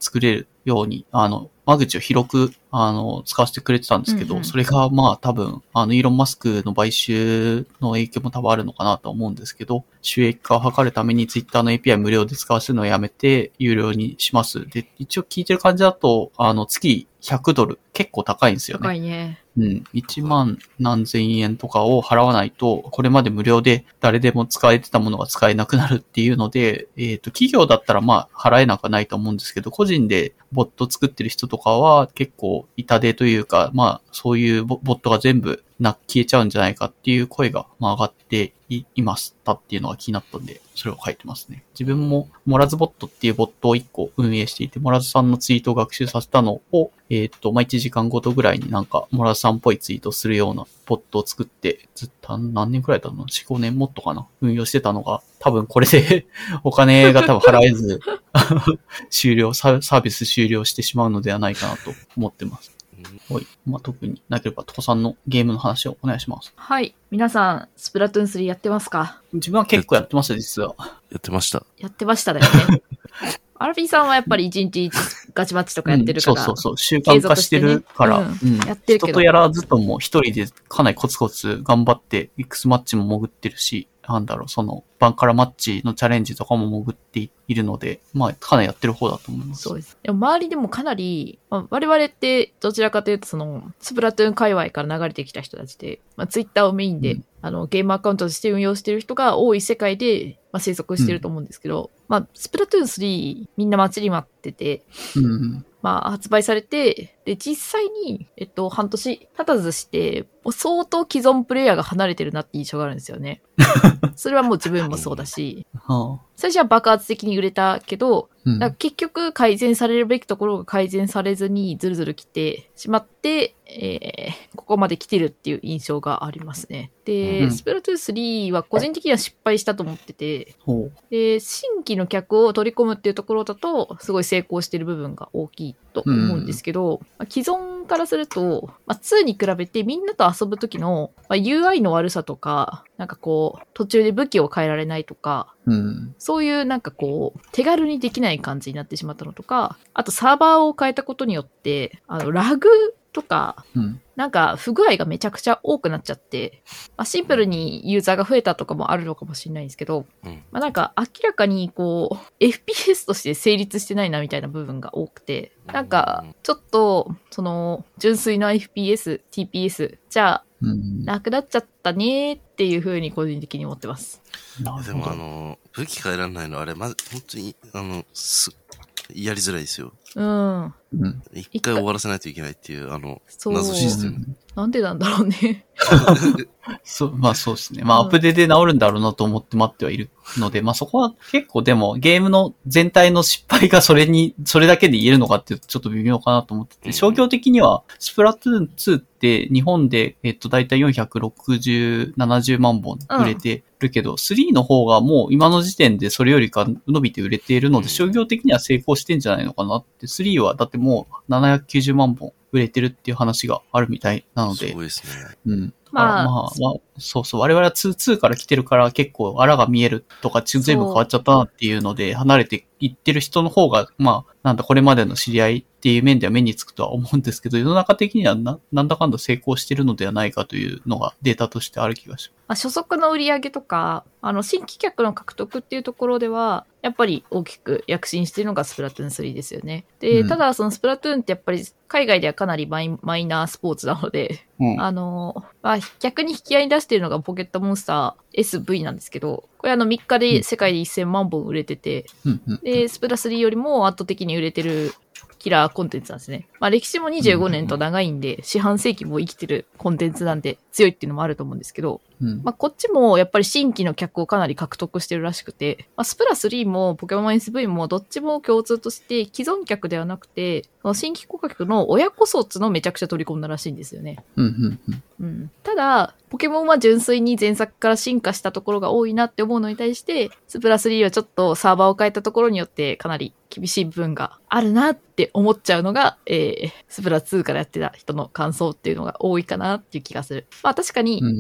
作れるように、間口を広く、使わせてくれてたんですけど、 うんうんそれがまあ多分、イーロン・マスクの買収の影響も多分あるのかなと思うんですけど、収益化を図るために Twitter の API 無料で使わせるのをやめて、有料にします。で、一応聞いてる感じだと、月$100、結構高いんですよね。 高いね。 うん。1万何千円とかを払わないと、これまで無料で誰でも使えてたものが使えなくなるっていうので、企業だったらまあ払えなくはないと思うんですけど、個人でボット作ってる人とかは結構痛手というか、まあそういうボットが全部消えちゃうんじゃないかっていう声がまあ上がっていましたっていうのが気になったんで、それを書いてますね。自分もモラズボットっていうボットを1個運営していて、モラズさんのツイートを学習させたのを、まあ1時間ごとぐらいになんかモラズさんっぽいツイートするようなボットを作って、ずっと何年くらいだろうな ?4、5年もっとかな運用してたのが、多分これでお金が多分払えず、サービス終了してしまうのではないかなと思ってます。はい。まあ、特になければ、トコさんのゲームの話をお願いします。 はい。皆さん、スプラトゥーン3やってますか？ 自分は結構やってました、実は。 やってました。 やってましただよね。アラビーさんはやっぱり1日ガチバッチとかやってるから、 そう。習慣化してるから、 やってるけど。 人とやらずとも一人でかなりコツコツ頑張って、X マッチも潜ってるし、バンカラマッチのチャレンジとかも潜っているので、まあ、かなりやってる方だと思います。 そうです。でも周りでもかなり、我々ってどちらかというとスプラトゥーン界隈から流れてきた人たちで、ツイッターをメインで、ゲームアカウントとして運用している人が多い世界で、生息してると思うんですけど、スプラトゥーン3みんな待ちに待ってて、発売されて、で、実際に、半年経たずして、もう相当既存プレイヤーが離れてるなって印象があるんですよね。それはもう自分もそうだし、最初は爆発的に売れたけど、だから結局改善されるべきところが改善されずにずるずる来てしまって、ここまで来てるっていう印象がありますね。で、スプラトゥーン3は個人的には失敗したと思ってて、で、新規の客を取り込むっていうところだと、すごい成功してる部分が大きいと思うんですけど、既存からすると、2に比べてみんなと遊ぶ時の、UI の悪さとか、なんかこう、途中で武器を変えられないとか、そういうなんかこう、手軽にできない感じになってしまったのとか、あとサーバーを変えたことによって、ラグとか、なんか不具合がめちゃくちゃ多くなっちゃって、シンプルにユーザーが増えたとかもあるのかもしれないんですけど、なんか明らかにこう、FPS として成立してないなみたいな部分が多くて、なんかちょっと、純粋な FPS、TPS、じゃあ、なくなっちゃったねっていう風に個人的に思ってます。 でも武器変えられないのあれ、まず本当に、やりづらいですよ。一回終わらせないといけないっていう、謎システム。 なんでなんだろうね。 そうですね。アップデで治るんだろうなと思って待ってはいるので、そこは結構でもゲームの全体の失敗がそれだけで言えるのかっていうとちょっと微妙かなと思ってて、商業的にはスプラトゥーン2って日本でだいたい460、70万本売れてるけど、3の方がもう今の時点でそれよりか伸びて売れているので、商業的には成功してんじゃないのかなって、3はだってもう790万本売れてるっていう話があるみたいなので。 すごいですね。 そう。我々は2から来てるから結構あらが見えるとか全部変わっちゃったなっていうので、離れていってる人の方が、これまでの知り合いっていう面では目につくとは思うんですけど、世の中的にはなんだかんだ成功してるのではないかというのがデータとしてある気がします。 初速の売り上げとか、新規客の獲得っていうところでは、やっぱり大きく躍進しているのがスプラトゥーン3ですよね。で、ただそのスプラトゥーンってやっぱり海外ではかなりマイナースポーツなので、逆に引き合いに出しているのがポケットモンスター SV なんですけど、これ3日で世界で1000万本売れてて、で、スプラ3よりも圧倒的に売れてるキラーコンテンツなんですね。歴史も25年と長いんで、四半世紀も生きてるコンテンツなんで強いっていうのもあると思うんですけど、こっちもやっぱり新規の客をかなり獲得してるらしくて、スプラ3もポケモン SV もどっちも共通として既存客ではなくて、新規顧客の親子層っていうのをめちゃくちゃ取り込んだらしいんですよね。ただ、ポケモンは純粋に前作から進化したところが多いなって思うのに対して、スプラ3はちょっとサーバーを変えたところによってかなり厳しい部分があるなって思っちゃうのが、スプラ2からやってた人の感想っていうのが多いかなっていう気がする。確かに、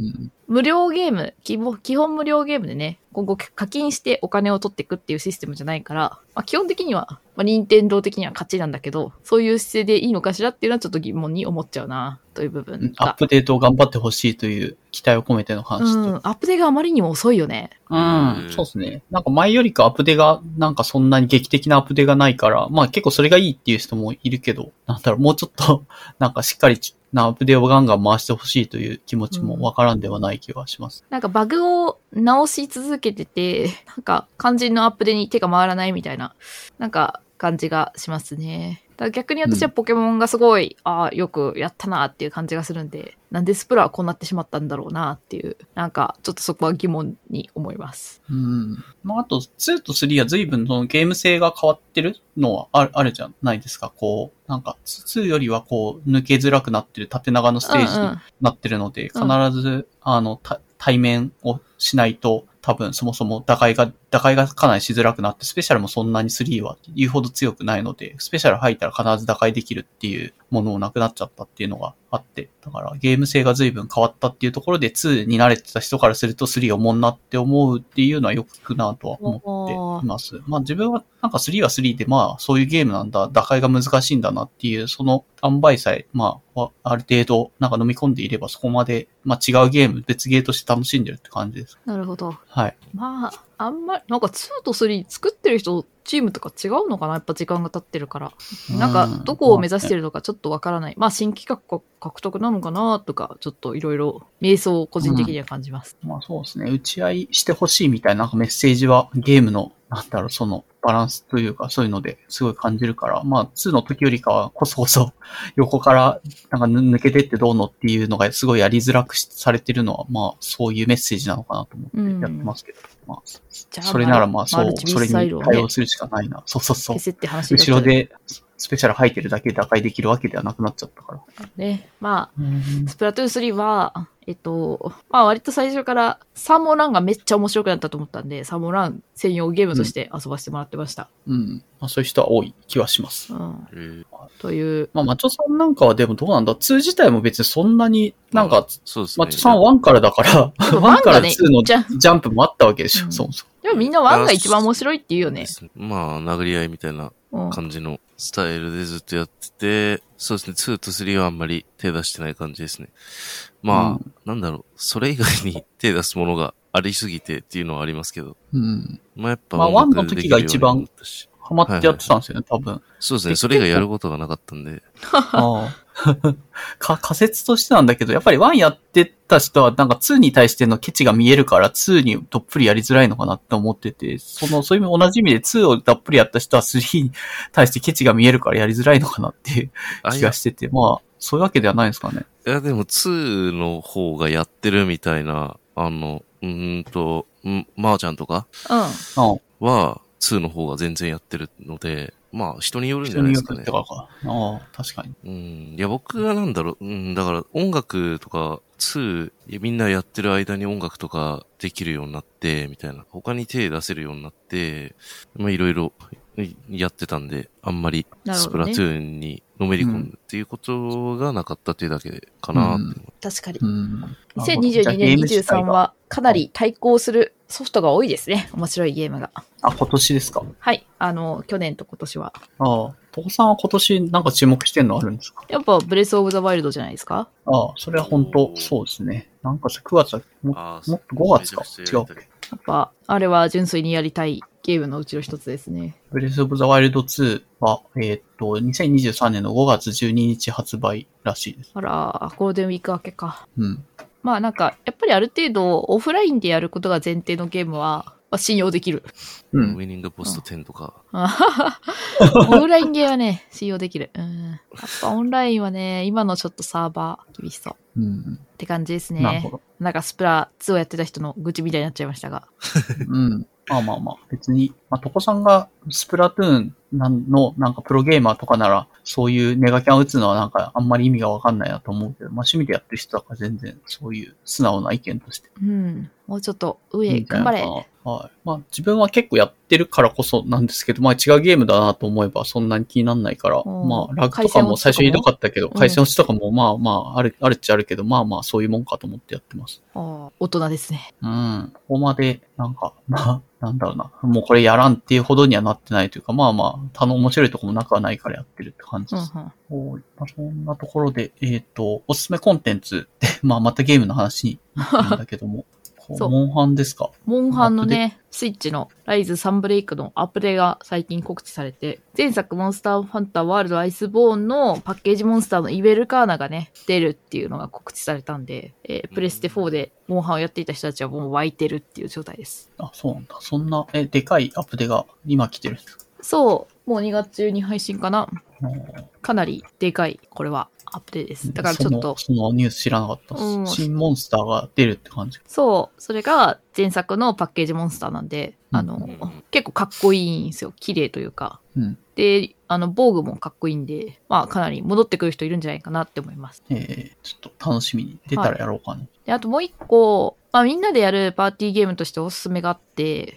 無料ゲーム、基本無料ゲームでね、今後課金してお金を取っていくっていうシステムじゃないから、まあ、基本的には、まあ、任天堂的には勝ちなんだけど、そういう姿勢でいいのかしらっていうのはちょっと疑問に思っちゃうな、という部分が。 アップデートを頑張ってほしいという期待を込めての話と。 アップデートがあまりにも遅いよね。 そうですね。なんか前よりかアップデートが、なんかそんなに劇的なアップデートがないから、まあ結構それがいいっていう人もいるけど、なんだろう、もうちょっと、なんかしっかりなアップデートをガンガン回してほしいという気持ちもわからんではない気はします。 なんかバグを直し続けてて、なんか肝心のアップデートに手が回らないみたいな、なんか感じがしますね。だから逆に私はポケモンがすごい、よくやったなっていう感じがするんで、なんでスプラはこうなってしまったんだろうなっていう、なんかちょっとそこは疑問に思います。 まあ、あと2と3は随分そのゲーム性が変わってるのはあるじゃないですか。こう、なんか2よりはこう抜けづらくなってる縦長のステージになってるので、必ず、対面をしないと、多分そもそも打開がかなりしづらくなって、スペシャルもそんなに3は言うほど強くないので、スペシャル入ったら必ず打開できるっていうものをなくなっちゃったっていうのがあって、だからゲーム性が随分変わったっていうところで2に慣れてた人からすると3をもんなって思うっていうのはよく聞くなとは思っています。まあ自分はなんか3は3でまあそういうゲームなんだ、打開が難しいんだなっていう、その塩梅さえ、まあある程度なんか飲み込んでいればそこまで、まあ違うゲーム、別ゲーとして楽しんでるって感じです。 なるほど。 はい。 まあ、あんまり、なんか2と3作ってる人、チームとか違うのかな、やっぱ時間が経ってるから。なんか、どこを目指してるのかちょっとわからない。まあ、新企画獲得なのかなとか、ちょっといろいろ、瞑想を個人的には感じます。 まあそうですね。打ち合いしてほしいみたいななんかメッセージはゲームの、なんだろう、そのバランスというかそういうのですごい感じるから、まあ2の時よりかはこそ横からなんか抜けてってどうのっていうのがすごいやりづらくされてるのは、まあそういうメッセージなのかなと思ってやってますけど。まあ、それならまあそう、それに対応するしかないな。そう。 消せって話後ろでスペシャル入ってるだけで打開できるわけではなくなっちゃったから。 ね。まあ、スプラトゥーン3は、まあ割と最初からサーモンランがめっちゃ面白くなったと思ったんで、サーモンラン専用ゲームとして遊ばせてもらってました。 まあそういう人は多い気はします。 という。 まあマチョさんなんかはでもどうなんだ ?2 自体も別にそんなになんか、 そうですね。 マチョさん1からだから、1から2のジャンプもあったわけでしょ、そう。 でもみんな1が一番面白いって言うよね。 まあ、殴り合いみたいな感じのスタイルでずっとやってて、そうですね、2と3はあんまり手出してない感じですね。まあ、なんだろう、それ以外に手出すものがありすぎてっていうのはありますけど。まあやっぱ、 まあ1の時が一番ハマってやってたんですよね、多分。 そうですね、それ以外やることがなかったんで。 仮説としてなんだけど、やっぱり1やってた人はなんか2に対してのケチが見えるから2にどっぷりやりづらいのかなって思ってて、そういう意味同じ意味で2をどっぷりやった人は3に対してケチが見えるからやりづらいのかなっていう気がしてて、まあ、そういうわけではないですかね。 いや、でも2の方がやってるみたいな、まーちゃんとかは2の方が全然やってるので、まあ、人によるんじゃないですかね。 人によってか。確かに。いや、僕はなんだろう、だから音楽とか、2、みんなやってる間に音楽とかできるようになって、みたいな。他に手出せるようになって、まあ、いろいろやってたんで、あんまりスプラトゥーンにのめり込むっていうことがなかったっていうだけかなって。 確かに。2022年23はかなり対抗するソフトが多いですね。面白いゲームが。 今年ですか？ はい。去年と今年は。 トコさんは今年なんか注目してんのあるんですか？ やっぱブレスオブザワイルドじゃないですか？ それは本当そうですね。なんか9月はもっと5月か。違うっけ？ やっぱ、あれは純粋にやりたいゲームのうちの一つですね。 ブレスオブザワイルド2は、2023年の5月12日発売らしいです。 あら、ゴールデンウィーク明けか。まあなんか、やっぱりある程度オフラインでやることが前提のゲームは、信用できる。 ウィニングポスト10とか。 オフラインゲーはね、信用できる。やっぱオンラインはね、今のちょっとサーバー厳しそう。って感じですね。 なるほど。 なんかスプラ2をやってた人の愚痴みたいになっちゃいましたが。 まあ。別に、トコさんがスプラトゥーンのなんかプロゲーマーとかなら、そういうネガキャン打つのはなんかあんまり意味がわかんないなと思うけど、趣味でやってる人だから全然そういう素直な意見として。 もうちょっと上頑張れ。 はい。まあ自分は結構やってるからこそなんですけど、まあ違うゲームだなと思えばそんなに気にならないから、まあラグとかも最初ひどかったけど、回線落ちとかもまあまああるっちゃあるけど、まあまあそういうもんかと思ってやってます。 大人ですね。 うん。ここまで、なんか、まあ、なんだろうな。もうこれやらんっていうほどにはなってないというか、まあまあ、面白いとこもなくはないからやってるって感じです。まあ、そんなところで、おすすめコンテンツで、まあまたゲームの話になってるんだけども、モンハンですか？ モンハンのね、スイッチのライズサンブレイクのアップデーが最近告知されて、前作モンスターハンターワールドアイスボーンのパッケージモンスターのイベルカーナがね、出るっていうのが告知されたんで、プレステ4でモンハンをやっていた人たちはもう湧いてるっていう状態です。 あ、そうなんだ。そんな、でかいアップデーが今来てるんですか？ そう。もう2月中に配信かな。かなりでかい、これは。アップデートです。だからちょっと。 そのニュース知らなかったです。新モンスターが出るって感じ。 そう。それが前作のパッケージモンスターなんで、結構かっこいいんですよ。綺麗というか。で、防具もかっこいいんで、まあかなり戻ってくる人いるんじゃないかなって思います。 ちょっと楽しみに出たらやろうかな。 で、あともう一個、まあみんなでやるパーティーゲームとしておすすめがあって、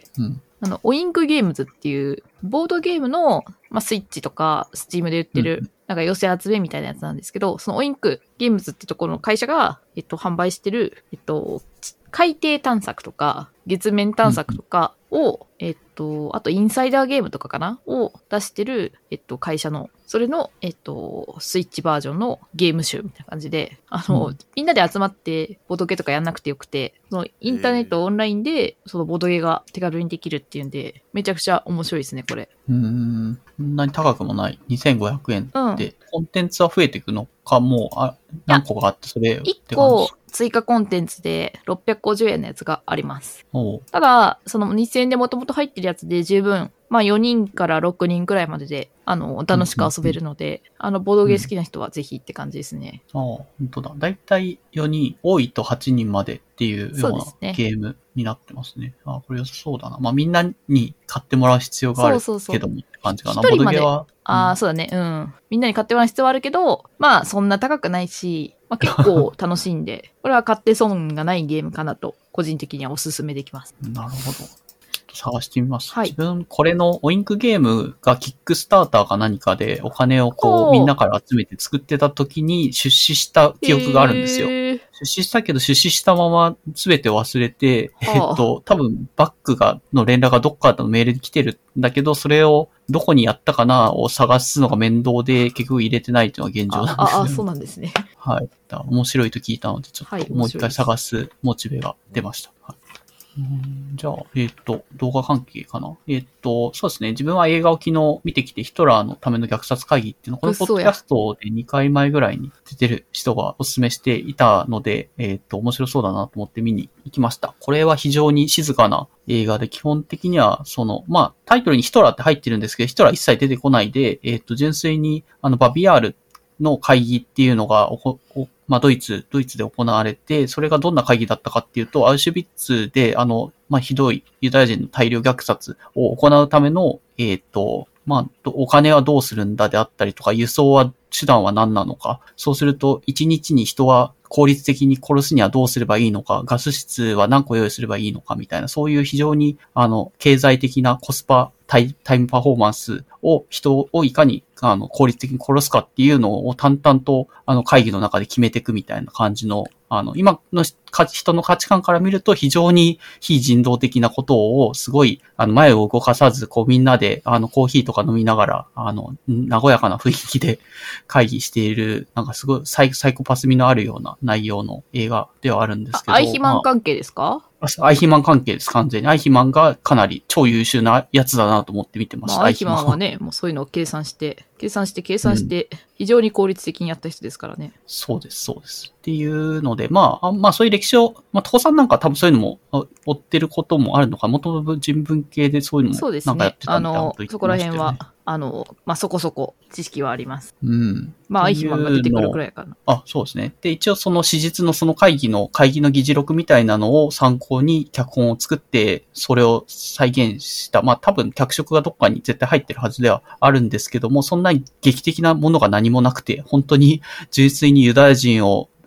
オインクゲームズっていうボードゲームの、まあ、スイッチとかスチームで売ってる、なんか寄せ集めみたいなやつなんですけど、そのオインクゲームズってところの会社が、販売してる、海底探索とか、月面探索とかを、あとインサイダーゲームとかかなを出してる、会社の、それの、スイッチバージョンのゲーム集みたいな感じで、みんなで集まってボードゲーとかやんなくてよくて、そのインターネットオンラインで、そのボードゲーが手軽にできるっていうんで、めちゃくちゃ面白いですね、これ。 そんなに高くもない。2500円で、コンテンツは増えていくのか、もう、何個かあって、それ 1個追加コンテンツで650円のやつがあります。ただ、その2000円でもともと入ってるやつで十分、まあ4人から6人くらいまでで、楽しく遊べるので、ボードゲー好きな人はぜひって感じですね。 本当だ。だいたい4人、多いと8人までっていうようなゲームになってますね。これ良さそうだな。まあみんなに買ってもらう必要があるけどもって感じかな。ボードゲーは。 そうだね。みんなに買ってもらう必要はあるけど、まあそんな高くないし、まあ結構楽しいんで、これは買って損がないゲームかなと、個人的にはおすすめできます。 なるほど。探してみます。自分、これのオインクゲームがキックスターターか何かでお金をみんなから集めて作ってた時に出資した記憶があるんですよ。出資したけど出資したまま全て忘れて、多分バックの連絡がどっかのメールに来てるんだけど、それをどこにやったかなを探すのが面倒で結局入れてないっていうのが現状なんですね。 そうなんですね。 はい。面白いと聞いたので、ちょっともう一回探すモチベが出ました。じゃあ、動画関係かな。そうですね。自分は映画を昨日見てきて、ヒトラーのための虐殺会議っていうのを、このポッドキャストで2回前ぐらいに出てる人がお勧めしていたので、面白そうだなと思って見に行きました。これは非常に静かな映画で、基本的には、まあ、タイトルにヒトラーって入ってるんですけど、ヒトラー一切出てこないで、純粋に、バビアールの会議っていうのがまあ、ドイツで行われて、それがどんな会議だったかっていうと、アウシュビッツで、まあ、ひどいユダヤ人の大量虐殺を行うための、まあ、お金はどうするんだであったりとか、輸送手段は何なのか、そうすると、1日に人は効率的に殺すにはどうすればいいのか、ガス室は何個用意すればいいのかみたいな、そういう非常に、経済的なコスパ、タイムパフォーマンスを人をいかに効率的に殺すかっていうのを淡々と会議の中で決めていくみたいな感じの今の人の価値観から見ると非常に非人道的なことをすごい前を動かさずこうみんなでコーヒーとか飲みながら和やかな雰囲気で会議しているなんかすごいサイコパス味のあるような内容の映画ではあるんですけど。 アイヒマン関係ですか？ アイヒマン関係です、完全に。アイヒマンがかなり超優秀なやつだなと思って見てました。 アイヒマンはね、もうそういうのを計算して、非常に効率的にやった人ですからね。 そうです、そうです。っていうので、まあそういう歴史を、父さんなんか多分そういうのも追ってることもあるのか、元々人文系でそういうのもなんかやってたみたいなこと言ってましたよね。 そこら辺は、そこそこ知識はあります。 うん。 アイヒマンが出てくるくらいかな。 そうですね。で、一応その史実のその会議の議事録みたいなのを参考に脚本を作って、それを再現した、多分脚色がどっかに絶対入ってるはずではあるんですけども、そんなに劇的なものが何もなくて、本当に純粋にユダヤ人を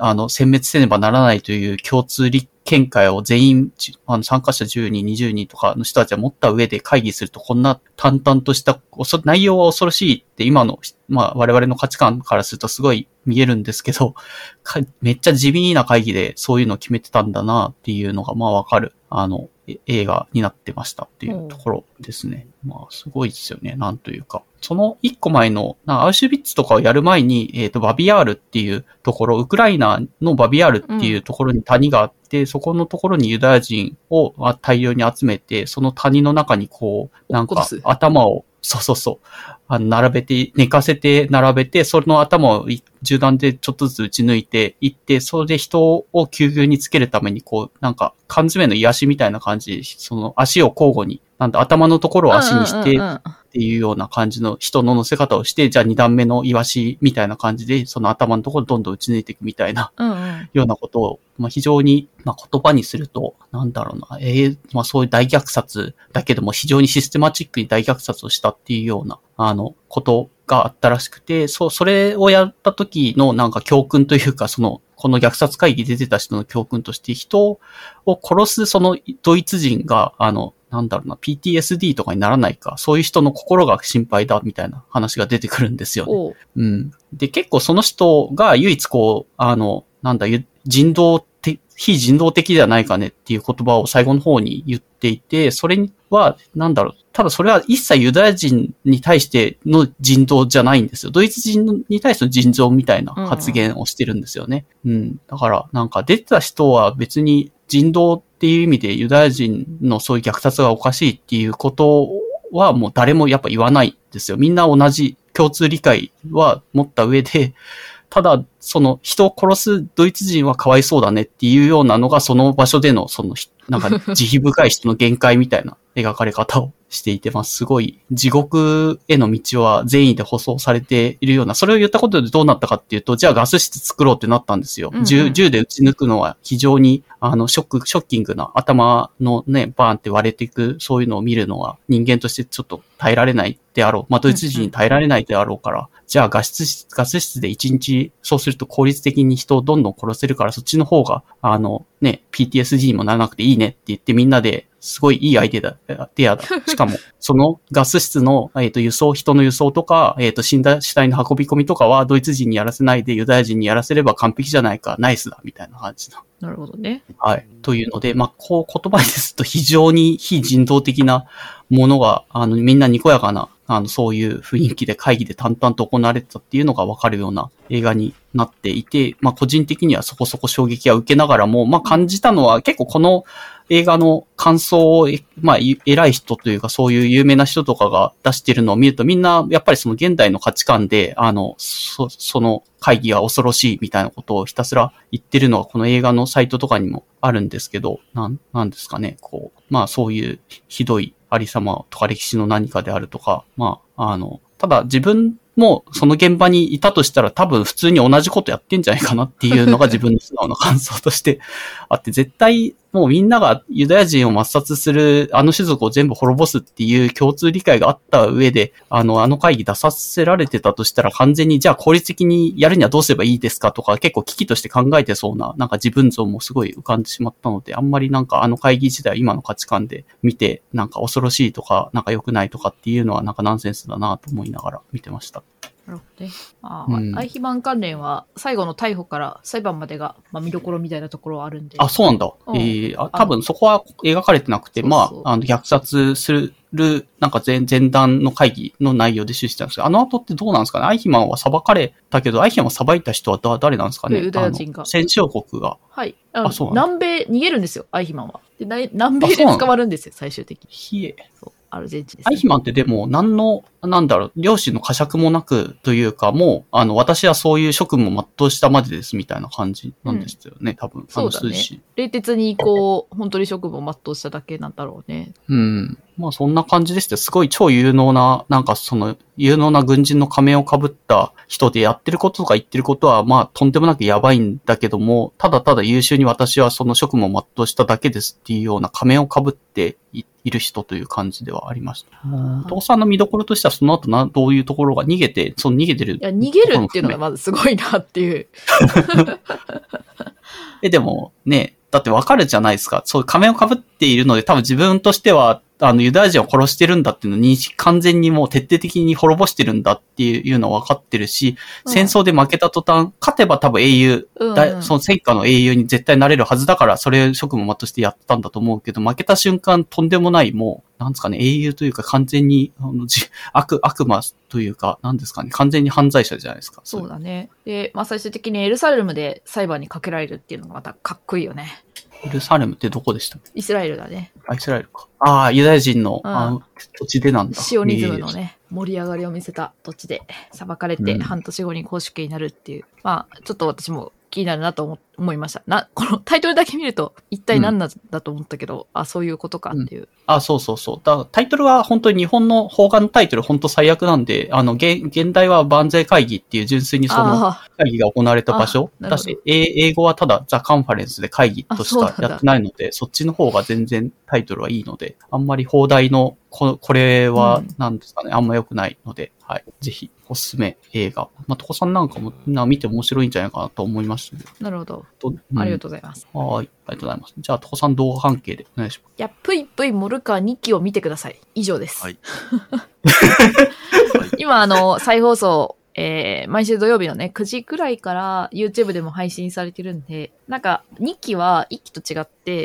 殲滅せねばならないという共通見解を全員、参加者10人、20人とかの人たちは持った上で会議すると、こんな淡々とした、内容は恐ろしいって今の、我々の価値観からするとすごい見えるんですけど、めっちゃ地味な会議でそういうのを決めてたんだなっていうのが、わかる、映画になってましたっていうところですね。すごいですよね。なんというか。その一個前の、アウシュビッツとかをやる前に、バビアールっていうところ、ウクライナのバビアールっていうところに谷があって、そこのところにユダヤ人を大量に集めて、その谷の中に頭を、並べて、寝かせて並べて、その頭を銃弾でちょっとずつ撃ち抜いていって、それで人を救急につけるために缶詰の癒しみたいな感じで、その足を交互に、頭のところを足にして、っていうような感じの人の乗せ方をして、じゃあ2段目のイワシみたいな感じで、その頭のところをどんどん撃ち抜いていくみたいな、ようなことを、非常に、言葉にすると、そういう大虐殺だけども非常にシステマチックに大虐殺をしたっていうような、ことがあったらしくて、それをやった時の教訓というか、この虐殺会議で出てた人の教訓として、人を殺すそのドイツ人が、PTSD とかにならないか、そういう人の心が心配だみたいな話が出てくるんですよね。で、結構その人が唯一非人道的ではないかねっていう言葉を最後の方に言っていて、それは、ただそれは一切ユダヤ人に対しての人道じゃないんですよ。ドイツ人に対しての人道みたいな発言をしてるんですよね。だから出てた人は別に人道っていう意味でユダヤ人のそういう虐殺がおかしいっていうことはもう誰もやっぱ言わないんですよ。みんな同じ共通理解は持った上で、ただ、人を殺すドイツ人はかわいそうだねっていうようなのが、その場所での、慈悲深い人の限界みたいな描かれ方をしていて、すごい、地獄への道は善意で舗装されているような、それを言ったことでどうなったかっていうと、じゃあガス室作ろうってなったんですよ。銃で撃ち抜くのは非常に、ショッキングな頭のね、バーンって割れていく、そういうのを見るのは人間としてちょっと耐えられないであろう。ドイツ人に耐えられないであろうから、じゃあガス室で1日、そうすると効率的に人をどんどん殺せるから、そっちの方が、PTSD にもならなくていいねって言ってみんなですごいいいアイデアだ。しかも、そのガス室の、人の輸送とか、死んだ死体の運び込みとかは、ドイツ人にやらせないでユダヤ人にやらせれば完璧じゃないか、ナイスだ、みたいな感じの。 なるほどね。 はい。というので、言葉にすると非常に非人道的なものが、みんなにこやかな、そういう雰囲気で会議で淡々と行われてたっていうのがわかるような映画になっていて、個人的にはそこそこ衝撃は受けながらも、感じたのは結構この映画の感想を、偉い人というかそういう有名な人とかが出してるのを見るとみんなやっぱりその現代の価値観で、その会議は恐ろしいみたいなことをひたすら言ってるのがこの映画のサイトとかにもあるんですけど、なんですかね、そういうひどいありさまとか歴史の何かであるとか、ただ自分もその現場にいたとしたら多分普通に同じことやってんじゃないかなっていうのが自分の素直な感想としてあって、絶対もうみんながユダヤ人を抹殺する種族を全部滅ぼすっていう共通理解があった上で、会議出させられてたとしたら完全にじゃあ効率的にやるにはどうすればいいですかとか結構危機として考えてそうな自分像もすごい浮かんでしまったので、あんまり会議自体今の価値観で見て恐ろしいとか良くないとかっていうのはナンセンスだなと思いながら見てました。 なるほどね。アイヒマン関連は最後の逮捕から裁判までが、見どころみたいなところはあるんで。 あ、そうなんだ。多分そこは描かれてなくて、虐殺する、前段の会議の内容で趣旨したんですけど、後ってどうなんですかね。アイヒマンは裁かれたけど、アイヒマンを裁いた人は誰なんですかね。 ユダヤ人が。 戦勝国が。 はい。南米、逃げるんですよ、アイヒマンは。で南米で捕まるんですよ、最終的に。 ひえ。 そう。アルゼンチンです、 アイヒマンってでも、両親の呵責もなくというか、もう、私はそういう職務を全うしたまでですみたいな感じなんですよね、多分。 そうだね。冷徹に本当に職務を全うしただけなんだろうね。 まあそんな感じですって、すごい超有能な、なんかその有能な軍人の仮面を被った人でやってることとか言ってることはまあとんでもなくやばいんだけども、ただただ優秀に私はその職務を全うしただけですっていうような仮面を被っている人という感じではありました。父さんの見どころとしてはその後どういうところが逃げてる。 いや、逃げるっていうのがまずすごいなっていう。 でもね、だってわかるじゃないですか。そう仮面を被っているので多分自分としてはユダヤ人を殺してるんだっていうのを認識、完全にもう徹底的に滅ぼしてるんだっていうのは分かってるし、戦争で負けた途端、勝てば多分英雄、その戦火の英雄に絶対なれるはずだから、それ職務としてやったんだと思うけど、負けた瞬間とんでもないもう、なんですかね、英雄というか完全に、悪魔というか、なんですかね、完全に犯罪者じゃないですか。 そうだね。で、まあ最終的にエルサレムで裁判にかけられるっていうのがまたかっこいいよね。 エルサレムってどこでした？ イスラエルだね。 イスラエルか。ユダヤ人の、土地でなんだ。 シオニズムのね、盛り上がりを見せた土地で裁かれて半年後に公主刑になるっていう。まあ、ちょっと私も気になるなと思いました。このタイトルだけ見ると一体何なんだと思ったけど、そういうことかっていう。 そうそうそう。だからタイトルは本当に日本の邦画のタイトル本当最悪なんで、現代は万歳会議っていう純粋にその会議が行われた場所だし、英語はただザ・カンファレンスで会議としかやってないので、そっちの方が全然タイトルはいいので、あんまり邦題のこれはなんですかね、あんま良くないので、はい。ぜひおすすめ映画。まあ、トコさんなんかも見て面白いんじゃないかなと思いましたけど。 なるほど。ありがとうございます。 はい。ありがとうございます。じゃあ、トコさん動画関係でお願いします。 いや、ぷいぷいモルカー2期を見てください。以上です。はい。今、再放送、毎週土曜日のね、9時くらいから YouTube でも配信されてるんで、なんか2期は1期と違って、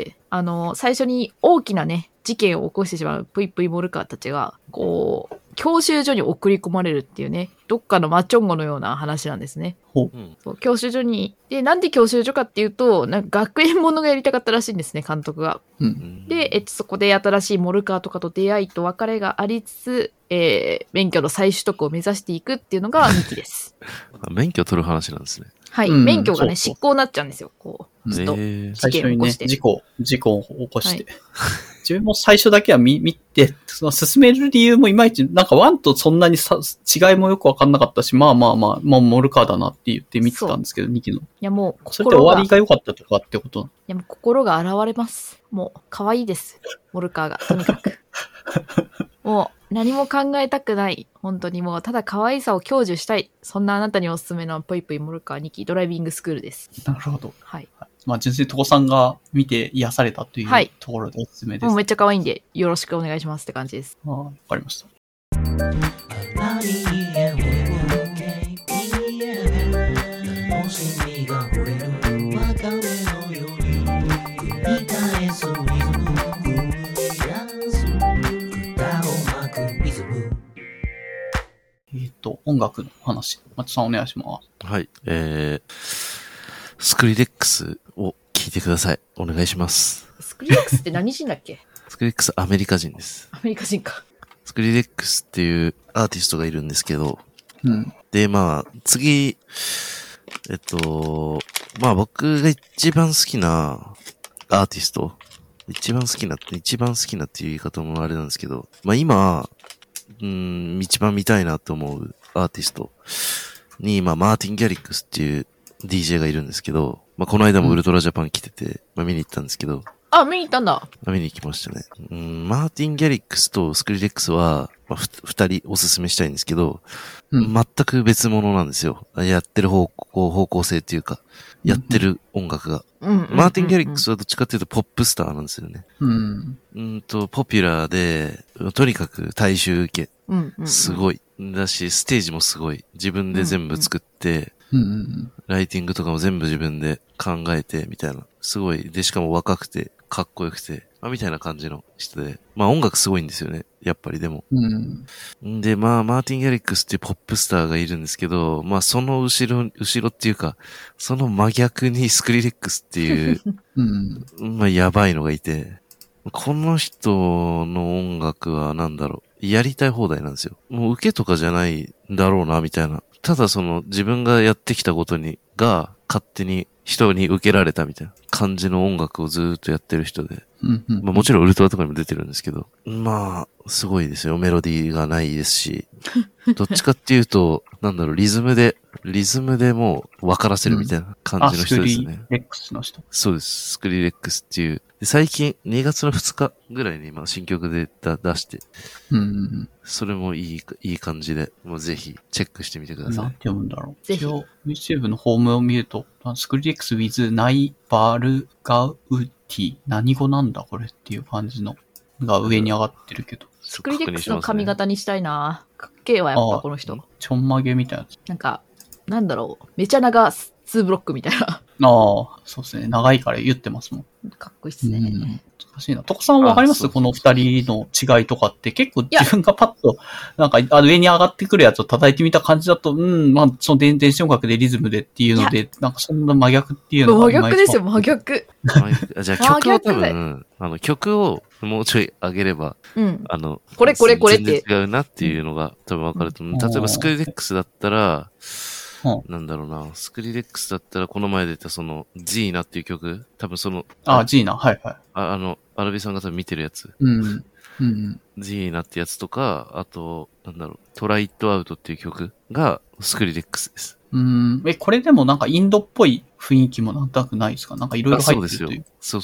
最初に大きなね、事件を起こしてしまうぷいぷいモルカーたちが、こう、教習所に送り込まれるっていうね、どっかのマチョンゴのような話なんですね。そう、教習所に。で、なんで教習所かっていうと、なんか学園ものがやりたかったらしいんですね、監督が。で、そこで新しいモルカーとかと出会いと別れがありつつ、免許の再取得を目指していくっていうのが2期です。 免許取る話なんですね。 はい。免許がね、執行になっちゃうんですよ。こう、ずっと。 最初にね、事故を起こして。自分も最初だけは見て、その進める理由もいまいち、なんか1とそんなに違いもよくわかんなかったし、まあ、モルカーだなって言って見てたんですけど、2期の。いやもう、 それで終わりが良かったとかってこと？ いやもう心が現れます。もう、可愛いです。モルカーが、とにかく。もう、何も考えたくない。本当にもう、ただ可愛さを享受したい。そんなあなたにおすすめのぷいぷいモルカー2期ドライビングスクールです。 なるほど。 はい。 まあ、純粋にトコさんが見て癒されたというところでおすすめです。 もうめっちゃ可愛いんで、よろしくお願いしますって感じです。 わかりました。音楽の話。松さんお願いします。 はい。スクリレックスを聞いてください。お願いします。 スクリレックスって何人だっけ？ スクリレックスアメリカ人です。 アメリカ人か。 スクリレックスっていうアーティストがいるんですけど、で、まあ、次、まあ僕が一番好きなアーティスト、一番好きなっていう言い方もあれなんですけど、まあ今、一番見たいなと思うアーティストに、まあマーティン・ギャリックスっていう DJ がいるんですけど、まあこの間もウルトラジャパン来てて、まあ見に行ったんですけど、 見に行ったんだ。 見に行きましたね。マーティン・ギャリックスとスクリレックスは、まあ、二人おすすめしたいんですけど、全く別物なんですよ。やってる方向性っていうか、やってる音楽が。マーティン・ギャリックスはどっちかっていうとポップスターなんですよね。ポピュラーで、とにかく大衆受け。すごい。だし、ステージもすごい。自分で全部作って、ライティングとかも全部自分で考えて、みたいな。すごい。で、しかも若くて、かっこよくて、まあ、みたいな感じの人で。まあ音楽すごいんですよね。やっぱりでも。で、まあ、マーティン・ギャリックスっていうポップスターがいるんですけど、まあその後ろっていうか、その真逆にスクリレックスっていう、まあやばいのがいて、この人の音楽はなんだろう。やりたい放題なんですよ。もう受けとかじゃないんだろうな、みたいな。ただその自分がやってきたことが勝手に人に受けられたみたいな感じの音楽をずーっとやってる人で。まあもちろんウルトラとかにも出てるんですけど、まあ、すごいですよ。メロディーがないですし。どっちかっていうと、なんだろう、リズムでもう分からせるみたいな感じの人ですね。 スクリレックスの人。 そうです。スクリレックスっていう。で最近、2月の2日ぐらいに今新曲で出して、それもいい感じで、もうぜひチェックしてみてください。 なんて読むんだろう。 ぜひ。 一応、YouTube のホームを見ると、スクリレックス with ナイバルガウティ。何語なんだこれっていう感じのが上に上がってるけど。 スクリレックスの髪型にしたいな。かっけえわ、やっぱこの人。 ちょんまげみたいな。 なんか、なんだろう。めちゃ長2ブロックみたいな。 ああ、そうですね。長いから言ってますもん。 かっこいいっすね。 難しいな。徳さんわかりますこの二人の違いとかって結構自分がパッと、なんか上に上がってくるやつを叩いてみた感じだと、まあ、その電子音楽でリズムでっていうので、なんかそんな真逆っていうのが。 真逆ですよ、真逆。 じゃあ曲を多分、曲をもうちょい上げれば、 これって。 全然違うなっていうのが多分わかると思う。例えばスクリレックスだったら、なんだろうな、スクリレックスだったらこの前出たその、ジーナっていう曲、多分その、 ジーナ、はいはい。 アラビさんが多分見てるやつ。ジーナってやつとか、あと、なんだろう、トライットアウトっていう曲がスクリレックスです。 これでもなんかインドっぽい雰囲気もなんとなくないですか？なんかいろいろ入ってるという。 そう。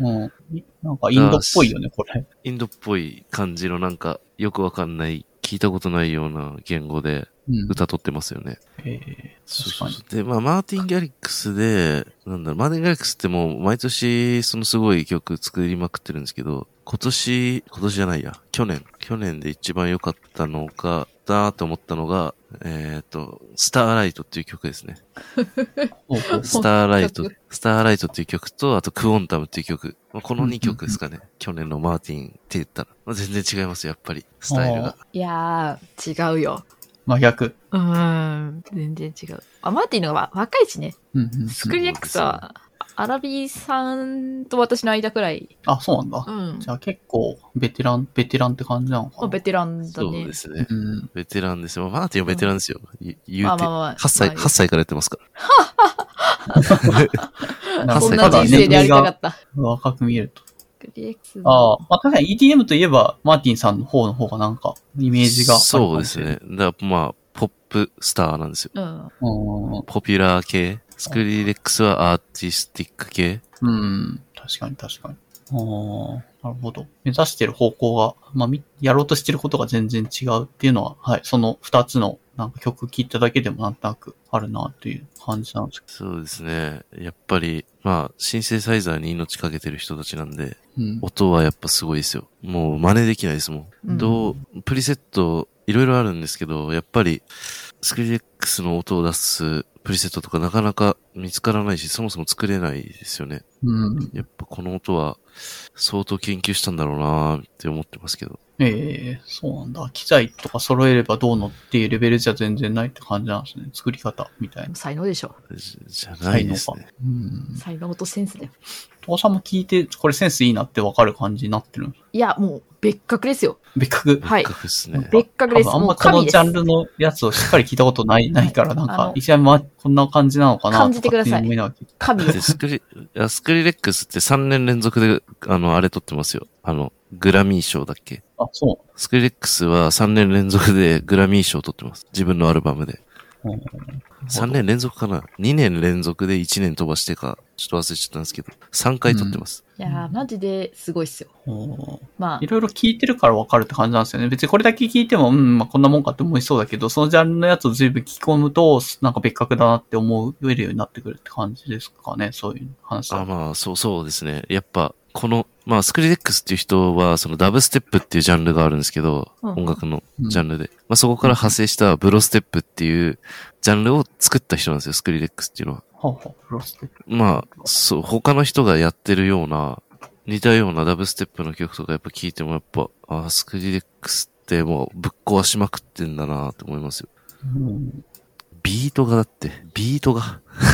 なんかインドっぽいよね、これ。 インドっぽい感じのなんか、よくわかんない、聞いたことないような言語で歌取ってますよね。そう。で、まあ、マーティン・ギャリックスで、なんだろう、マーティン・ギャリックスってもう毎年そのすごい曲作りまくってるんですけど、今年じゃないや、去年で一番良かったのが、だーと思ったのが、スターライトっていう曲ですね。スターライトっていう曲と、あとクオンタムっていう曲。この2曲ですかね。去年のマーティンって言ったら。全然違いますよ、やっぱり。スタイルが。 いやー、違うよ。 真逆。 全然違う。マーティンの方が若いしね。スクリレックスは、アラビーさんと私の間くらい。 そうなんだ。じゃあ結構、ベテランって感じなのかな。 ベテランだね。 そうですね。ベテランですよ。マーティンはベテランですよ。言うて。8歳からやってますから。 そんな人生でやりたかった。 若く見えると。 スクリレックス。 まあ確かに EDM といえば、マーティンさんの方がなんか、イメージがある。 そうですね。だからまあ、ポップスターなんですよ。ポピュラー系。スクリレックスはアーティスティック系。 確かに。なるほど。目指してる方向が、まあ、やろうとしてることが全然違うっていうのは、はい、その二つのなんか曲聴いただけでもなんとなくあるなという感じなんですけど。 そうですね。やっぱり、まあ、シンセサイザーに命かけてる人たちなんで、音はやっぱすごいですよ。もう真似できないですもん。プリセット、いろいろあるんですけど、やっぱり、スクリレックスの音を出すプリセットとかなかなか見つからないし、そもそも作れないですよね。やっぱこの音は相当研究したんだろうなーって思ってますけど。 そうなんだ。機材とか揃えればどうのっていうレベルじゃ全然ないって感じなんですね。作り方みたいな。 才能でしょ。 じゃないですね。 才能とセンスだよ。 父さんも聞いて、これセンスいいなってわかる感じになってるんですか？ いや、もう別格ですよ。 別格。 はい。 別格ですね。 別格です。 あんまこのジャンルのやつをしっかり聞いたことないから、なんか、一応こんな感じなのかな感じてください。神です。 スクリレックスって3年連続で、あれ撮ってますよ。グラミー賞だっけ？ そう。 スクリレックスは3年連続でグラミー賞を取ってます。自分のアルバムで。3年連続かな ?2 年連続で1年飛ばしてか、ちょっと忘れちゃったんですけど、3回取ってます。 いやー、マジですごいっすよ。 まあ。いろいろ聞いてるから分かるって感じなんですよね。別にこれだけ聞いても、まあこんなもんかって思いそうだけど、そのジャンルのやつを随分聞き込むと、なんか別格だなって思えるようになってくるって感じですかね、そういう話。 まあ、そうですね。やっぱ、まあ、スクリレックスっていう人は、そのダブステップっていうジャンルがあるんですけど、音楽のジャンルで。まあ、そこから派生したブロステップっていうジャンルを作った人なんですよ、スクリレックスっていうのは。 ブロステップ。 まあ、他の人がやってるような、似たようなダブステップの曲とかやっぱ聞いてもやっぱ、スクリレックスってもうぶっ壊しまくってんだなと思いますよ。ビートが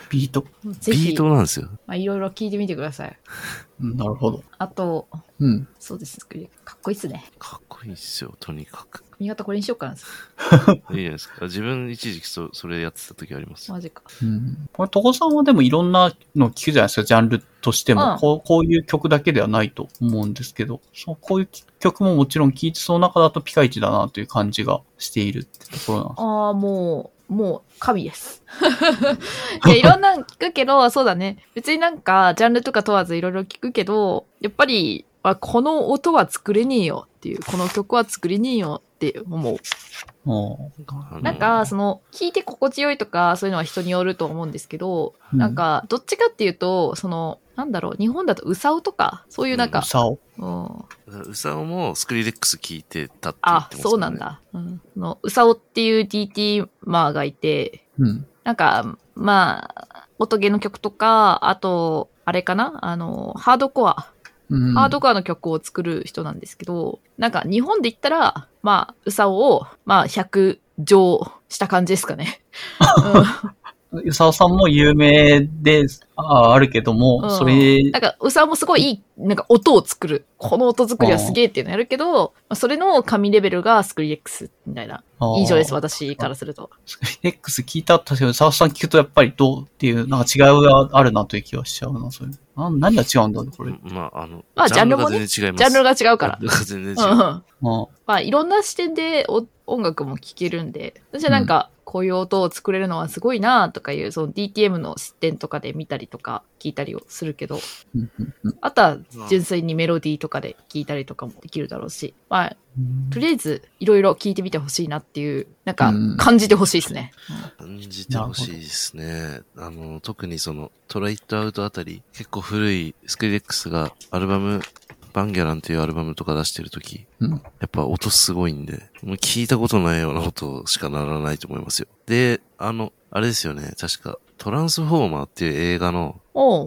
ビート。 ぜひ。 ビートなんですよ。 まあ、いろいろ聞いてみてください。 なるほど。 あと、 うん。 そうです。かっこいいっすね。 かっこいいっすよ、とにかく。 髪型これにしようかな。いいじゃないですか。自分一時期それやってた時あります。 マジか。 うん。これ、トコさんはでもいろんなの聞くじゃないですか、ジャンルとしても。こういう曲だけではないと思うんですけど、こういう曲ももちろん聴いてその中だとピカイチだなという感じがしているってところなんですか。 ああ、もう、神です。いや、いろんな聞くけど、そうだね。別になんか、ジャンルとか問わずいろいろ聞くけど、やっぱり、この音は作れねえよっていう、この曲は作れねえよって思う。なんか、聞いて心地よいとか、そういうのは人によると思うんですけど、なんか、どっちかっていうと、なんだろう、日本だとウサオとか、そういうなんか。 ウサオもスクリレックス聞いてたって言ってますね。 そうなんだ。ウサオっていう DT がいて、なんか、まあ、音ゲーの曲とか、あと、あれかなハードコアの曲を作る人なんですけど、なんか日本で言ったら、まあ、ウサオを、まあ、100乗した感じですかね。 ウサオさんも有名で、あるけども、それ。 なんか、ウサオもすごいいい、なんか音を作る。この音作りはすげえっていうのやるけど、それの神レベルがスクリレックスみたいな印象です、私からすると。 スクリレックス聞いた後ですけど、ウサオさん聞くとやっぱりどうっていう、なんか違いがあるなという気はしちゃうな、それ。何が違うんだろう、これ。 まあ、 ジャンルもね、ジャンルが違うから。 全然違う。 まあ、いろんな視点で音楽も聴けるんで、私はなんか、こういう音を作れるのはすごいなとかいう、その DTM の視点とかで見たりとか聞いたりをするけど、あとは純粋にメロディーとかで聞いたりとかもできるだろうし、まあ、とりあえずいろいろ聞いてみてほしいなっていう、なんか感じてほしいですね。 感じてほしいですね。特にトライットアウトあたり、結構古いスクリレックスがアルバム、バンギャランっていうアルバムとか出してるとき、やっぱ音すごいんで、もう聞いたことないような音しかならないと思いますよ。で、あれですよね、確か、トランスフォーマーっていう映画の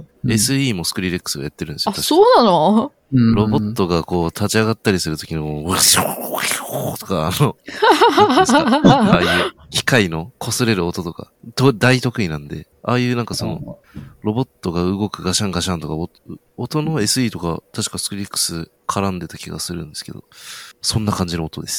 SE もスクリレックスがやってるんですよ。 そうなの？ ロボットがこう立ち上がったりするときの、とか、ああいう機械の擦れる音とか、大得意なんで、ああいうなんかロボットが動くガシャンガシャンとか、音の SE とか、確かスクリレックス絡んでた気がするんですけど、そんな感じの音です。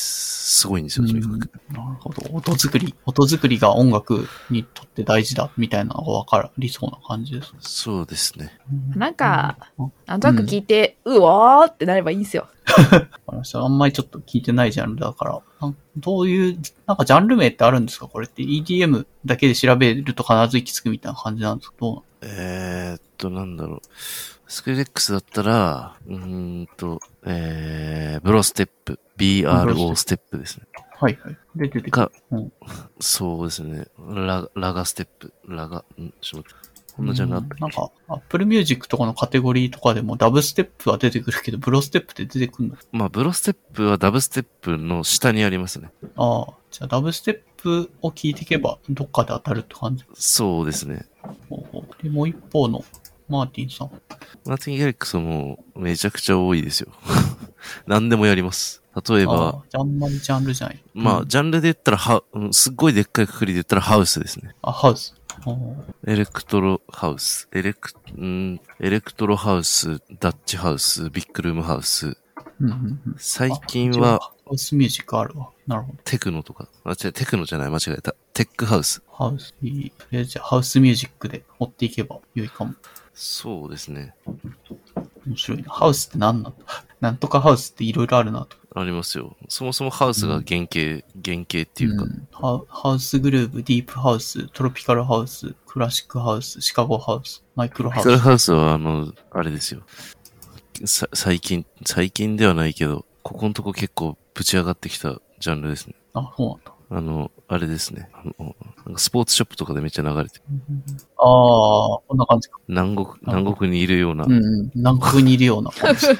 すごいんですよ、とにかく。 なるほど。音作りが音楽にとって大事だ、みたいなのがわかりそうな感じです。 そうですね。 なんか、なんとなく聞いて、うわーってなればいいんですよ。 あんまりちょっと聞いてないジャンルだから、どういう、なんかジャンル名ってあるんですか？これって EDM だけで調べると必ず行き着くみたいな感じなんですか？どうなんだろう。スクリレックスだったら、ブロステップ。BRO ステップですね。 はいはい。で、出てくる。 そうですね。ラガステップ。ちょっと待って。こんなジャンルあったっけ？ なんか、Apple Music とかのカテゴリーとかでもダブステップは出てくるけど、ブロステップって出てくるの？ まあ、ブロステップはダブステップの下にありますね。 ああ、じゃあダブステップを聞いていけば、どっかで当たるって感じ？ そうですね。 で、もう一方の、マーティンさん。 マーティン・ギャリックスもめちゃくちゃ多いですよ。何でもやります。例えば。 あんまりジャンルじゃない。 まあ、ジャンルで言ったらすっごいでっかいくくりで言ったらハウスですね。 ハウス。 エレクトロハウス。エレクトロハウス、ダッチハウス、ビッグルームハウス。最近は、 ハウスミュージックあるわ。なるほど。 テクノとか。テクノじゃない、間違えた。テックハウス。 ハウス、いい。とりあえずじゃあハウスミュージックで追っていけば良いかも。 そうですね。 面白いな。ハウスって何なんだ？なんとかハウスっていろいろあるなと。 ありますよ。そもそもハウスが原型っていうか、 ハウスグルーブ、ディープハウス、トロピカルハウス、クラシックハウス、シカゴハウス、マイクロハウス。 マイクロハウスはあれですよ。最近ではないけど、ここのとこ結構ぶち上がってきたジャンルですね。 あ、そうなんだ。 あれですね。スポーツショップとかでめっちゃ流れてる。 こんな感じか。 南国にいるような。 南国にいるような感じ。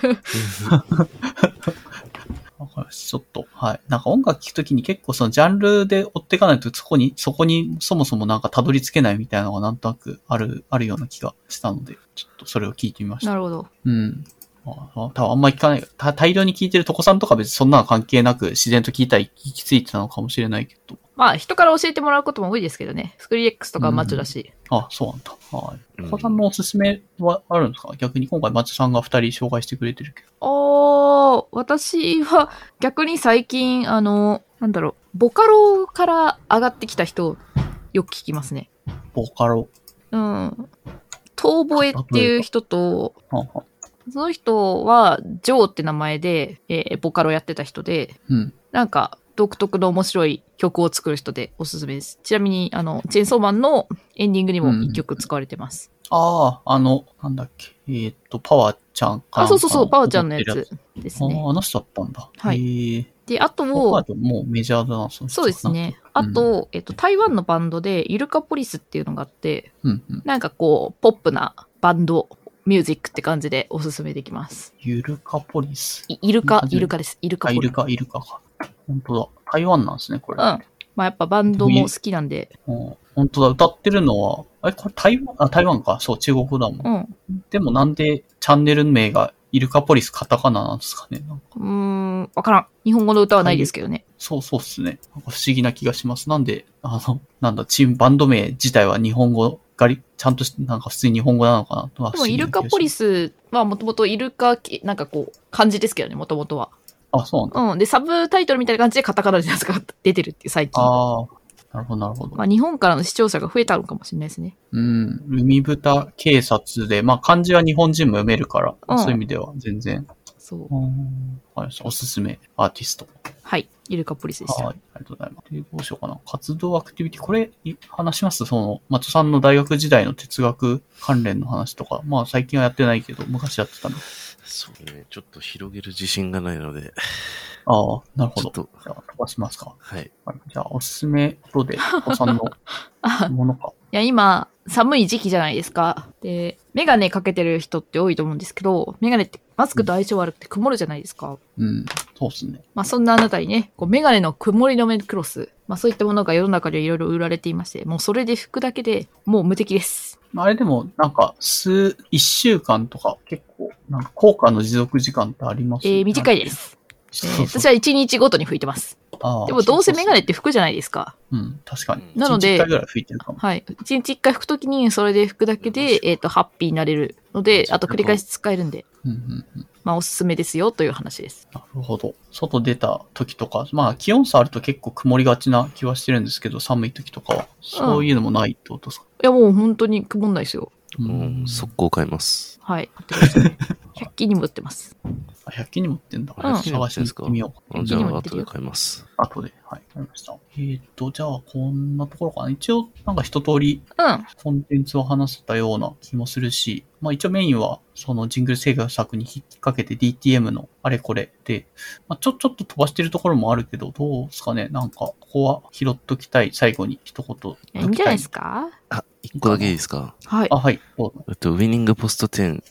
ちょっと、はい。なんか音楽聴くときに結構そのジャンルで追っていかないとそこにそもそもなんかたどり着けないみたいなのがなんとなくあるような気がしたので、ちょっとそれを聞いてみました。 なるほど。 多分あんまり聞かない。大量に聞いてるとこさんとか別にそんなの関係なく自然と聞いたり聞きついてたのかもしれないけど、 まあ、人から教えてもらうことも多いですけどね。スクリレックスとかマッチョだし。 あ、そうなんだ。はい。小さんのおすすめはあるんですか？逆に今回マッチョさんが2人紹介してくれてるけど。私は逆に最近、ボカロから上がってきた人、よく聞きますね。 ボカロ。 うん。遠吠えっていう人と、その人は、ジョーって名前で、ボカロやってた人で、なんか、独特の面白い曲を作る人でおすすめです。ちなみに、チェーンソーマンのエンディングにも一曲使われてます。 なんだっけ。パワーちゃんか。 そう、パワーちゃんのやつですね。 あの人だったんだ。 はい。で、あともうメジャーだな、 そうですね。あと、台湾のバンドで、イルカポリスっていうのがあって、なんかこう、ポップなバンド、ミュージックって感じでおすすめできます。 ユルカポリス。 イルカです。イルカポリス。 イルカか。本当だ。台湾なんですね、これ。 まあやっぱバンドも好きなんで。 本当だ。歌ってるのは、これ台湾か。そう、中国だもん。でもなんでチャンネル名がイルカポリスカタカナなんですかね。 わからん。日本語の歌はないですけどね。 そうっすね。なんか不思議な気がします。なんで、バンド名自体は日本語ちゃんとなんか普通に日本語なのかなとは。 でもイルカポリスはもともとイルカ、なんかこう、漢字ですけどね、もともとは。 あ、そうなんだ。 で、サブタイトルみたいな感じでカタカナでやつが出てるっていう最近。 なるほど。 まあ日本からの視聴者が増えたのかもしれないですね。 海豚警察で、まあ漢字は日本人も読めるから、そういう意味では全然。 そう。 おすすめアーティスト。 はい。イルカポリスでした。 はい。ありがとうございます。どうしようかな。活動アクティビティ。これ、話します？マチョさんの大学時代の哲学関連の話とか。まあ最近はやってないけど、昔やってたの。 そうね。ちょっと広げる自信がないので。 なるほど。じゃあ飛ばしますか。 はい。 じゃあおすすめことで、おさんのものか。 いや、今、寒い時期じゃないですか。で、メガネかけてる人って多いと思うんですけど、メガネってマスクと相性悪くて曇るじゃないですか。 そうですね。 まあそんなあなたにね、メガネの曇り止めクロス。まあそういったものが世の中でいろいろ売られていまして、もうそれで拭くだけでもう無敵です。 あれでも、なんか、1週間とか結構、なんか効果の持続時間ってあります？ 短いです。私は1日ごとに拭いてます。でもどうせメガネって拭くじゃないですか。 確かに。 なので、 1日1回ぐらい拭いてるかも。 はい。1日1回拭くときにそれで拭くだけで、ハッピーになれるので、あと繰り返し使えるんで。まあおすすめですよという話です。 なるほど。外出た時とか、まあ気温差あると結構曇りがちな気はしてるんですけど、寒い時とかは、そういうのもないってことですか？ いやもう本当に曇んないですよ。 速攻買います。 はい。買ってください。100均にも売ってます。 100均にも売ってんだ。 探してみよう。 じゃあ後で買います。 後で、はい。買いました。じゃあこんなところかな。一応なんか一通り、コンテンツを話せたような気もするし、まあ一応メインは、そのジングル制作に引っ掛けて DTM のあれこれで、まあちょっと飛ばしてるところもあるけど、どうですかね。なんか、ここは拾っときたい。最後に一言。 いいんじゃないですか？ 一個だけいいですか？ はい。 はい。 ウィニングポスト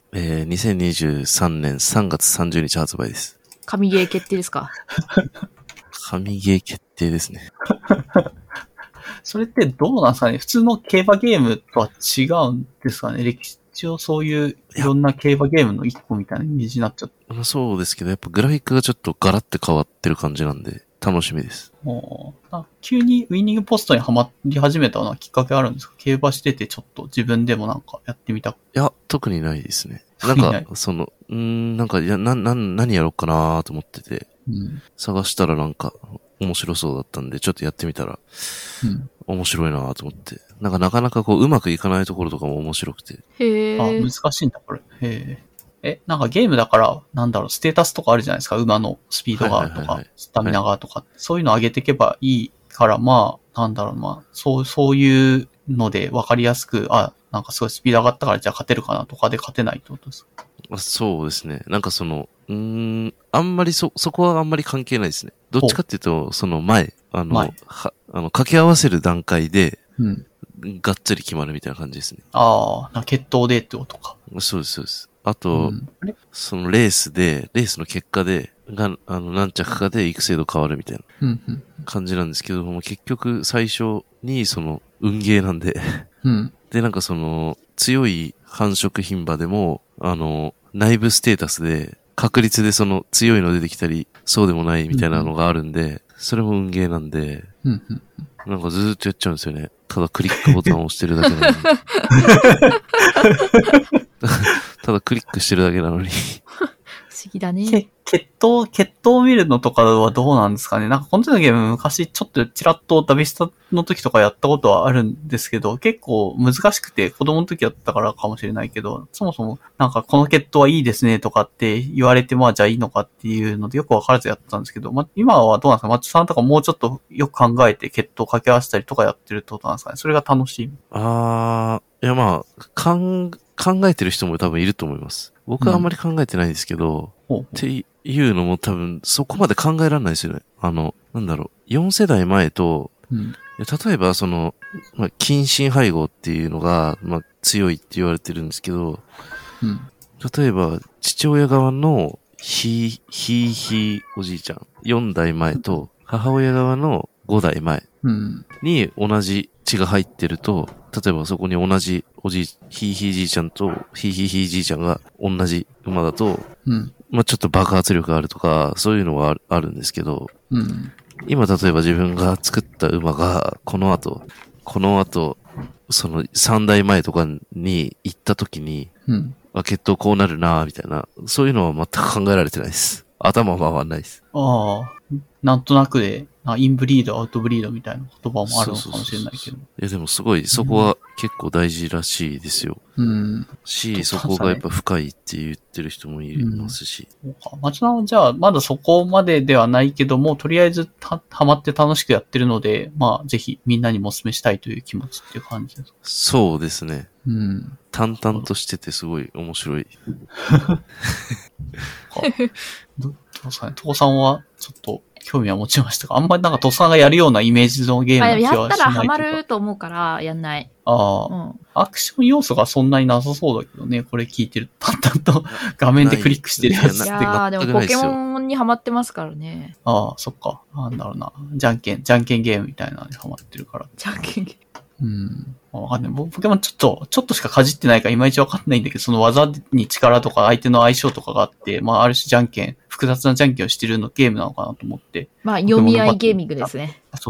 10、2023年3月30日発売です。 神ゲー決定ですか？ 神ゲー決定ですね。 それってどうなんですかね？普通の競馬ゲームとは違うんですかね？歴史上そういういろんな競馬ゲームの一個みたいなイメージになっちゃって。 そうですけど、やっぱグラフィックがちょっとガラッて変わってる感じなんで、楽しみです。 急にウィニングポストにはまり始めたのはきっかけあるんですか？競馬しててちょっと自分でもなんかやってみた。 いや、特にないですね。なんか、なんか、何やろうかなと思ってて、探したらなんか面白そうだったんで、ちょっとやってみたら、面白いなと思って。なんかなかなかこう、うまくいかないところとかも面白くて。 難しいんだ、これ。なんかゲームだから、ステータスとかあるじゃないですか。馬のスピードがとか、スタミナがとか、そういうの上げていけばいいから、そういうので分かりやすく、なんかすごいスピード上がったからじゃあ勝てるかなとかで勝てないってことですか？ そうですね。なんかあんまりそこはあんまり関係ないですね。どっちかっていうと、その前、掛け合わせる段階で、がっつり決まるみたいな感じですね。 決闘でってことか。 そうです、そうです。あと、そのレースの結果で、何着かで育成度変わるみたいな感じなんですけども、結局最初にその運ゲーなんで、で、なんかその強い繁殖牝馬でも、内部ステータスで確率でその強いの出てきたり、そうでもないみたいなのがあるんで、それも運ゲーなんで、 なんかずーっとやっちゃうんですよね。ただクリックボタンを押してるだけなのに。ただクリックしてるだけなのに。 不思議だね。 決闘を見るのとかはどうなんですかね。なんかこの手のゲーム昔ちょっとちらっとダビスタの時とかやったことはあるんですけど、結構難しくて子供の時やったからかもしれないけど、そもそもなんかこの決闘はいいですねとかって言われて、まあじゃあいいのかっていうのでよくわからずやってたんですけど、今はどうなんですか？マッチさんとかもうちょっとよく考えて決闘を掛け合わせたりとかやってるってことなんですかね。それが楽しい。 いやまあ、考えてる人も多分いると思います。僕はあんまり考えてないんですけど、っていうのも多分そこまで考えられないですよね。なんだろう、4世代前と、例えば近親配合っていうのが、強いって言われてるんですけど、例えば父親側のひおじいちゃん、4代前と母親側の5代前に同じ血が入ってると、例えばそこに同じひいじいちゃんとひいじいちゃんが同じ馬だと、ちょっと爆発力があるとか、そういうのはあるんですけど、今例えば自分が作った馬が、この後、その3代前とかに行った時に、決闘こうなるなぁ、みたいな、そういうのは全く考えられてないです。頭回んないです。 なんとなくで、インブリード、アウトブリードみたいな言葉もあるのかもしれないけど。 いやでもすごい、そこは結構大事らしいですよ。そこがやっぱ深いって言ってる人もいますし。 町田はじゃあ、まだそこまでではないけども、とりあえずハマって楽しくやってるので、ぜひみんなにもお勧めしたいという気持ちっていう感じですか？ そうですね。淡々としててすごい面白い。 どうですかね。トコさんはちょっと興味は持ちましたか？あんまりなんかトコさんがやるようなイメージのゲームな気はしない。 やったらハマると思うからやんない。 アクション要素がそんなになさそうだけどね、これ聞いてる。淡々と画面でクリックしてるやつって。 いやでもポケモンにハマってますからね。 そっか。なんだろうな。じゃんけんゲームみたいなのにハマってるから。 じゃんけんゲーム。 わかんない。僕ポケモンちょっとしかかじってないからいまいちわかんないんだけど、その技に力とか相手の相性とかがあって、ある種じゃんけん、複雑なじゃんけんをしてるゲームなのかなと思って。 読み合いゲーミングですね。 そう。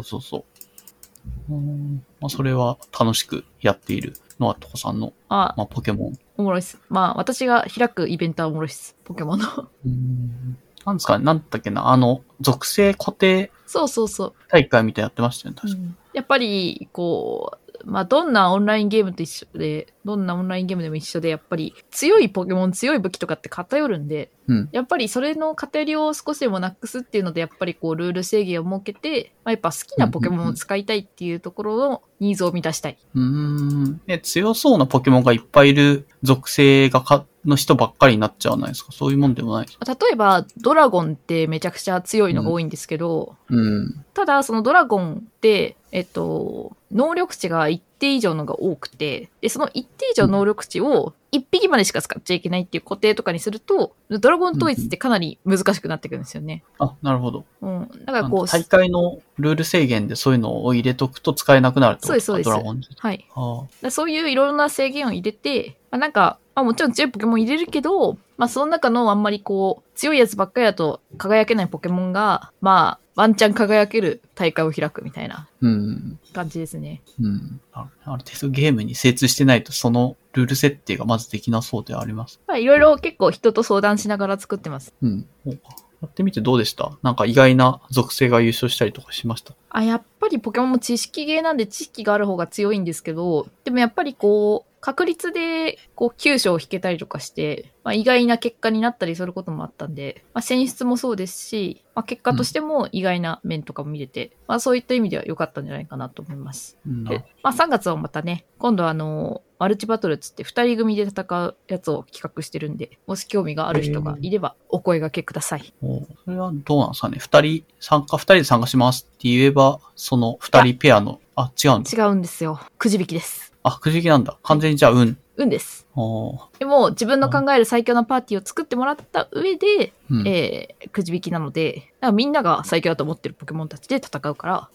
それは楽しくやっているのはトコさんの、ポケモン。 おもろいっす。私が開くイベントはおもろいっす。ポケモンの。 なんですかね、なんだっけな、属性固定。 そう。 大会みたいなやってましたよね、確かに。 やっぱり、どんなオンラインゲームと一緒で、どんなオンラインゲームでも一緒で、やっぱり強いポケモン、強い武器とかって偏るんで、やっぱりそれの偏りを少しでもなくすっていうので、やっぱりルール制限を設けて、やっぱ好きなポケモンを使いたいっていうところのニーズを満たしたい。 強そうなポケモンがいっぱいいる属性の人ばっかりになっちゃわないですか？そういうもんでもないですか？ 例えば、ドラゴンってめちゃくちゃ強いのが多いんですけど、ただ、そのドラゴンって、能力値が一定以上のが多くて、で、その一定以上能力値を一匹までしか使っちゃいけないっていう固定とかにすると、ドラゴン統一ってかなり難しくなってくるんですよね。 なるほど。 だから大会のルール制限でそういうのを入れとくと使えなくなるってことですか？ そうです。 ドラゴン。 はい。そういういろんな制限を入れて、もちろん強いポケモン入れるけど、その中のあんまり強いやつばっかりだと輝けないポケモンが、ワンチャン輝ける大会を開くみたいな感じですね。 ある程度ゲームに精通してないとそのルール設定がまずできなそうではあります。 いろいろ結構人と相談しながら作ってます。 やってみてどうでした？なんか意外な属性が優勝したりとかしました？ やっぱりポケモンも知識ゲーなんで知識がある方が強いんですけど、でもやっぱり確率で9勝を引けたりとかして、意外な結果になったりすることもあったんで、選出もそうですし、結果としても意外な面とかも見れて、そういった意味では良かったんじゃないかなと思います。で3月はまたね、今度はマルチバトルつって2人組で戦うやつを企画してるんで、もし興味がある人がいればお声掛けください。 それはどうなんですかね。2人で参加しますって言えば、その2人ペアの、違うんだ。違うんですよ。くじ引きです。 くじ引きなんだ。完全にじゃあ運です。でも自分の考える最強なパーティーを作ってもらった上で、くじ引きなので、みんなが最強だと思ってるポケモンたちで戦うから、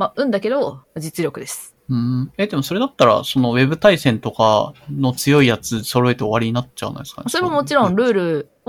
運だけど実力です。 でもそれだったら、そのウェブ対戦とかの強いやつ揃えて終わりになっちゃうんですかね。 それももちろんルールを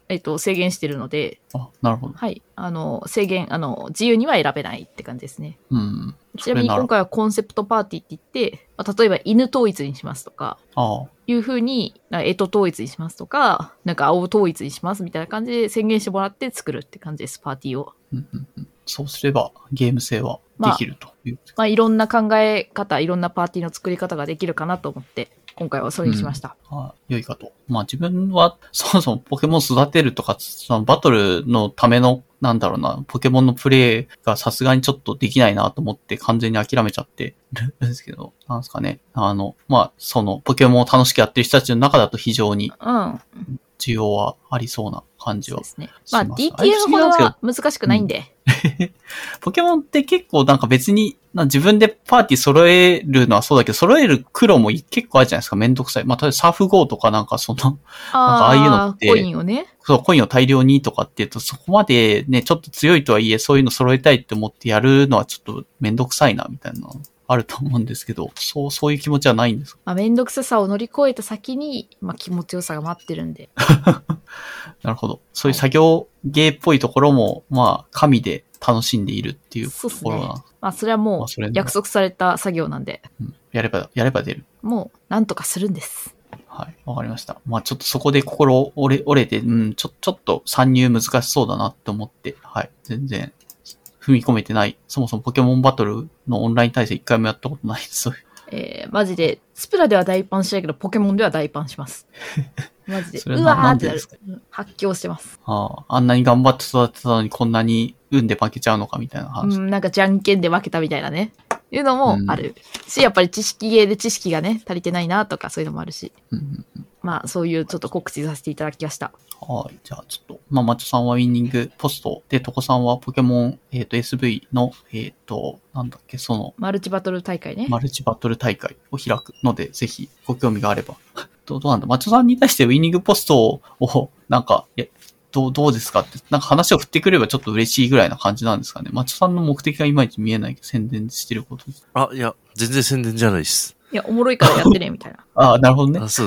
制限してるので。 あ、なるほど。 はい。制限、自由には選べないって感じですね。 うん。 ちなみに今回はコンセプトパーティーって言って、例えば犬統一にしますとか、いう風に、統一にしますとか、なんか青統一にしますみたいな感じで宣言してもらって作るって感じです、パーティーを。 そうすればゲーム性はできるという。 まあ、いろんな考え方、いろんなパーティーの作り方ができるかなと思って、今回はそれにしました。 良いかと。まあ自分はそもそもポケモン育てるとか、そのバトルのための、なんだろうな、ポケモンのプレイがさすがにちょっとできないなと思って完全に諦めちゃってるんですけど、なんですかね。まあそのポケモンを楽しくやってる人たちの中だと非常に、需要はありそうな感じはします。まあ DTM ほどは難しくないんで。 ポケモンって結構なんか別に自分でパーティー揃えるのはそうだけど、揃える苦労も結構あるじゃないですか。めんどくさい。まあ、例えばサーフ GO とかなんかなんかああいうのって。 コインをね。 そう、コインを大量にとかって言うと、そこまでね、ちょっと強いとはいえ、そういうの揃えたいって思ってやるのはちょっとめんどくさいな、みたいな。あると思うんですけど、そういう気持ちはないんですか？ まあ、めんどくささを乗り越えた先に、まあ、気持ちよさが待ってるんで。 なるほど。そういう作業芸っぽいところも、まあ、神で楽しんでいるっていうところな。 そうですね。まあ、それはもう、約束された作業なんで。 やれば出る。 もう、なんとかするんです。 はい。わかりました。まあ、ちょっとそこで心折れて、ちょっと参入難しそうだなって思って、はい。全然、踏み込めてない。そもそもポケモンバトルのオンライン対戦一回もやったことないです。 マジで、スプラでは大パンしないけど、ポケモンでは大パンします。マジで。うわーってなる。発狂してます。 あんなに頑張って育てたのにこんなに運で負けちゃうのかみたいな話。 なんかじゃんけんで負けたみたいなね。いうのもあるし、やっぱり知識ゲーで知識がね、足りてないなとかそういうのもあるし。まあ、そういうちょっと告知させていただきました。 はい。じゃあ、ちょっと、まあ、マッチョさんはウィニングポストで、トコさんはポケモン、SV の、なんだっけ、 マルチバトル大会ね。 マルチバトル大会を開くので、ぜひ、ご興味があれば。どうなんだ、マッチョさんに対してウィニングポストを、なんか、どうですかって、なんか話を振ってくればちょっと嬉しいぐらいな感じなんですかね。マッチョさんの目的がいまいち見えないけど、宣伝してることです。 いや、全然宣伝じゃないです。 いや、おもろいからやってね、みたいな。 なるほどね。 そうです。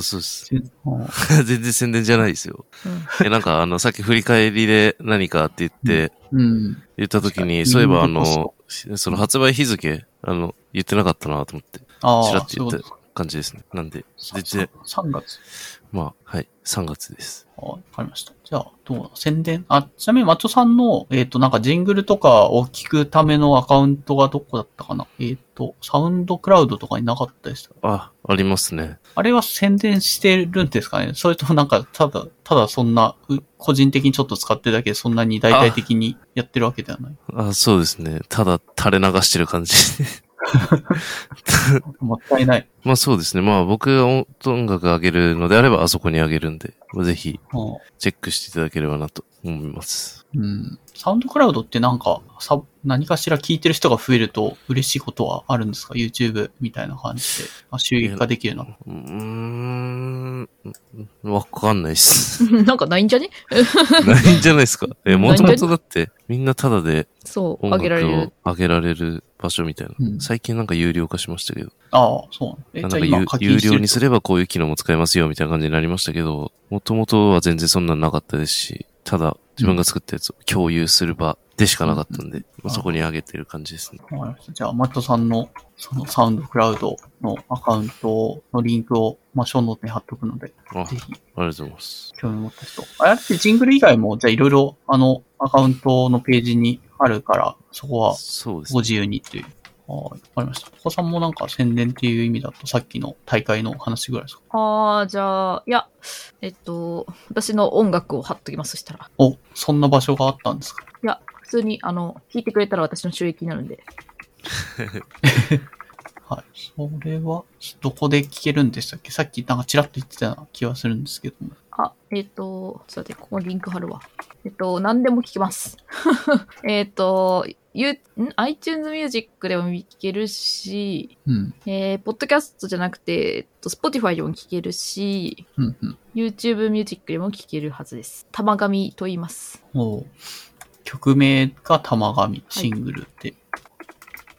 全然宣伝じゃないですよ。なんかさっき振り返りで何かって言って、言った時に、そういえばその発売日付、言ってなかったなと思って、ちらっと言った感じですね。なんで、全然。 3月。 まあ、はい、3月です。 わかりました。じゃあ、宣伝ちなみにマッチョさんの、なんかジングルとかを聞くためのアカウントがどこだったかな？サウンドクラウドとかになかったでした？ ありますね。 あれは宣伝してるんですかね？それともなんか、ただそんな、個人的にちょっと使ってるだけでそんなに大々的にやってるわけではない？ そうですね。ただ垂れ流してる感じ。 もったいない。 まあそうですね。まあ僕が音楽上げるのであればあそこに上げるんで、ぜひチェックしていただければなと思います。 サウンドクラウドってなんか何かしら聞いてる人が増えると嬉しいことはあるんですか？ YouTube みたいな感じで収益化できるの？ わかんないっす。 なんかないんじゃね？ ないんじゃないですか。もともとだってみんなタダで音楽を上げられる場所みたいな。最近なんか有料化しましたけど。 そうなんか有料にすればこういう機能も使えますよみたいな感じになりましたけど、もともとは全然そんなのなかったですし、ただ自分が作ったやつを共有する場でしかなかったんで、そこに上げてる感じですね。 じゃあ、マットさんのそのサウンドクラウドのアカウントのリンクを、ショーノートに貼っとくので、ぜひ。 ありがとうございます。 興味持った人。あれってジングル以外も、じゃあいろいろアカウントのページにあるから、そこはご自由にっていう。わかりました。お子さんもなんか宣伝っていう意味だとさっきの大会の話ぐらいですか？ じゃあ、いや、私の音楽を貼っときます、そしたら。 そんな場所があったんですか？ いや、普通に、聞いてくれたら私の収益になるんで。 はい。それは、どこで聞けるんでしたっけ？さっきなんかチラッと言ってたような気はするんですけども。 ちょっと待って、ここリンク貼るわ。何でも聞きます。iTunes Music でも聞けるし、ポッドキャストじゃなくて、Spotify でも聞けるし、YouTube Music でも聞けるはずです。玉神と言います。 曲名が玉神、シングルで。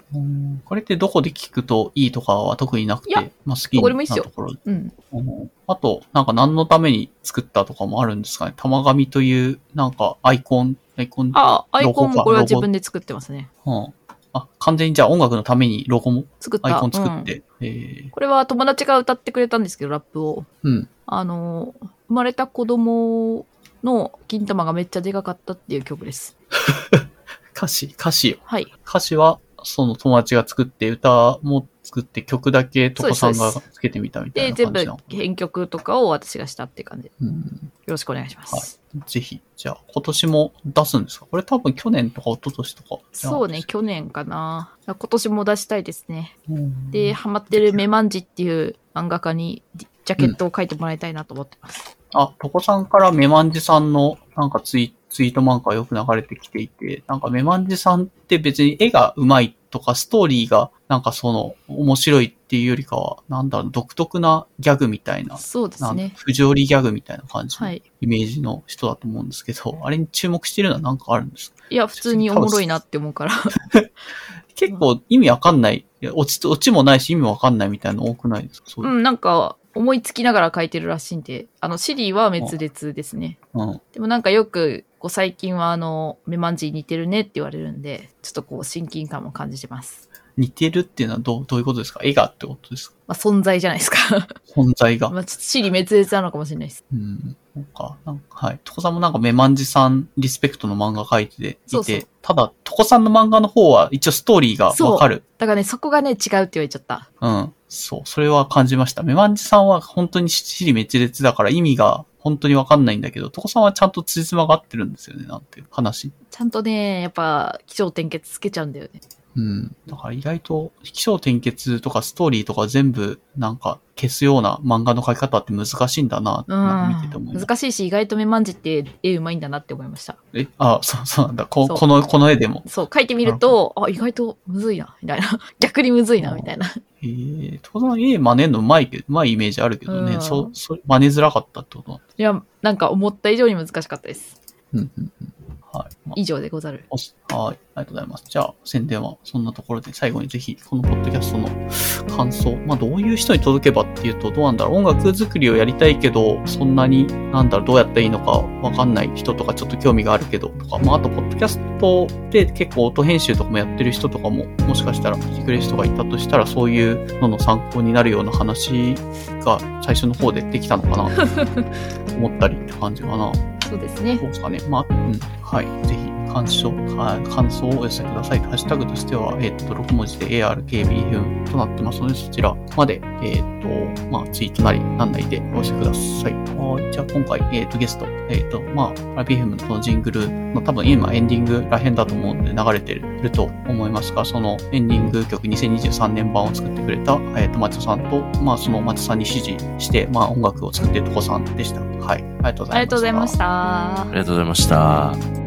これってどこで聞くといいとかは特になくて、まあ好きなところ。あと、なんか何のために作ったとかもあるんですかね。玉紙という、なんかアイコンアイコンもこれは自分で作ってますね。 完全にじゃあ音楽のためにロゴもアイコン作って。 これは友達が歌ってくれたんですけど、ラップを。生まれた子供の金玉がめっちゃでかかったっていう曲です。 歌詞はい。 歌詞は、その友達が作って、歌も作って、曲だけとこさんがつけてみたみたいな感じなの。 で、全部編曲とかを私がしたって感じ。よろしくお願いします。 ぜひ、じゃあ今年も出すんですか？これ多分去年とか一昨年とか。 そうね、去年かな。今年も出したいですね。で、ハマってるメマンジっていう漫画家にジャケットを書いてもらいたいなと思ってます。 とこさんからメマンジさんのなんかツイートなんかよく流れてきていて、なんかメマンジさんって別に絵が上手いとかストーリーがなんかその面白いっていうよりかは、なんだろう、独特なギャグみたいな。 そうですね。 不条理ギャグみたいな感じのイメージの人だと思うんですけど、あれに注目してるのはなんかあるんですか？ いや、普通におもろいなって思うから。 結構意味わかんない。オチもないし意味わかんないみたいなの多くないですか？ なんか、思いつきながら書いてるらしいんで、シリは滅裂ですね。でもなんかよく、最近はメマンジ似てるねって言われるんで、ちょっと親近感も感じてます。 似てるっていうのはどういうことですか？絵がってことですか？ まあ、存在じゃないですか。 存在が。 まあ、シリ滅裂なのかもしれないです。 はい。トコさんもなんかメマンジさんリスペクトの漫画描いていて、ただ、トコさんの漫画の方は一応ストーリーがわかる。 だからね、そこがね、違うって言われちゃった。 そう。それは感じました。メマンジさんは本当にシリ滅裂だから意味が本当にわかんないんだけど、トコさんはちゃんと辻褄が合ってるんですよね、なんていう話。 ちゃんとね、やっぱ、起承転結つけちゃうんだよね。 だから意外と、起承転結とかストーリーとか全部なんか消すような漫画の描き方って難しいんだな、見てて思います。 難しいし、意外とメマンジって絵うまいんだなって思いました。 そうなんだ。この絵でも。 そう、描いてみると、意外とむずいな、みたいな。逆にむずいな、みたいな。 当然絵真似るのうまいイメージあるけどね。真似づらかったってことなんだ。 いや、なんか思った以上に難しかったです。 はい。 以上でござる。 はい。ありがとうございます。じゃあ、宣伝はそんなところで最後にぜひ、このポッドキャストの感想。どういう人に届けばっていうと、どうなんだろう。音楽作りをやりたいけど、そんなに、どうやったらいいのかわかんない人とか、ちょっと興味があるけど、とか、あと、ポッドキャストで結構音編集とかもやってる人とかも、もしかしたら聞いてくれる人がいたとしたら、そういうのの参考になるような話が最初の方でできたのかな、と思ったりって感じかな。 そうですね。 そうですかね。はい。ぜひ、感想をお寄せください。ハッシュタグとしては、6文字で ARKBFM となってますので、そちらまで、ツイートなり、なんなりでお寄せください。じゃあ、今回、ゲスト、RBFM のこのジングルの多分今エンディングらへんだと思うので流れてると思いますが、そのエンディング曲2023年版を作ってくれた、松田さんと、その松田さんに指示して、音楽を作っているとこさんでした。はい。ありがとうございました。 ありがとうございました。 ありがとうございました。